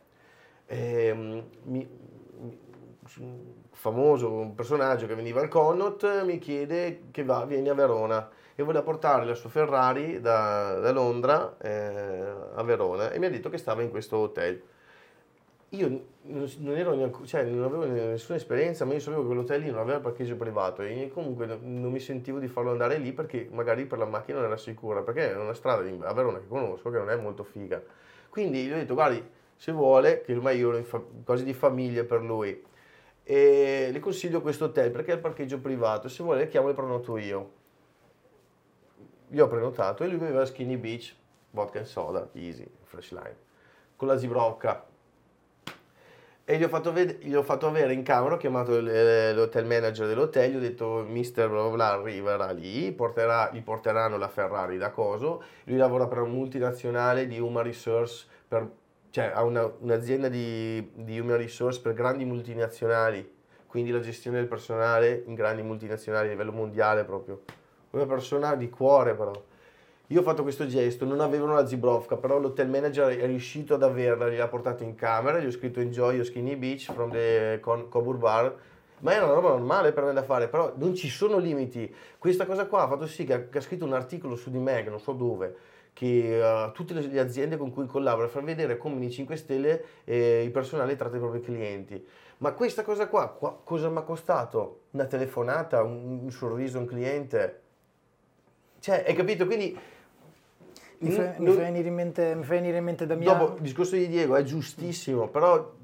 [SPEAKER 1] famoso, un personaggio che veniva al Connaught mi chiede che vieni a Verona e voleva portare la sua Ferrari da Londra a Verona e mi ha detto che stava in questo hotel. Io non ero neanche, cioè non avevo nessuna esperienza, ma io sapevo che quell'hotel lì non aveva parcheggio privato e comunque non mi sentivo di farlo andare lì perché magari per la macchina non era sicura, perché è una strada a Verona che conosco che non è molto figa. Quindi gli ho detto, guardi, se vuole, che ormai io ero quasi di famiglia per lui, e le consiglio questo hotel perché è il parcheggio privato, se vuole le chiamo e prenoto io. Gli ho prenotato e lui beveva Skinny Beach, vodka and soda, easy, fresh lime, con la Zibrocca. E gli ho fatto avere in camera, ho chiamato l'hotel manager dell'hotel, gli ho detto mister bla bla bla arriverà lì, gli porteranno la Ferrari da coso, lui lavora per una multinazionale di human resource, cioè ha un'azienda di human resource per grandi multinazionali, quindi la gestione del personale in grandi multinazionali a livello mondiale proprio, una persona di cuore però. io ho fatto questo gesto, non avevano la Zibrovka, però l'hotel manager è riuscito ad averla, gliel'ha portata in camera, gli ho scritto enjoy your skinny beach from the Coburg Bar, ma è una roba normale per me da fare, però non ci sono limiti. Questa cosa qua ha fatto sì che ha scritto un articolo su di me, che non so dove, che tutte le aziende con cui collabora fa vedere come i 5 Stelle il personale tratta i propri clienti. Ma questa cosa qua cosa mi ha costato? Una telefonata, un sorriso a un cliente? Cioè, hai capito? Quindi
[SPEAKER 2] Mi fa venire in mente Damiano.
[SPEAKER 1] dopo il discorso di Diego è giustissimo, però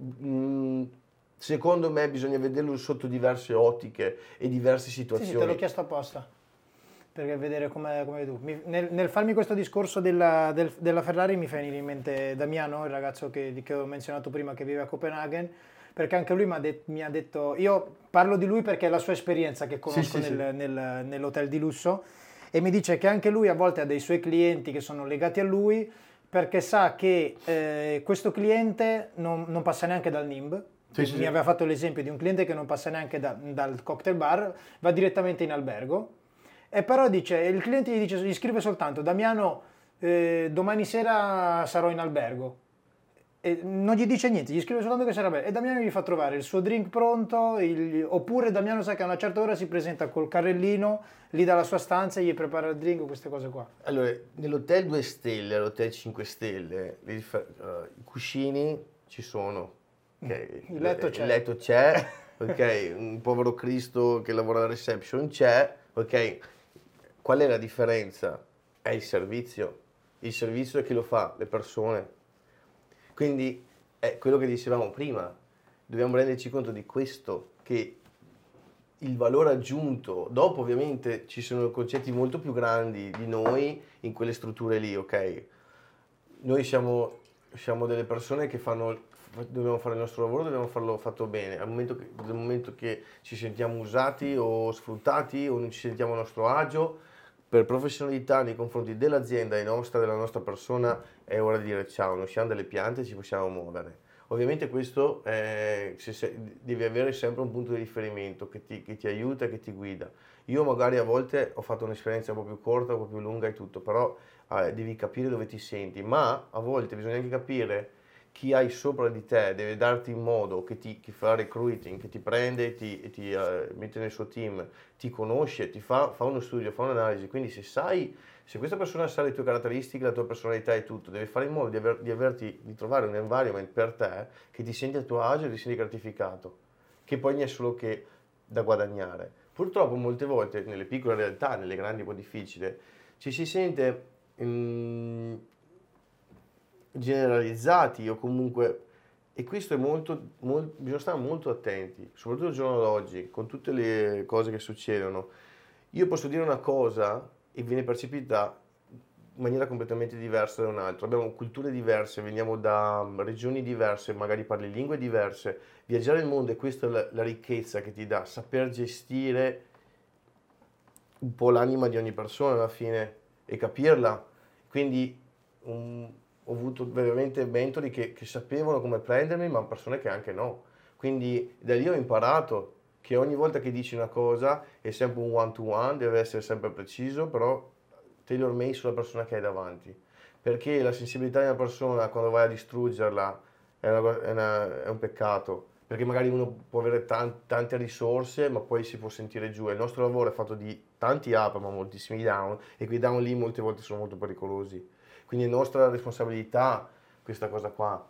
[SPEAKER 1] secondo me bisogna vederlo sotto diverse ottiche e diverse
[SPEAKER 2] Sì,
[SPEAKER 1] situazioni.
[SPEAKER 2] sì, te l'ho chiesto apposta, per vedere come tu. Nel farmi questo discorso della Ferrari mi fa venire in mente Damiano, il ragazzo che ho menzionato prima che vive a Copenaghen, perché anche lui mi ha detto, io parlo di lui perché è la sua esperienza che conosco
[SPEAKER 1] Sì.
[SPEAKER 2] nell'hotel di lusso, e mi dice che anche lui a volte ha dei suoi clienti che sono legati a lui perché sa che questo cliente non passa neanche dal NIMB.
[SPEAKER 1] Sì.
[SPEAKER 2] Mi aveva fatto l'esempio di un cliente che non passa neanche dal cocktail bar, va direttamente in albergo, e però dice, il cliente gli scrive soltanto Damiano, domani sera sarò in albergo, e non gli dice niente, gli scrive soltanto che sarà bello, e Damiano gli fa trovare il suo drink pronto, oppure Damiano sa che a una certa ora si presenta col carrellino lì dalla sua stanza e gli prepara il drink, queste cose qua.
[SPEAKER 1] Allora, nell'hotel 2 stelle, all'hotel 5 stelle, i cuscini ci sono. Okay.
[SPEAKER 2] Il letto c'è.
[SPEAKER 1] Il letto c'è, ok, un povero Cristo che lavora alla reception c'è, ok. Qual è la differenza? È il servizio. Il servizio è chi lo fa, le persone. Quindi è quello che dicevamo prima, dobbiamo renderci conto di questo, che il valore aggiunto, dopo ovviamente ci sono concetti molto più grandi di noi in quelle strutture lì, ok? Noi siamo delle persone che dobbiamo fare il nostro lavoro, dobbiamo farlo fatto bene. Nel momento che ci sentiamo usati o sfruttati o non ci sentiamo a nostro agio, per professionalità nei confronti dell'azienda e della nostra persona, è ora di dire ciao, non siamo delle piante, ci possiamo muovere. Ovviamente questo devi avere sempre un punto di riferimento che ti aiuta e che ti guida. Io magari a volte ho fatto un'esperienza un po' più corta, un po' più lunga e tutto, però devi capire dove ti senti, ma a volte bisogna anche capire chi hai sopra di te, deve darti in modo che fa recruiting, che ti prende e ti mette nel suo team, ti conosce, ti fa uno studio, fa un'analisi. Quindi se questa persona sa le tue caratteristiche, la tua personalità e tutto, deve fare in modo di trovare un environment per te che ti senti a tuo agio e ti senti gratificato, che poi non è solo che da guadagnare. Purtroppo molte volte nelle piccole realtà, nelle grandi è un po' difficile, ci si sente generalizzati o comunque, e questo è bisogna stare molto attenti, soprattutto al giorno d'oggi, con tutte le cose che succedono. Io posso dire una cosa e viene percepita in maniera completamente diversa da un'altra. Abbiamo culture diverse, veniamo da regioni diverse, magari parli lingue diverse. Viaggiare il mondo, e questa è la ricchezza che ti dà, saper gestire un po' l'anima di ogni persona alla fine e capirla. Quindi ho avuto veramente mentori che sapevano come prendermi, ma persone che anche no. Quindi da lì ho imparato che ogni volta che dici una cosa è sempre un one to one, deve essere sempre preciso, però tailor made sulla persona che hai davanti. Perché la sensibilità di una persona, quando vai a distruggerla, è un peccato. Perché magari uno può avere tante risorse, ma poi si può sentire giù. E il nostro lavoro è fatto di tanti up, ma moltissimi down, e quei down lì molte volte sono molto pericolosi. Quindi è nostra responsabilità questa cosa qua.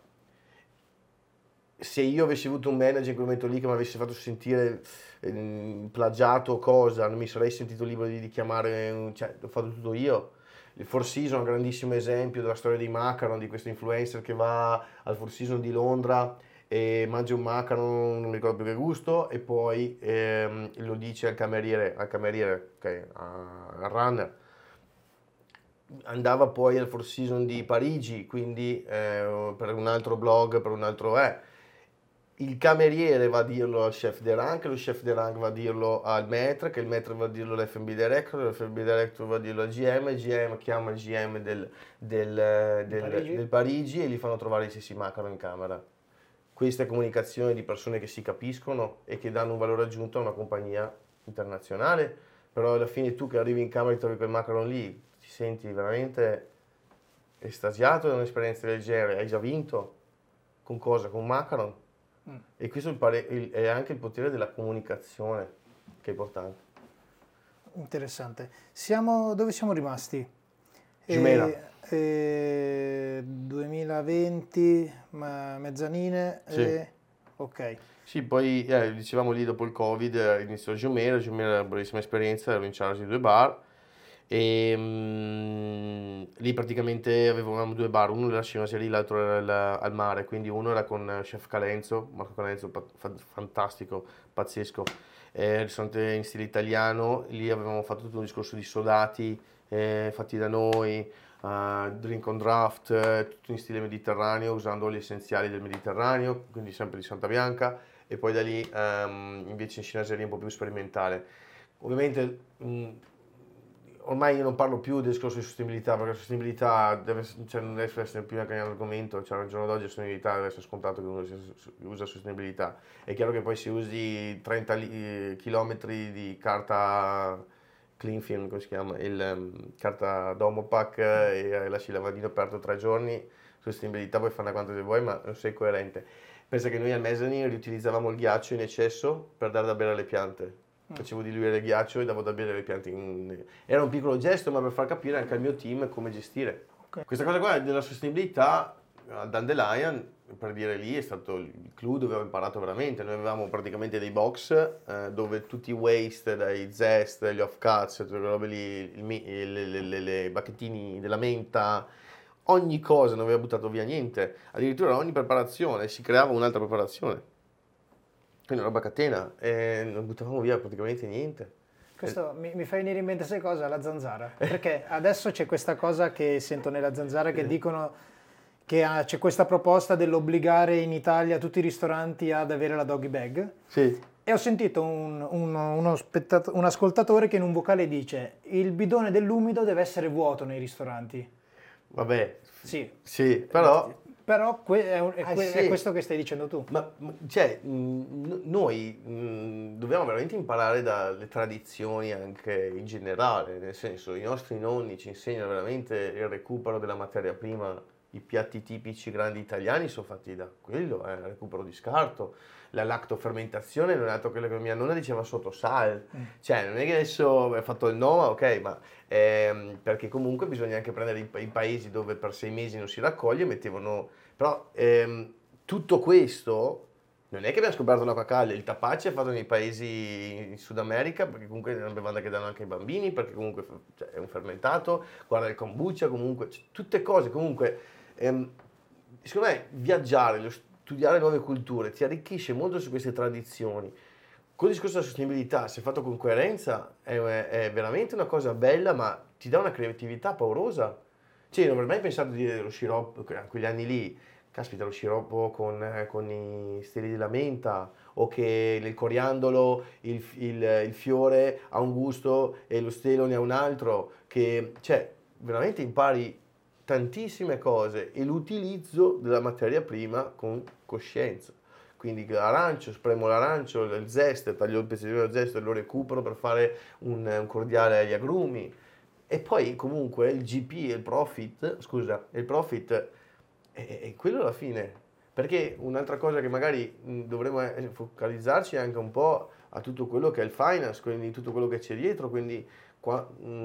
[SPEAKER 1] Se io avessi avuto un manager in quel momento lì che mi avesse fatto sentire plagiato o cosa, non mi sarei sentito libero di chiamare, cioè l'ho fatto tutto io. Il Four Seasons è un grandissimo esempio della storia dei macaron, di questo influencer che va al Four Seasons di Londra e mangia un macaron, non mi ricordo più che gusto, e poi lo dice al cameriere, okay, al runner. Andava poi al Four Seasons di Parigi, quindi per un altro blog, per un altro il cameriere va a dirlo al chef de rank, lo chef de rank va a dirlo al maître, che il maître va a dirlo all'F&B director, l'F&B director va a dirlo al GM, il GM chiama il GM del Parigi e gli fanno trovare i stessi macaron in camera. Questa è comunicazione di persone che si capiscono e che danno un valore aggiunto a una compagnia internazionale, però alla fine tu che arrivi in camera e trovi quel macaron lì, ti senti veramente estasiato da un'esperienza del genere, hai già vinto, con cosa? Con Macaron. E questo è anche il potere della comunicazione, che è importante.
[SPEAKER 2] Interessante. Dove siamo rimasti?
[SPEAKER 1] Jumeirah.
[SPEAKER 2] 2020, mezzanine.
[SPEAKER 1] Sì.
[SPEAKER 2] Ok.
[SPEAKER 1] Sì, poi dicevamo lì dopo il Covid iniziò Jumeirah era una bellissima esperienza, ero in charge di 2 bar e lì praticamente avevamo 2 bar, uno era a lì, l'altro era al mare, quindi uno era con chef Calenzo, Marco Calenzo, fantastico, pazzesco, ristorante in stile italiano, lì avevamo fatto tutto un discorso di sodati fatti da noi, drink on draft, tutto in stile mediterraneo, usando gli essenziali del Mediterraneo, quindi sempre di Santa Bianca, e poi da lì invece in cinaseria un po' più sperimentale. Ovviamente ormai io non parlo più del discorso di sostenibilità, perché la sostenibilità non deve essere più neanche un argomento, cioè al giorno d'oggi la sostenibilità deve essere scontato che uno usa sostenibilità. È chiaro che poi se usi 30 km di carta clean film, come si chiama, carta Domopac e lasci il lavandino aperto 3 giorni, sostenibilità puoi farne quanto ne vuoi, ma non sei coerente. Pensa che noi al mezzanine riutilizzavamo il ghiaccio in eccesso per dare da bere alle piante. Facevo diluire il ghiaccio e davo da bere alle piante. Era un piccolo gesto, ma per far capire anche al mio team come gestire. Okay. Questa cosa qua della sostenibilità, al Dandelion, per dire lì, è stato il clou dove ho imparato veramente. Noi avevamo praticamente dei box dove tutti i waste, dai zest, gli off-cuts, tutte quelle robe lì, le bacchettini della menta, ogni cosa, non aveva buttato via niente. Addirittura ogni preparazione si creava un'altra preparazione. Quindi una roba a catena e non buttavamo via praticamente niente.
[SPEAKER 2] Questo mi fa venire in mente sai cosa? La zanzara. Perché adesso c'è questa cosa che sento nella zanzara che dicono che c'è questa proposta dell'obbligare in Italia tutti i ristoranti ad avere la doggy bag.
[SPEAKER 1] Sì.
[SPEAKER 2] E ho sentito un ascoltatore che in un vocale dice il bidone dell'umido deve essere vuoto nei ristoranti.
[SPEAKER 1] Vabbè,
[SPEAKER 2] sì,
[SPEAKER 1] però
[SPEAKER 2] è questo che stai dicendo tu.
[SPEAKER 1] Ma cioè, noi dobbiamo veramente imparare dalle tradizioni anche in generale, nel senso i nostri nonni ci insegnano veramente il recupero della materia prima, i piatti tipici grandi italiani sono fatti da quello, il recupero di scarto, la lactofermentazione non è altro quello che mia nonna diceva sotto sale, cioè non è che adesso è fatto il Noma, ok, ma perché comunque bisogna anche prendere i paesi dove per 6 mesi non si raccoglie, mettevano, però tutto questo non è che abbiamo scoperto l'acqua calda, il tapaci è fatto nei paesi in Sud America, perché comunque è una bevanda che danno anche ai bambini, perché comunque è un fermentato, guarda il kombucha, comunque, tutte cose, comunque, secondo me viaggiare, studiare nuove culture ti arricchisce molto su queste tradizioni. Con il discorso della sostenibilità, se fatto con coerenza, è veramente una cosa bella, ma ti dà una creatività paurosa. Cioè, non avrei mai pensato di dire lo sciroppo, quegli anni lì, caspita, lo sciroppo con i steli della menta, o che il coriandolo, il fiore ha un gusto e lo stelo ne ha un altro, che, cioè, veramente impari tantissime cose e l'utilizzo della materia prima con coscienza. Quindi l'arancio, spremo l'arancio, il zest, taglio il pezzettino del zest e lo recupero per fare un cordiale agli agrumi. E poi comunque il GP e il profit è quello alla fine. Perché un'altra cosa che magari dovremmo focalizzarci è anche un po' a tutto quello che è il finance, quindi tutto quello che c'è dietro, quindi qua,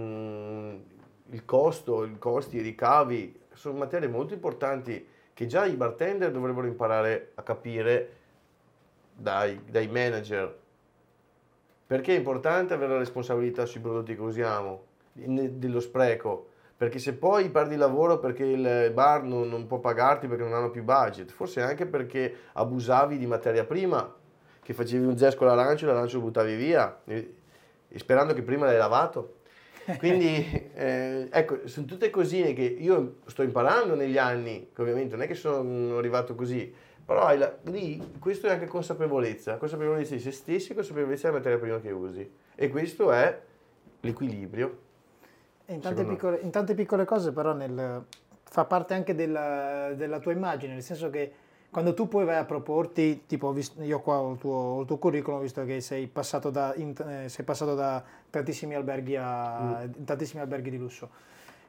[SPEAKER 1] il costo, i costi, i ricavi, sono materie molto importanti che già i bartender dovrebbero imparare a capire dai manager. Perché è importante avere la responsabilità sui prodotti che usiamo, dello spreco, perché se poi perdi il lavoro perché il bar non può pagarti perché non hanno più budget, forse anche perché abusavi di materia prima, che facevi un zest con l'arancio lo buttavi via, e sperando che prima l'hai lavato. Quindi ecco, sono tutte cosine che io sto imparando negli anni, che ovviamente non è che sono arrivato così, però lì questo è anche consapevolezza di se stessi e consapevolezza della materia prima che usi. E questo è l'equilibrio.
[SPEAKER 2] In tante piccole cose però fa parte anche della tua immagine, nel senso che quando tu poi vai a proporti, tipo io qua ho il tuo curriculum, visto che sei passato da tantissimi alberghi di lusso,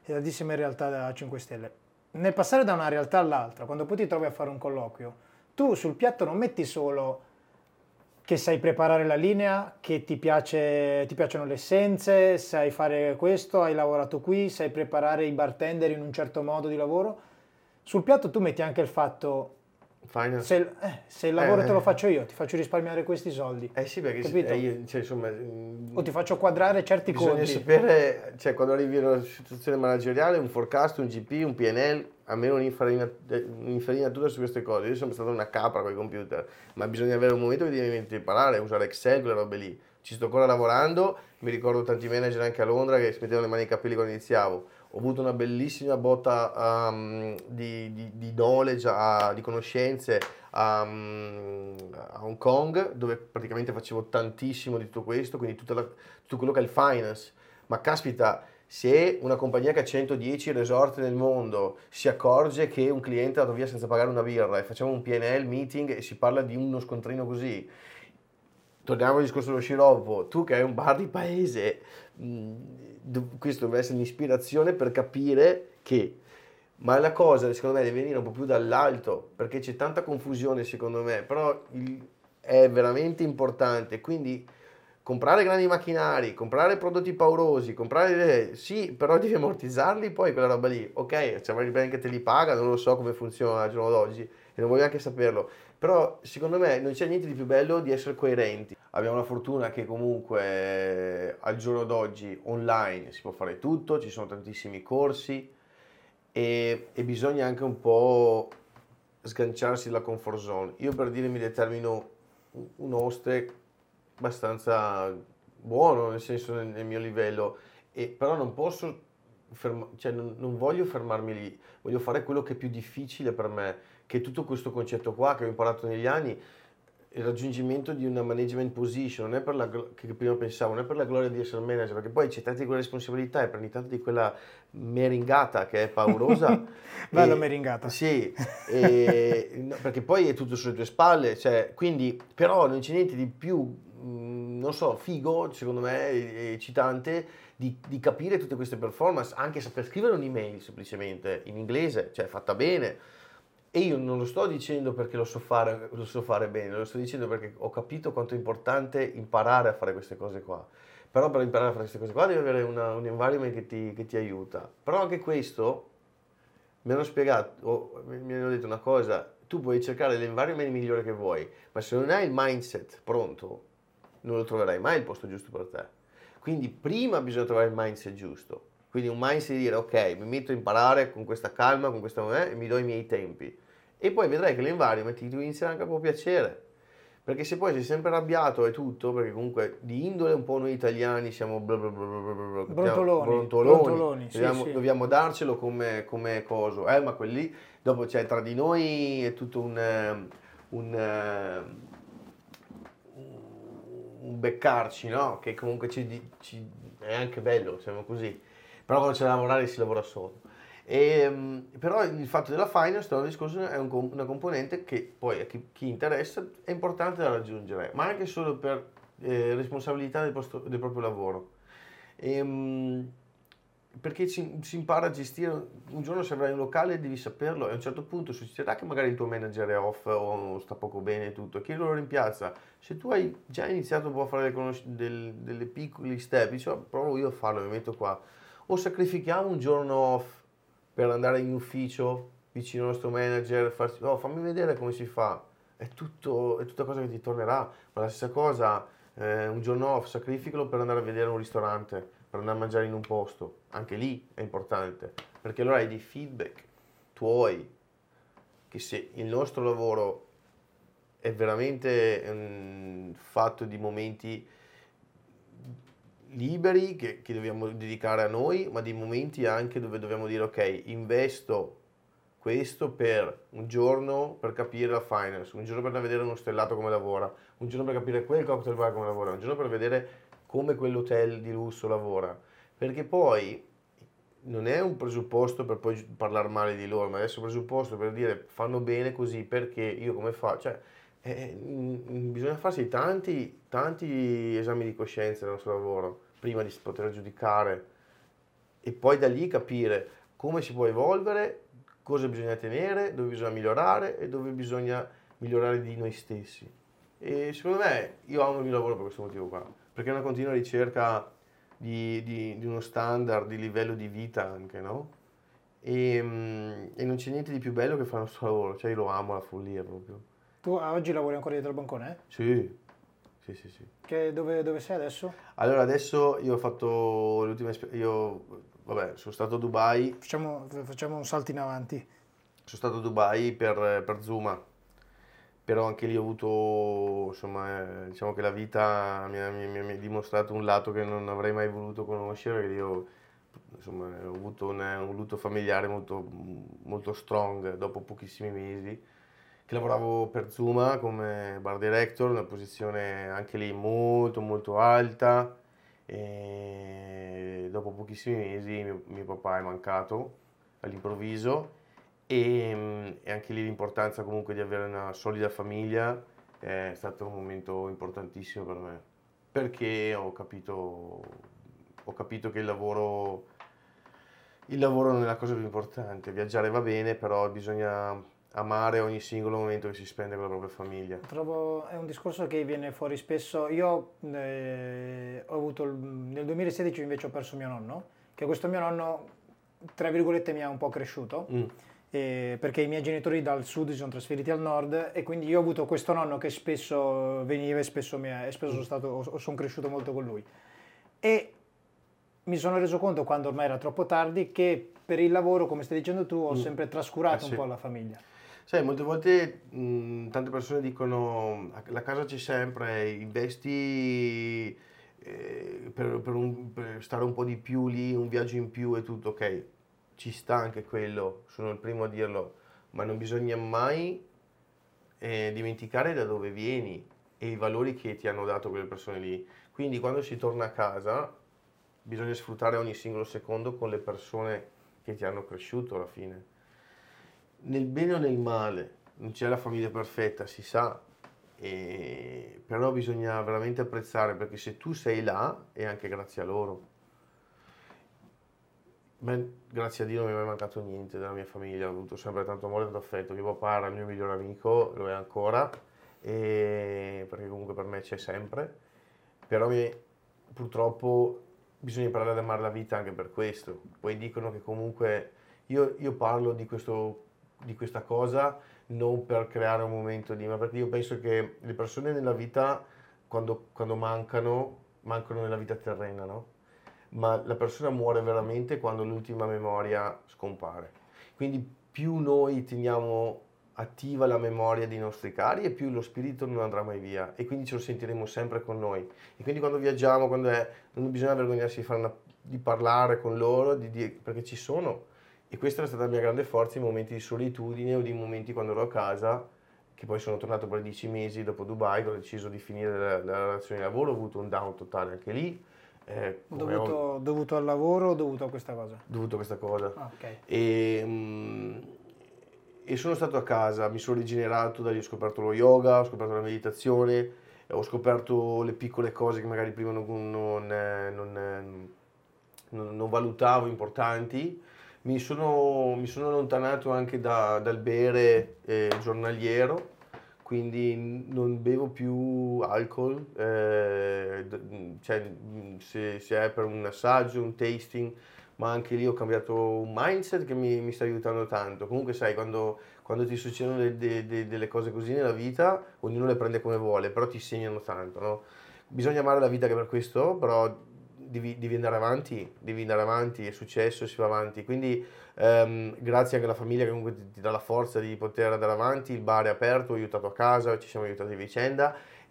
[SPEAKER 2] e tantissime realtà a 5 Stelle. Nel passare da una realtà all'altra, quando poi ti trovi a fare un colloquio, tu sul piatto non metti solo che sai preparare la linea, che ti piacciono le essenze, sai fare questo, hai lavorato qui, sai preparare i bartender in un certo modo di lavoro. Sul piatto tu metti anche il fatto, se il lavoro te lo faccio io, ti faccio risparmiare questi soldi.
[SPEAKER 1] Sì, perché
[SPEAKER 2] capito?
[SPEAKER 1] insomma,
[SPEAKER 2] O ti faccio quadrare certi
[SPEAKER 1] bisogna
[SPEAKER 2] conti.
[SPEAKER 1] sapere, cioè quando arrivi in una situazione manageriale, un forecast, un GP, un PNL, almeno un'infarinatura su queste cose. Io sono stato una capra con i computer, ma bisogna avere un momento che ti devi imparare, usare Excel, quelle robe lì. Ci sto ancora lavorando, mi ricordo tanti manager anche a Londra che si mettevano le mani nei capelli quando iniziavo. Ho avuto una bellissima botta di knowledge, di conoscenze a Hong Kong, dove praticamente facevo tantissimo di tutto questo, quindi tutto quello che è il finance. Ma caspita, se una compagnia che ha 110 resort nel mondo si accorge che un cliente è andato via senza pagare una birra e facciamo un PNL meeting e si parla di uno scontrino così, torniamo al discorso dello sciroppo, tu che hai un bar di paese, questo deve essere un'ispirazione per capire che, ma la cosa secondo me deve venire un po' più dall'alto, perché c'è tanta confusione secondo me, però è veramente importante, quindi comprare grandi macchinari, comprare prodotti paurosi, sì, però devi ammortizzarli poi quella roba lì, ok, c'è il bene che te li paga, non lo so come funziona al giorno d'oggi e non voglio neanche saperlo, però secondo me non c'è niente di più bello di essere coerenti. Abbiamo la fortuna che comunque al giorno d'oggi online si può fare tutto, ci sono tantissimi corsi e bisogna anche un po' sganciarsi dalla comfort zone. Io per dire mi determino un host abbastanza buono, nel senso nel mio livello, però non posso, cioè non voglio fermarmi lì, voglio fare quello che è più difficile per me, che è tutto questo concetto qua che ho imparato negli anni, il raggiungimento di una management position, non è che prima pensavo, non è per la gloria di essere manager, perché poi c'è tanta di quella responsabilità e prendi tanta di quella meringata che è paurosa.
[SPEAKER 2] Bello meringata.
[SPEAKER 1] Sì, no, perché poi è tutto sulle tue spalle, cioè, quindi, però non c'è niente di più, non so, figo, secondo me, eccitante, di capire tutte queste performance, anche saper scrivere un'email semplicemente in inglese, cioè fatta bene. E io non lo sto dicendo perché lo so fare bene, lo sto dicendo perché ho capito quanto è importante imparare a fare queste cose qua. Però per imparare a fare queste cose qua devi avere un environment che ti aiuta. Però anche questo, mi hanno spiegato, mi hanno detto una cosa, tu puoi cercare l'environment migliore che vuoi, ma se non hai il mindset pronto, non lo troverai mai il posto giusto per te. Quindi prima bisogna trovare il mindset giusto. Quindi un mindset di dire ok, mi metto a imparare con questa calma, con questa e mi do i miei tempi. E poi vedrai che l'environment ti inizierà anche a po' piacere. Perché se poi sei sempre arrabbiato e tutto, perché comunque di indole un po' noi italiani siamo brontoloni.
[SPEAKER 2] Sì,
[SPEAKER 1] Dobbiamo darcelo come coso. Ma quelli, dopo c'è tra di noi è tutto un beccarci, no? Che comunque è anche bello, diciamo così. Però quando c'è da lavorare si lavora solo. Però il fatto della finance, torno al discorso, è una componente che poi a chi interessa è importante da raggiungere, ma anche solo per responsabilità del proprio lavoro. Perché si impara a gestire, un giorno se avrai un locale devi saperlo e a un certo punto succederà che magari il tuo manager è off o sta poco bene e tutto, chi lo rimpiazza? Se tu hai già iniziato un po' a fare delle piccoli step, dici provo io a farlo, mi metto qua, o sacrifichiamo un giorno off per andare in ufficio vicino al nostro manager, fammi vedere come si fa, è tutta cosa che ti tornerà, ma la stessa cosa, un giorno off, sacrificalo per andare a vedere un ristorante, per andare a mangiare in un posto, anche lì è importante, perché allora hai dei feedback tuoi, che se il nostro lavoro è veramente fatto di momenti liberi che dobbiamo dedicare a noi, ma di momenti anche dove dobbiamo dire ok, investo questo per un giorno per capire la finance, un giorno per andare a vedere uno stellato come lavora, un giorno per capire quel cocktail bar come lavora, un giorno per vedere come quell'hotel di lusso lavora, perché poi non è un presupposto per poi parlare male di loro, ma è un presupposto per dire fanno bene così, perché io come faccio? Cioè, bisogna farsi tanti esami di coscienza nel nostro lavoro prima di poter giudicare e poi da lì capire come si può evolvere, cosa bisogna tenere, dove bisogna migliorare e dove bisogna migliorare di noi stessi. E secondo me io amo il mio lavoro per questo motivo qua, perché è una continua ricerca di uno standard, di livello di vita anche, no? E non c'è niente di più bello che fare il nostro lavoro, cioè io lo amo alla follia proprio.
[SPEAKER 2] Tu oggi lavori ancora dietro al bancone?
[SPEAKER 1] Sì, sì, sì, sì.
[SPEAKER 2] Dove sei adesso?
[SPEAKER 1] Allora adesso io ho fatto l'ultima vabbè, sono stato a Dubai,
[SPEAKER 2] Facciamo un salto in avanti.
[SPEAKER 1] per Zuma, però anche lì ho avuto, insomma, diciamo che la vita mi ha dimostrato un lato che non avrei mai voluto conoscere, perché io, insomma, ho avuto un lutto familiare molto, molto strong dopo pochissimi mesi, che lavoravo per Zuma come bar director, una posizione anche lì molto molto alta, e dopo pochissimi mesi mio papà è mancato all'improvviso e anche lì l'importanza comunque di avere una solida famiglia è stato un momento importantissimo per me, perché ho capito che il lavoro non è la cosa più importante. Viaggiare va bene, però bisogna amare ogni singolo momento che si spende con la propria famiglia.
[SPEAKER 2] Trovo, è un discorso che viene fuori spesso. Io ho avuto, nel 2016 invece ho perso mio nonno, che questo mio nonno, tra virgolette, mi ha un po' cresciuto. Perché i miei genitori dal sud si sono trasferiti al nord e quindi io ho avuto questo nonno che spesso veniva e spesso sono cresciuto molto con lui. E mi sono reso conto, quando ormai era troppo tardi, che per il lavoro, come stai dicendo tu, ho sempre trascurato
[SPEAKER 1] sì.
[SPEAKER 2] un po' la famiglia.
[SPEAKER 1] Sai, molte volte tante persone dicono la casa c'è sempre, investi per stare un po' di più lì, un viaggio in più e tutto, ok, ci sta anche quello, sono il primo a dirlo, ma non bisogna mai dimenticare da dove vieni e i valori che ti hanno dato quelle persone lì. Quindi quando si torna a casa bisogna sfruttare ogni singolo secondo con le persone che ti hanno cresciuto alla fine. Nel bene o nel male, non c'è la famiglia perfetta, si sa, però bisogna veramente apprezzare, perché se tu sei là è anche grazie a loro. Beh, grazie a Dio non mi è mai mancato niente della mia famiglia, ho avuto sempre tanto amore e tanto affetto. Mio papà era il mio migliore amico, lo è ancora, perché comunque per me c'è sempre, però purtroppo bisogna imparare ad amare la vita anche per questo. Poi dicono che comunque io parlo di questa cosa non per creare un momento ma perché io penso che le persone nella vita quando mancano nella vita terrena, no? Ma la persona muore veramente quando l'ultima memoria scompare. Quindi più noi teniamo attiva la memoria dei nostri cari e più lo spirito non andrà mai via e quindi ce lo sentiremo sempre con noi. E quindi quando viaggiamo, non bisogna vergognarsi di parlare con loro, perché ci sono. E questa è stata la mia grande forza in momenti di solitudine o di momenti quando ero a casa, che poi sono tornato per 10 mesi dopo Dubai, quando ho deciso di finire la relazione di lavoro, ho avuto un down totale anche lì.
[SPEAKER 2] Dovuto al lavoro o dovuto a questa cosa?
[SPEAKER 1] Dovuto a questa cosa.
[SPEAKER 2] Ah, ok.
[SPEAKER 1] E sono stato a casa, mi sono rigenerato, da lì ho scoperto lo yoga, ho scoperto la meditazione, ho scoperto le piccole cose che magari prima non valutavo importanti. Mi sono allontanato anche dal bere giornaliero, quindi non bevo più alcol, cioè, se è per un assaggio, un tasting, ma anche lì ho cambiato un mindset che mi sta aiutando tanto. Comunque sai, quando ti succedono delle cose così nella vita, ognuno le prende come vuole, però ti segnano tanto, no? Bisogna amare la vita che per questo, però devi andare avanti, è successo, si va avanti. Quindi grazie anche alla famiglia che comunque ti dà la forza di poter andare avanti, il bar è aperto, ho aiutato a casa, ci siamo aiutati a vicenda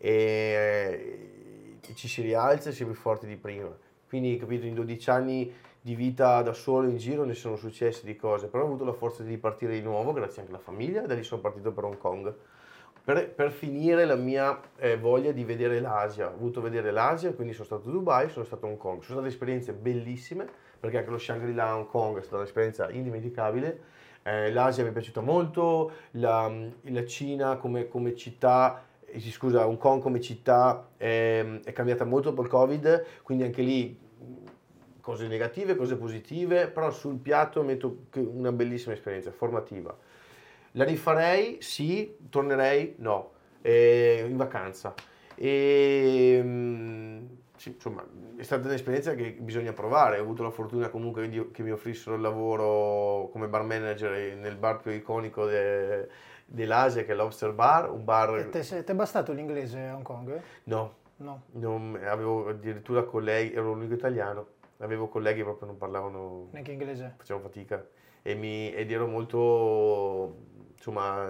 [SPEAKER 1] e ci si rialza e si è più forti di prima. Quindi, capito, in 12 anni di vita da solo in giro ne sono successe di cose, però ho avuto la forza di ripartire di nuovo grazie anche alla famiglia e da lì sono partito per Hong Kong. Per finire la mia voglia di vedere l'Asia, ho voluto vedere l'Asia, quindi sono stato a Dubai, sono stato a Hong Kong, sono state esperienze bellissime, perché anche lo Shangri-La a Hong Kong è stata un'esperienza indimenticabile, l'Asia mi è piaciuta molto, la Cina come città, scusa, Hong Kong come città è cambiata molto dopo il Covid, quindi anche lì cose negative, cose positive, però sul piatto metto una bellissima esperienza formativa. La rifarei? Sì. Tornerei? No. In vacanza. Sì, insomma, è stata un'esperienza che bisogna provare. Ho avuto la fortuna comunque che mi offrissero il lavoro come bar manager nel bar più iconico dell'Asia, che è l'Obster Bar, un bar...
[SPEAKER 2] Ti è bastato l'inglese a Hong Kong?
[SPEAKER 1] No,
[SPEAKER 2] No.
[SPEAKER 1] avevo addirittura colleghi, ero l'unico italiano, avevo colleghi che proprio non parlavano...
[SPEAKER 2] Neanche inglese?
[SPEAKER 1] Facevano fatica ed ero molto, insomma,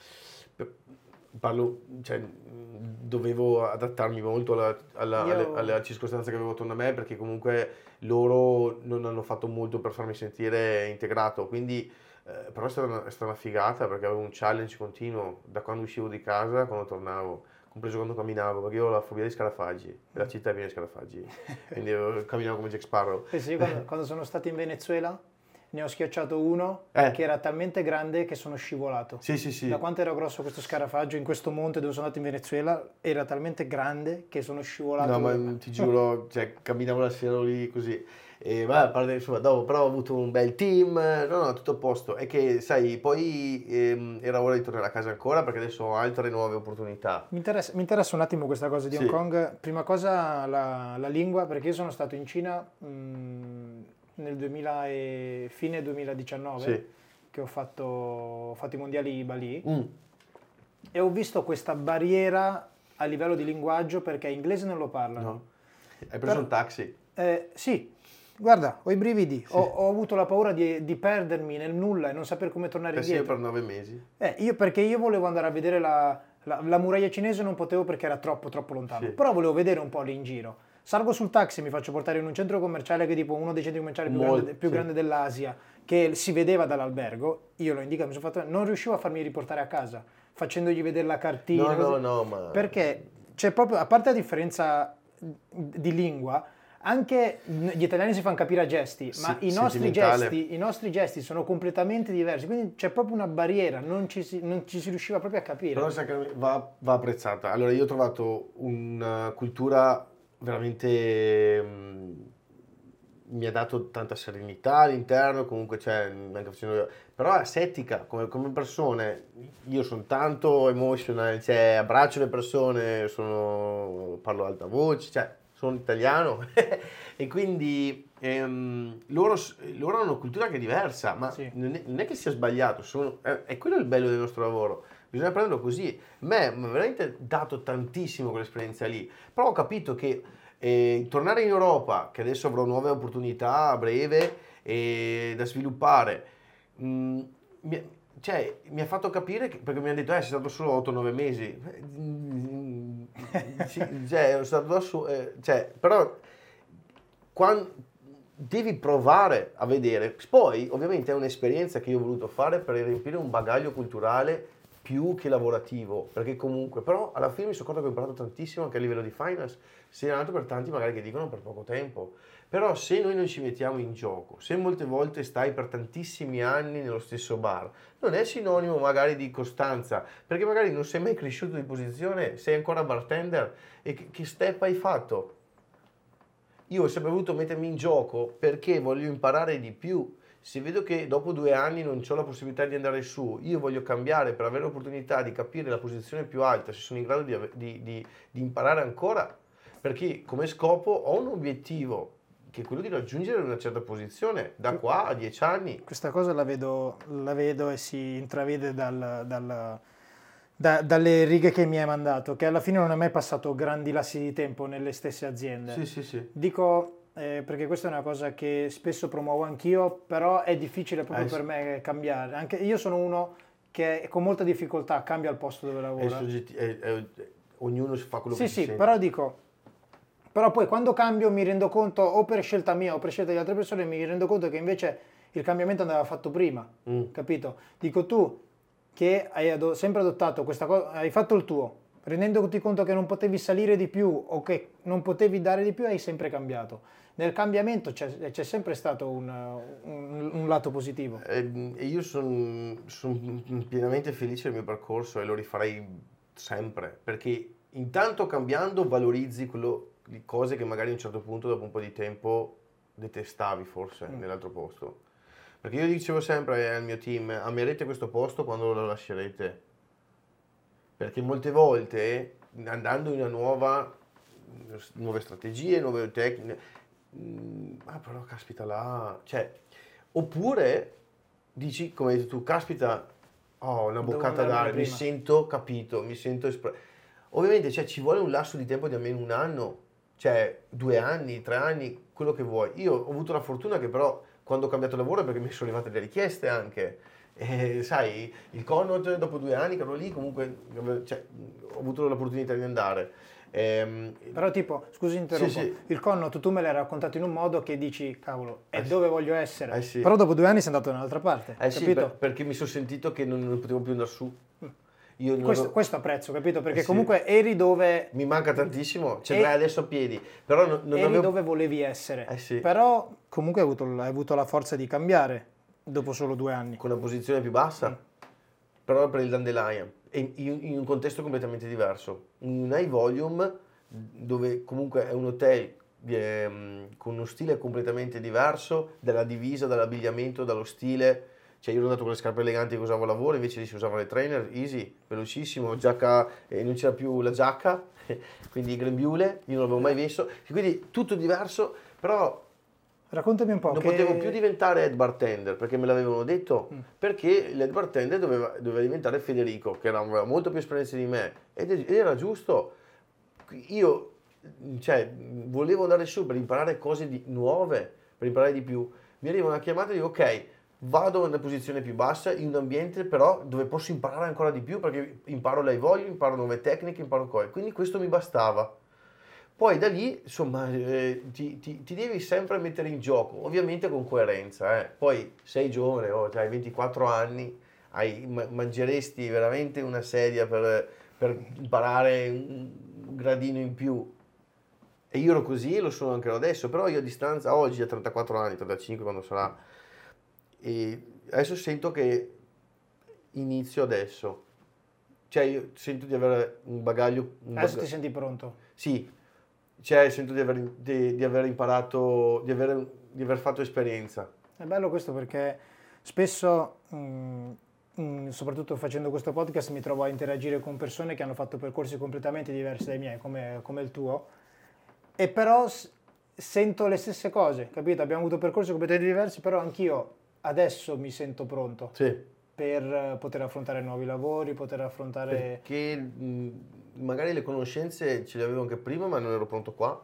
[SPEAKER 1] dovevo adattarmi molto alla circostanza che avevo attorno a me, perché comunque loro non hanno fatto molto per farmi sentire integrato, quindi però è stata una figata, perché avevo un challenge continuo da quando uscivo di casa a quando tornavo, compreso quando camminavo, perché io ho la fobia dei scarafaggi, la città è piena di scarafaggi, quindi camminavo come Jack Sparrow.
[SPEAKER 2] Sì, quando sono stato in Venezuela ne ho schiacciato uno che era talmente grande che sono scivolato.
[SPEAKER 1] Sì.
[SPEAKER 2] Da quanto era grosso questo scarafaggio in questo monte dove sono andato in Venezuela, era talmente grande che sono scivolato.
[SPEAKER 1] No, ma ti giuro, cioè, camminavo la sera lì così. A parte, insomma, dopo però ho avuto un bel team, no, tutto a posto. È che, sai, poi era ora di tornare a casa ancora, perché adesso ho altre nuove opportunità.
[SPEAKER 2] Mi interessa un attimo questa cosa di Hong Kong. Prima cosa la lingua, perché io sono stato in Cina nel fine 2019, che ho fatto i mondiali Bali, e ho visto questa barriera a livello di linguaggio, perché inglese non lo parlano.
[SPEAKER 1] No. Hai preso un taxi?
[SPEAKER 2] Sì, guarda, ho i brividi, ho avuto la paura di perdermi nel nulla e non saper come tornare indietro.
[SPEAKER 1] Per 9 mesi?
[SPEAKER 2] Perché io volevo andare a vedere la muraglia cinese, non potevo perché era troppo lontano, però volevo vedere un po' lì in giro. Salgo sul taxi, mi faccio portare in un centro commerciale che è tipo uno dei centri commerciali più grande dell'Asia, che si vedeva dall'albergo. Io lo indico, non riuscivo a farmi riportare a casa, facendogli vedere la cartina.
[SPEAKER 1] No, ma...
[SPEAKER 2] Perché c'è proprio, a parte la differenza di lingua, anche gli italiani si fanno capire a gesti, ma i nostri gesti sono completamente diversi, quindi c'è proprio una barriera, non ci si riusciva proprio a capire.
[SPEAKER 1] Però sai che va apprezzata. Allora, io ho trovato una cultura veramente... mi ha dato tanta serenità all'interno, comunque anche facendo... però è asettica come persone. Io sono tanto emotional, abbraccio le persone, parlo ad alta voce, sono italiano e quindi loro hanno una cultura che è diversa, ma non è che sia sbagliato, è quello il bello del nostro lavoro, bisogna prenderlo così. A me mi ha veramente dato tantissimo quell'esperienza lì, però ho capito che tornare in Europa, che adesso avrò nuove opportunità a breve da sviluppare, mi ha fatto capire perché mi hanno detto sei stato solo 8-9 mesi. Ero stato da solo, però quando devi provare a vedere, poi ovviamente è un'esperienza che io ho voluto fare per riempire un bagaglio culturale più che lavorativo, perché comunque, però alla fine mi sono accorto che ho imparato tantissimo anche a livello di finance, segnalato per tanti magari che dicono per poco tempo. Però se noi non ci mettiamo in gioco, se molte volte stai per tantissimi anni nello stesso bar, non è sinonimo magari di costanza, perché magari non sei mai cresciuto di posizione, sei ancora bartender e che step hai fatto? Io ho sempre voluto mettermi in gioco perché voglio imparare di più. Se vedo che dopo 2 anni non ho la possibilità di andare su, io voglio cambiare per avere l'opportunità di capire la posizione più alta, se sono in grado di imparare ancora, perché come scopo ho un obiettivo, che è quello di raggiungere una certa posizione da qua a 10 anni.
[SPEAKER 2] Questa cosa la vedo e si intravede dalle righe che mi hai mandato, che alla fine non è mai passato grandi lassi di tempo nelle stesse aziende.
[SPEAKER 1] Sì.
[SPEAKER 2] Dico, perché questa è una cosa che spesso promuovo anch'io, però è difficile proprio per me cambiare. Anche io sono uno che con molta difficoltà cambia il posto dove lavora.
[SPEAKER 1] Ognuno fa quello che si sente.
[SPEAKER 2] Però dico... Però poi quando cambio mi rendo conto, o per scelta mia o per scelta di altre persone, mi rendo conto che invece il cambiamento andava fatto prima, capito? Dico, tu che hai sempre adottato questa cosa, hai fatto il tuo, rendendoti conto che non potevi salire di più o che non potevi dare di più, hai sempre cambiato. Nel cambiamento c'è sempre stato un lato positivo.
[SPEAKER 1] Io sono pienamente felice del mio percorso e lo rifarei sempre, perché intanto cambiando valorizzi di cose che magari a un certo punto, dopo un po' di tempo, detestavi forse nell'altro posto. Perché io dicevo sempre al mio team, amerete questo posto quando lo lascerete. Perché molte volte, andando in nuove strategie, nuove tecniche, però caspita là, cioè, oppure dici, come hai detto tu, caspita, ho una
[SPEAKER 2] Devo
[SPEAKER 1] boccata
[SPEAKER 2] andare
[SPEAKER 1] d'aria, mi
[SPEAKER 2] prima.
[SPEAKER 1] sento capito, mi sento Ovviamente, cioè, ci vuole un lasso di tempo di almeno un anno, cioè 2 anni, 3 anni, quello che vuoi. Io ho avuto la fortuna che però quando ho cambiato lavoro è perché mi sono arrivate le richieste anche. E sai, il Connaught dopo 2 anni che ero lì, comunque, cioè, ho avuto l'opportunità di andare.
[SPEAKER 2] Però tipo, scusi interrompo,
[SPEAKER 1] sì.
[SPEAKER 2] il Connaught tu me l'hai raccontato in un modo che dici, cavolo, è dove voglio essere.
[SPEAKER 1] Sì.
[SPEAKER 2] Però dopo 2 anni sei andato da un'altra parte,
[SPEAKER 1] Sì,
[SPEAKER 2] capito?
[SPEAKER 1] perché mi sono sentito che non potevo più andare su. Io non
[SPEAKER 2] Questo apprezzo, capito? Perché
[SPEAKER 1] sì.
[SPEAKER 2] comunque eri dove...
[SPEAKER 1] Mi manca tantissimo, ce l'hai adesso a piedi, però non
[SPEAKER 2] eri
[SPEAKER 1] avevo...
[SPEAKER 2] dove volevi essere.
[SPEAKER 1] Sì.
[SPEAKER 2] Però comunque hai avuto la forza di cambiare dopo solo 2 anni.
[SPEAKER 1] Con una posizione più bassa, però per il Dandelion, e in un contesto completamente diverso. Un high volume, dove comunque è un hotel con uno stile completamente diverso, dalla divisa, dall'abbigliamento, dallo stile. Cioè io ero andato con le scarpe eleganti che usavo a lavoro, invece lì si usavano le trainer, easy, velocissimo, giacca, non c'era più la giacca, quindi grembiule, io non l'avevo mai visto, quindi tutto diverso, però
[SPEAKER 2] Raccontami un po'.
[SPEAKER 1] non potevo più diventare head bartender, perché me l'avevano detto, perché l'head bartender doveva diventare Federico, che aveva molto più esperienza di me, ed era giusto. Io, cioè, volevo andare su per imparare cose nuove, per imparare di più. Mi arriva una chiamata e dico, ok, vado in una posizione più bassa, in un ambiente però dove posso imparare ancora di più, perché imparo l'high volume, imparo nuove tecniche, imparo cose. Quindi questo mi bastava. Poi da lì, insomma, ti devi sempre mettere in gioco, ovviamente con coerenza. Poi sei giovane, hai 24 anni, mangeresti veramente una sedia per imparare un gradino in più. E io ero così e lo sono anche adesso, però io a distanza, oggi a 34 anni, 35 quando sarà, e adesso sento che inizio adesso. Cioè io sento di avere un bagaglio...
[SPEAKER 2] Adesso ti senti pronto?
[SPEAKER 1] Sì, cioè sento di aver imparato, di aver fatto esperienza.
[SPEAKER 2] È bello questo perché spesso, soprattutto facendo questo podcast, mi trovo a interagire con persone che hanno fatto percorsi completamente diversi dai miei, come il tuo, e però sento le stesse cose, capito? Abbiamo avuto percorsi completamente diversi, però anch'io adesso mi sento pronto.
[SPEAKER 1] Sì.
[SPEAKER 2] Per poter affrontare nuovi lavori, poter affrontare...
[SPEAKER 1] Perché magari le conoscenze ce le avevo anche prima, ma non ero pronto qua.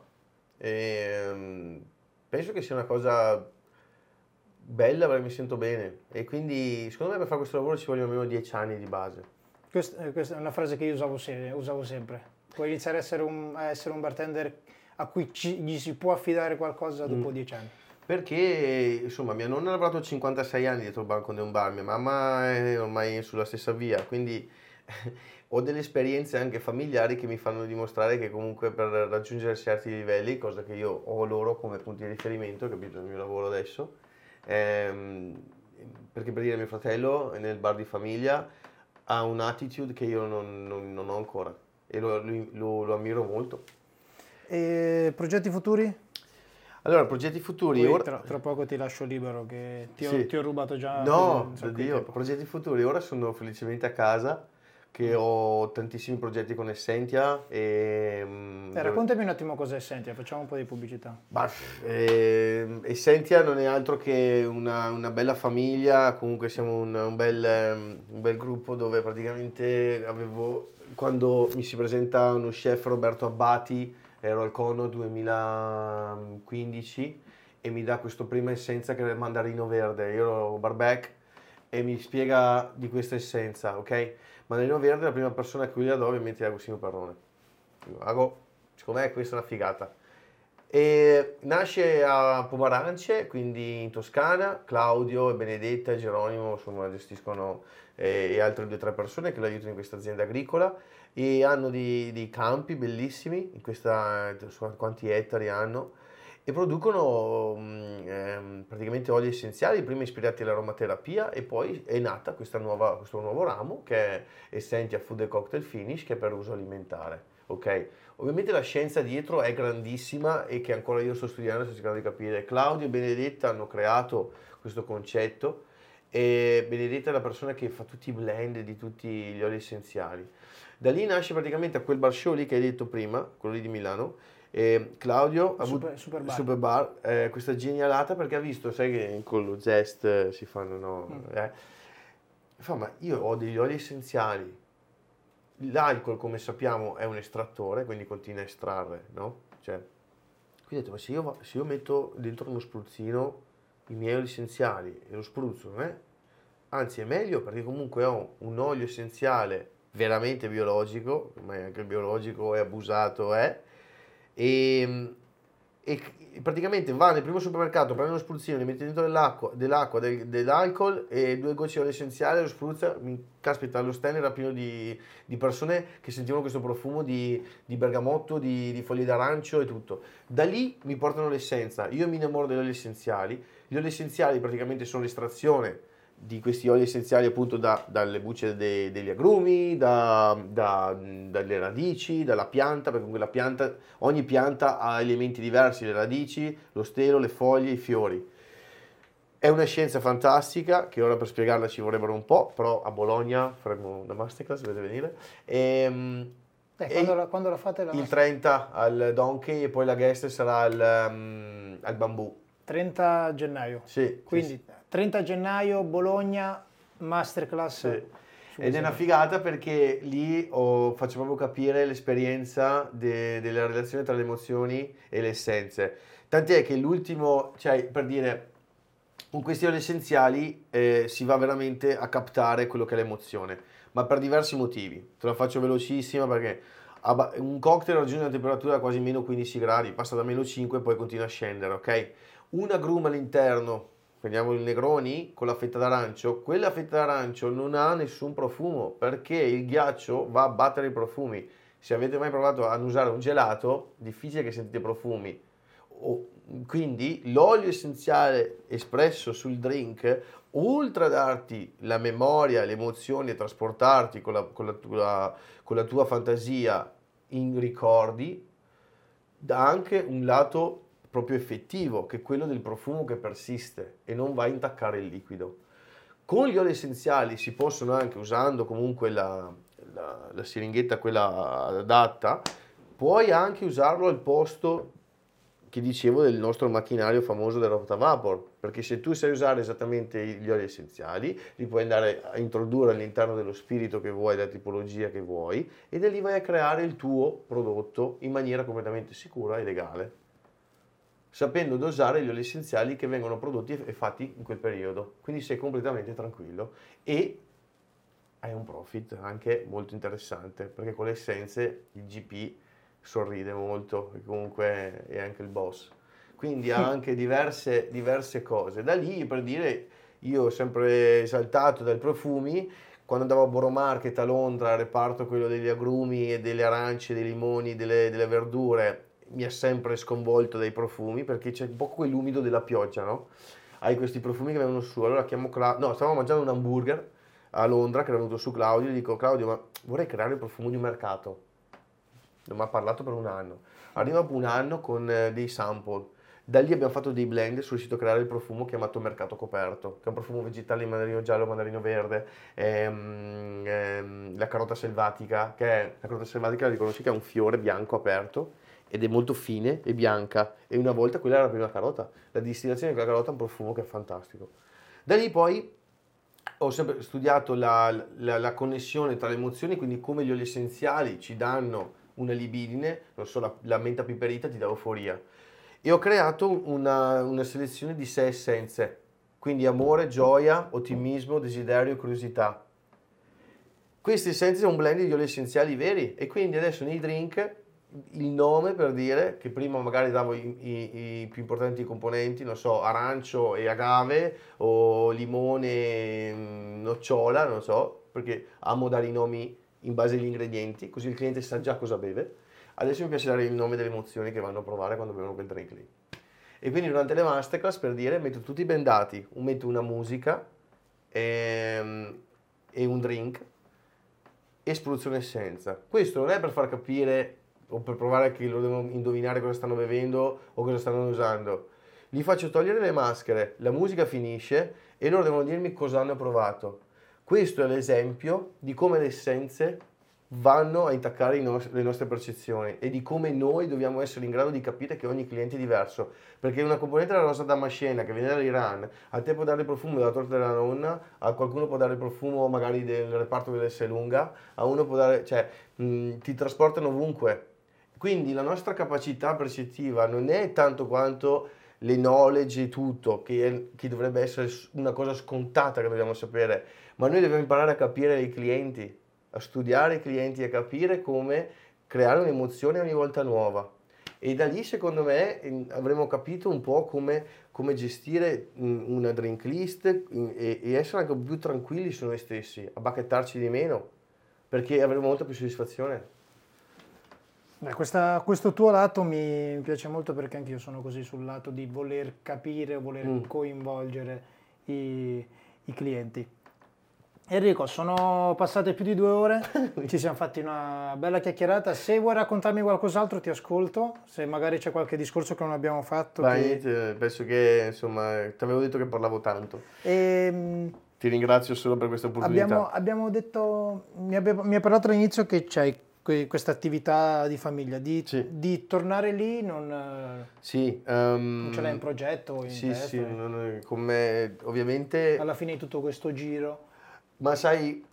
[SPEAKER 1] E penso che sia una cosa bella perché mi sento bene. E quindi secondo me per fare questo lavoro ci vogliono almeno 10 anni di base.
[SPEAKER 2] Questa è una frase che io usavo sempre. Puoi iniziare a essere un bartender a cui gli si può affidare qualcosa dopo 10 anni.
[SPEAKER 1] Perché insomma mia nonna ha lavorato 56 anni dietro il banco di un bar, mia mamma è ormai sulla stessa via, quindi ho delle esperienze anche familiari che mi fanno dimostrare che comunque per raggiungere certi livelli, cosa che io ho loro come punti di riferimento, capito, il mio lavoro adesso, perché per dire mio fratello nel bar di famiglia ha un'attitude che io non ho ancora e lo ammiro molto.
[SPEAKER 2] E progetti futuri?
[SPEAKER 1] Allora, progetti futuri.
[SPEAKER 2] Poi tra poco ti lascio libero, che ti ho rubato già.
[SPEAKER 1] No, Dio, progetti futuri. Ora sono felicemente a casa, che ho tantissimi progetti con Essentia.
[SPEAKER 2] Raccontami un attimo cos'è Essentia, facciamo un po' di pubblicità.
[SPEAKER 1] Essentia non è altro che una bella famiglia, comunque siamo un bel gruppo dove praticamente quando mi si presenta uno chef Roberto Abbati, ero al Cono 2015 e mi dà questo prima essenza che è il mandarino verde. Io ero barback e mi spiega di questa essenza, ok? Mandarino verde, la prima persona a cui la do ovviamente è Agostino Parrone. Secondo me questa è una figata. E nasce a Pomarance, quindi in Toscana. Claudio e Benedetta e Geronimo insomma, gestiscono e altre 2 o 3 persone che lo aiutano in questa azienda agricola e hanno dei campi bellissimi, quanti ettari hanno, e producono praticamente oli essenziali, prima ispirati all'aromaterapia e poi è nata questo nuovo ramo che è Essentia Food and Cocktail Finish, che è per uso alimentare. ok? Ovviamente la scienza dietro è grandissima e che ancora io sto studiando, sto cercando di capire. Claudio e Benedetta hanno creato questo concetto e Benedetta è la persona che fa tutti i blend di tutti gli oli essenziali. Da lì nasce praticamente a quel bar show lì che hai detto prima, quello lì di Milano, e Claudio ha avuto
[SPEAKER 2] Super
[SPEAKER 1] Super Bar, questa genialata perché ha visto, sai che con lo zest si fanno, no? Fa, ma io ho degli oli essenziali. L'alcol, come sappiamo, è un estrattore, quindi continua a estrarre, no? Cioè, quindi ho detto, ma se io metto dentro uno spruzzino i miei oli essenziali e lo spruzzo, non è? Anzi, è meglio perché comunque ho un olio essenziale veramente biologico, ma anche il biologico è abusato, e, e praticamente va nel primo supermercato, prende uno spruzzino, li mette dentro dell'acqua, dell'alcol e 2 gocce di olio essenziale, lo spruzza, caspita, lo stand era pieno di persone che sentivano questo profumo di bergamotto, di foglie d'arancio e tutto. Da lì mi portano l'essenza, io mi innamoro degli oli essenziali, gli oli essenziali praticamente sono l'estrazione di questi oli essenziali appunto dalle bucce degli agrumi, dalle radici, dalla pianta, perché quella pianta, ogni pianta ha elementi diversi, le radici, lo stelo, le foglie, i fiori. È una scienza fantastica che ora per spiegarla ci vorrebbero un po', però a Bologna faremo una masterclass, dovete venire.
[SPEAKER 2] Quando la fate?
[SPEAKER 1] Il 30 al Donkey e poi la guest sarà al Bambù.
[SPEAKER 2] 30 gennaio.
[SPEAKER 1] Sì,
[SPEAKER 2] Quindi
[SPEAKER 1] sì.
[SPEAKER 2] 30 gennaio, Bologna, masterclass.
[SPEAKER 1] Sì. Ed è una figata perché lì faccio proprio capire l'esperienza della relazione tra le emozioni e le essenze. Tant'è che l'ultimo, cioè per dire, con questi oli essenziali si va veramente a captare quello che è l'emozione, ma per diversi motivi. Te la faccio velocissima perché un cocktail raggiunge una temperatura quasi meno 15 gradi, passa da meno 5 e poi continua a scendere, ok? Un agrume all'interno, prendiamo il Negroni con la fetta d'arancio, quella fetta d'arancio non ha nessun profumo perché il ghiaccio va a battere i profumi. Se avete mai provato a usare un gelato, difficile che sentite profumi. Quindi l'olio essenziale espresso sul drink, oltre a darti la memoria, le emozioni e trasportarti con la tua fantasia in ricordi, dà anche un lato proprio effettivo, che è quello del profumo che persiste e non va a intaccare il liquido. Con gli oli essenziali si possono anche, usando comunque la siringhetta quella adatta, puoi anche usarlo al posto che dicevo del nostro macchinario famoso del Rotavapor, perché se tu sai usare esattamente gli oli essenziali, li puoi andare a introdurre all'interno dello spirito che vuoi, della tipologia che vuoi, e da lì vai a creare il tuo prodotto in maniera completamente sicura e legale, sapendo dosare gli oli essenziali che vengono prodotti e fatti in quel periodo. Quindi sei completamente tranquillo e hai un profit anche molto interessante, perché con le essenze il GP sorride molto e comunque è anche il boss. Quindi ha anche diverse cose. Da lì, per dire, io ho sempre esaltato dai profumi. Quando andavo a Borough Market a Londra, al reparto quello degli agrumi e delle arance, dei limoni, delle verdure, mi ha sempre sconvolto dai profumi perché c'è un po' quell'umido della pioggia, no? Hai questi profumi che vengono su. Allora chiamo Claudio, no, stavamo mangiando un hamburger a Londra che era venuto su Claudio, gli dico Claudio, ma vorrei creare il profumo di un mercato. Non mi ha parlato per un anno. Arriva dopo un anno con dei sample. Da lì abbiamo fatto dei blend, sono riuscito a creare il profumo chiamato Mercato Coperto, che è un profumo vegetale, mandarino giallo, mandarino verde, la carota selvatica, la carota selvatica la riconosci che è un fiore bianco aperto ed è molto fine e bianca, e una volta quella era la prima carota. La distillazione di quella carota è un profumo che è fantastico. Da lì poi ho sempre studiato la connessione tra le emozioni, quindi come gli oli essenziali ci danno una libidine, non so, la menta piperita ti dà euforia. E ho creato una selezione di 6 essenze, quindi amore, gioia, ottimismo, desiderio e curiosità. Queste essenze sono un blend di oli essenziali veri e quindi adesso nei drink il nome, per dire, che prima magari davo i più importanti componenti, non so, arancio e agave o limone e nocciola, non so, perché amo dare i nomi in base agli ingredienti, così il cliente sa già cosa beve. Adesso mi piace dare il nome delle emozioni che vanno a provare quando bevono quel drink lì. E quindi durante le masterclass, per dire, metto tutti bendati, metto una musica e un drink, e spruzzo un'essenza. Questo non è per far capire o per provare che loro devono indovinare cosa stanno bevendo o cosa stanno usando. Gli faccio togliere le maschere, la musica finisce e loro devono dirmi cosa hanno provato. Questo è l'esempio di come le essenze vanno a intaccare le nostre percezioni e di come noi dobbiamo essere in grado di capire che ogni cliente è diverso, perché una componente della rosa damascena che viene dall'Iran, a te può dare il profumo della torta della nonna, a qualcuno può dare il profumo magari del reparto dell'Esselunga, a uno può dare, cioè ti trasportano ovunque. Quindi la nostra capacità percettiva non è tanto quanto le knowledge e tutto, che dovrebbe essere una cosa scontata che dobbiamo sapere, ma noi dobbiamo imparare a capire i clienti, a studiare i clienti, a capire come creare un'emozione ogni volta nuova. E da lì, secondo me, avremo capito un po' come gestire una drink list e essere anche più tranquilli su noi stessi, a bacchettarci di meno, perché avremo molta più soddisfazione.
[SPEAKER 2] Questo tuo lato mi piace molto, perché anche io sono così sul lato di voler capire, voler coinvolgere i clienti. Enrico, sono passate più di 2 ore, ci siamo fatti una bella chiacchierata. Se vuoi raccontarmi qualcos'altro ti ascolto, se magari c'è qualche discorso che non abbiamo fatto.
[SPEAKER 1] Niente, penso che insomma ti avevo detto che parlavo tanto. Ti ringrazio solo per questa opportunità.
[SPEAKER 2] Abbiamo detto, mi ha parlato all'inizio che c'hai questa attività di famiglia, di tornare lì, non ce l'hai in progetto?
[SPEAKER 1] Sì, come ovviamente...
[SPEAKER 2] Alla fine di tutto questo giro...
[SPEAKER 1] Ma sai,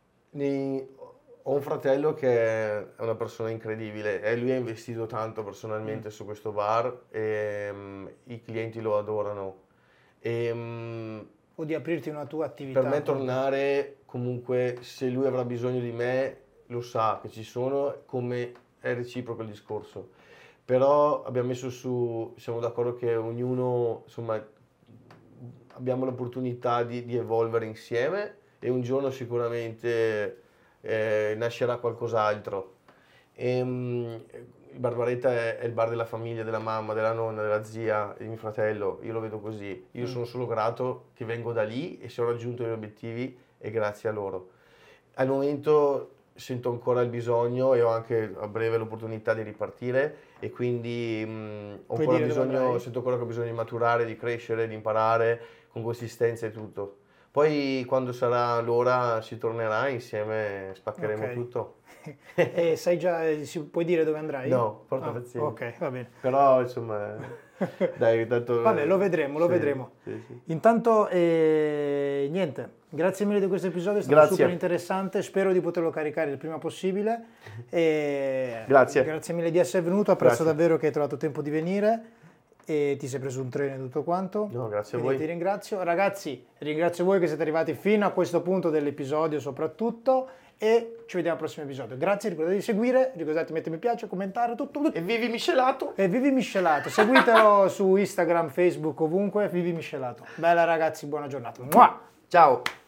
[SPEAKER 1] ho un fratello che è una persona incredibile e lui ha investito tanto personalmente su questo bar e i clienti lo adorano.
[SPEAKER 2] O di aprirti una tua attività.
[SPEAKER 1] Per me tornare, comunque, se lui avrà bisogno di me, lo sa che ci sono, come è reciproco il discorso. Però abbiamo messo su, siamo d'accordo che ognuno, insomma, abbiamo l'opportunità di evolvere insieme. E un giorno sicuramente nascerà qualcos'altro. Il Barbaretta è il bar della famiglia, della mamma, della nonna, della zia, di mio fratello. Io lo vedo così. Io sono solo grato che vengo da lì e se ho raggiunto i miei obiettivi è grazie a loro. Al momento sento ancora il bisogno e ho anche a breve l'opportunità di ripartire e quindi sento ancora che ho bisogno di maturare, di crescere, di imparare con consistenza e tutto. Poi quando sarà l'ora si tornerà insieme, spaccheremo tutto.
[SPEAKER 2] E sai già, puoi dire dove andrai?
[SPEAKER 1] No, porta pazienza.
[SPEAKER 2] Ok, va bene.
[SPEAKER 1] Però insomma, dai, tanto...
[SPEAKER 2] Vabbè, lo vedremo.
[SPEAKER 1] Sì.
[SPEAKER 2] Intanto, niente, grazie mille di questo episodio, è stato super interessante, spero di poterlo caricare il prima possibile. Grazie mille di essere venuto, apprezzo davvero che hai trovato tempo di venire. E ti sei preso un treno e tutto quanto.
[SPEAKER 1] No, grazie
[SPEAKER 2] Quindi
[SPEAKER 1] a voi.
[SPEAKER 2] ti ringrazio. Ragazzi, ringrazio voi che siete arrivati fino a questo punto dell'episodio soprattutto e ci vediamo al prossimo episodio. Grazie, ricordate di seguire, ricordate di mettere mi piace, commentare, tutto.
[SPEAKER 1] E vivi miscelato!
[SPEAKER 2] Seguitelo su Instagram, Facebook, ovunque, vivi miscelato. Bella ragazzi, buona giornata. Mua!
[SPEAKER 1] Ciao!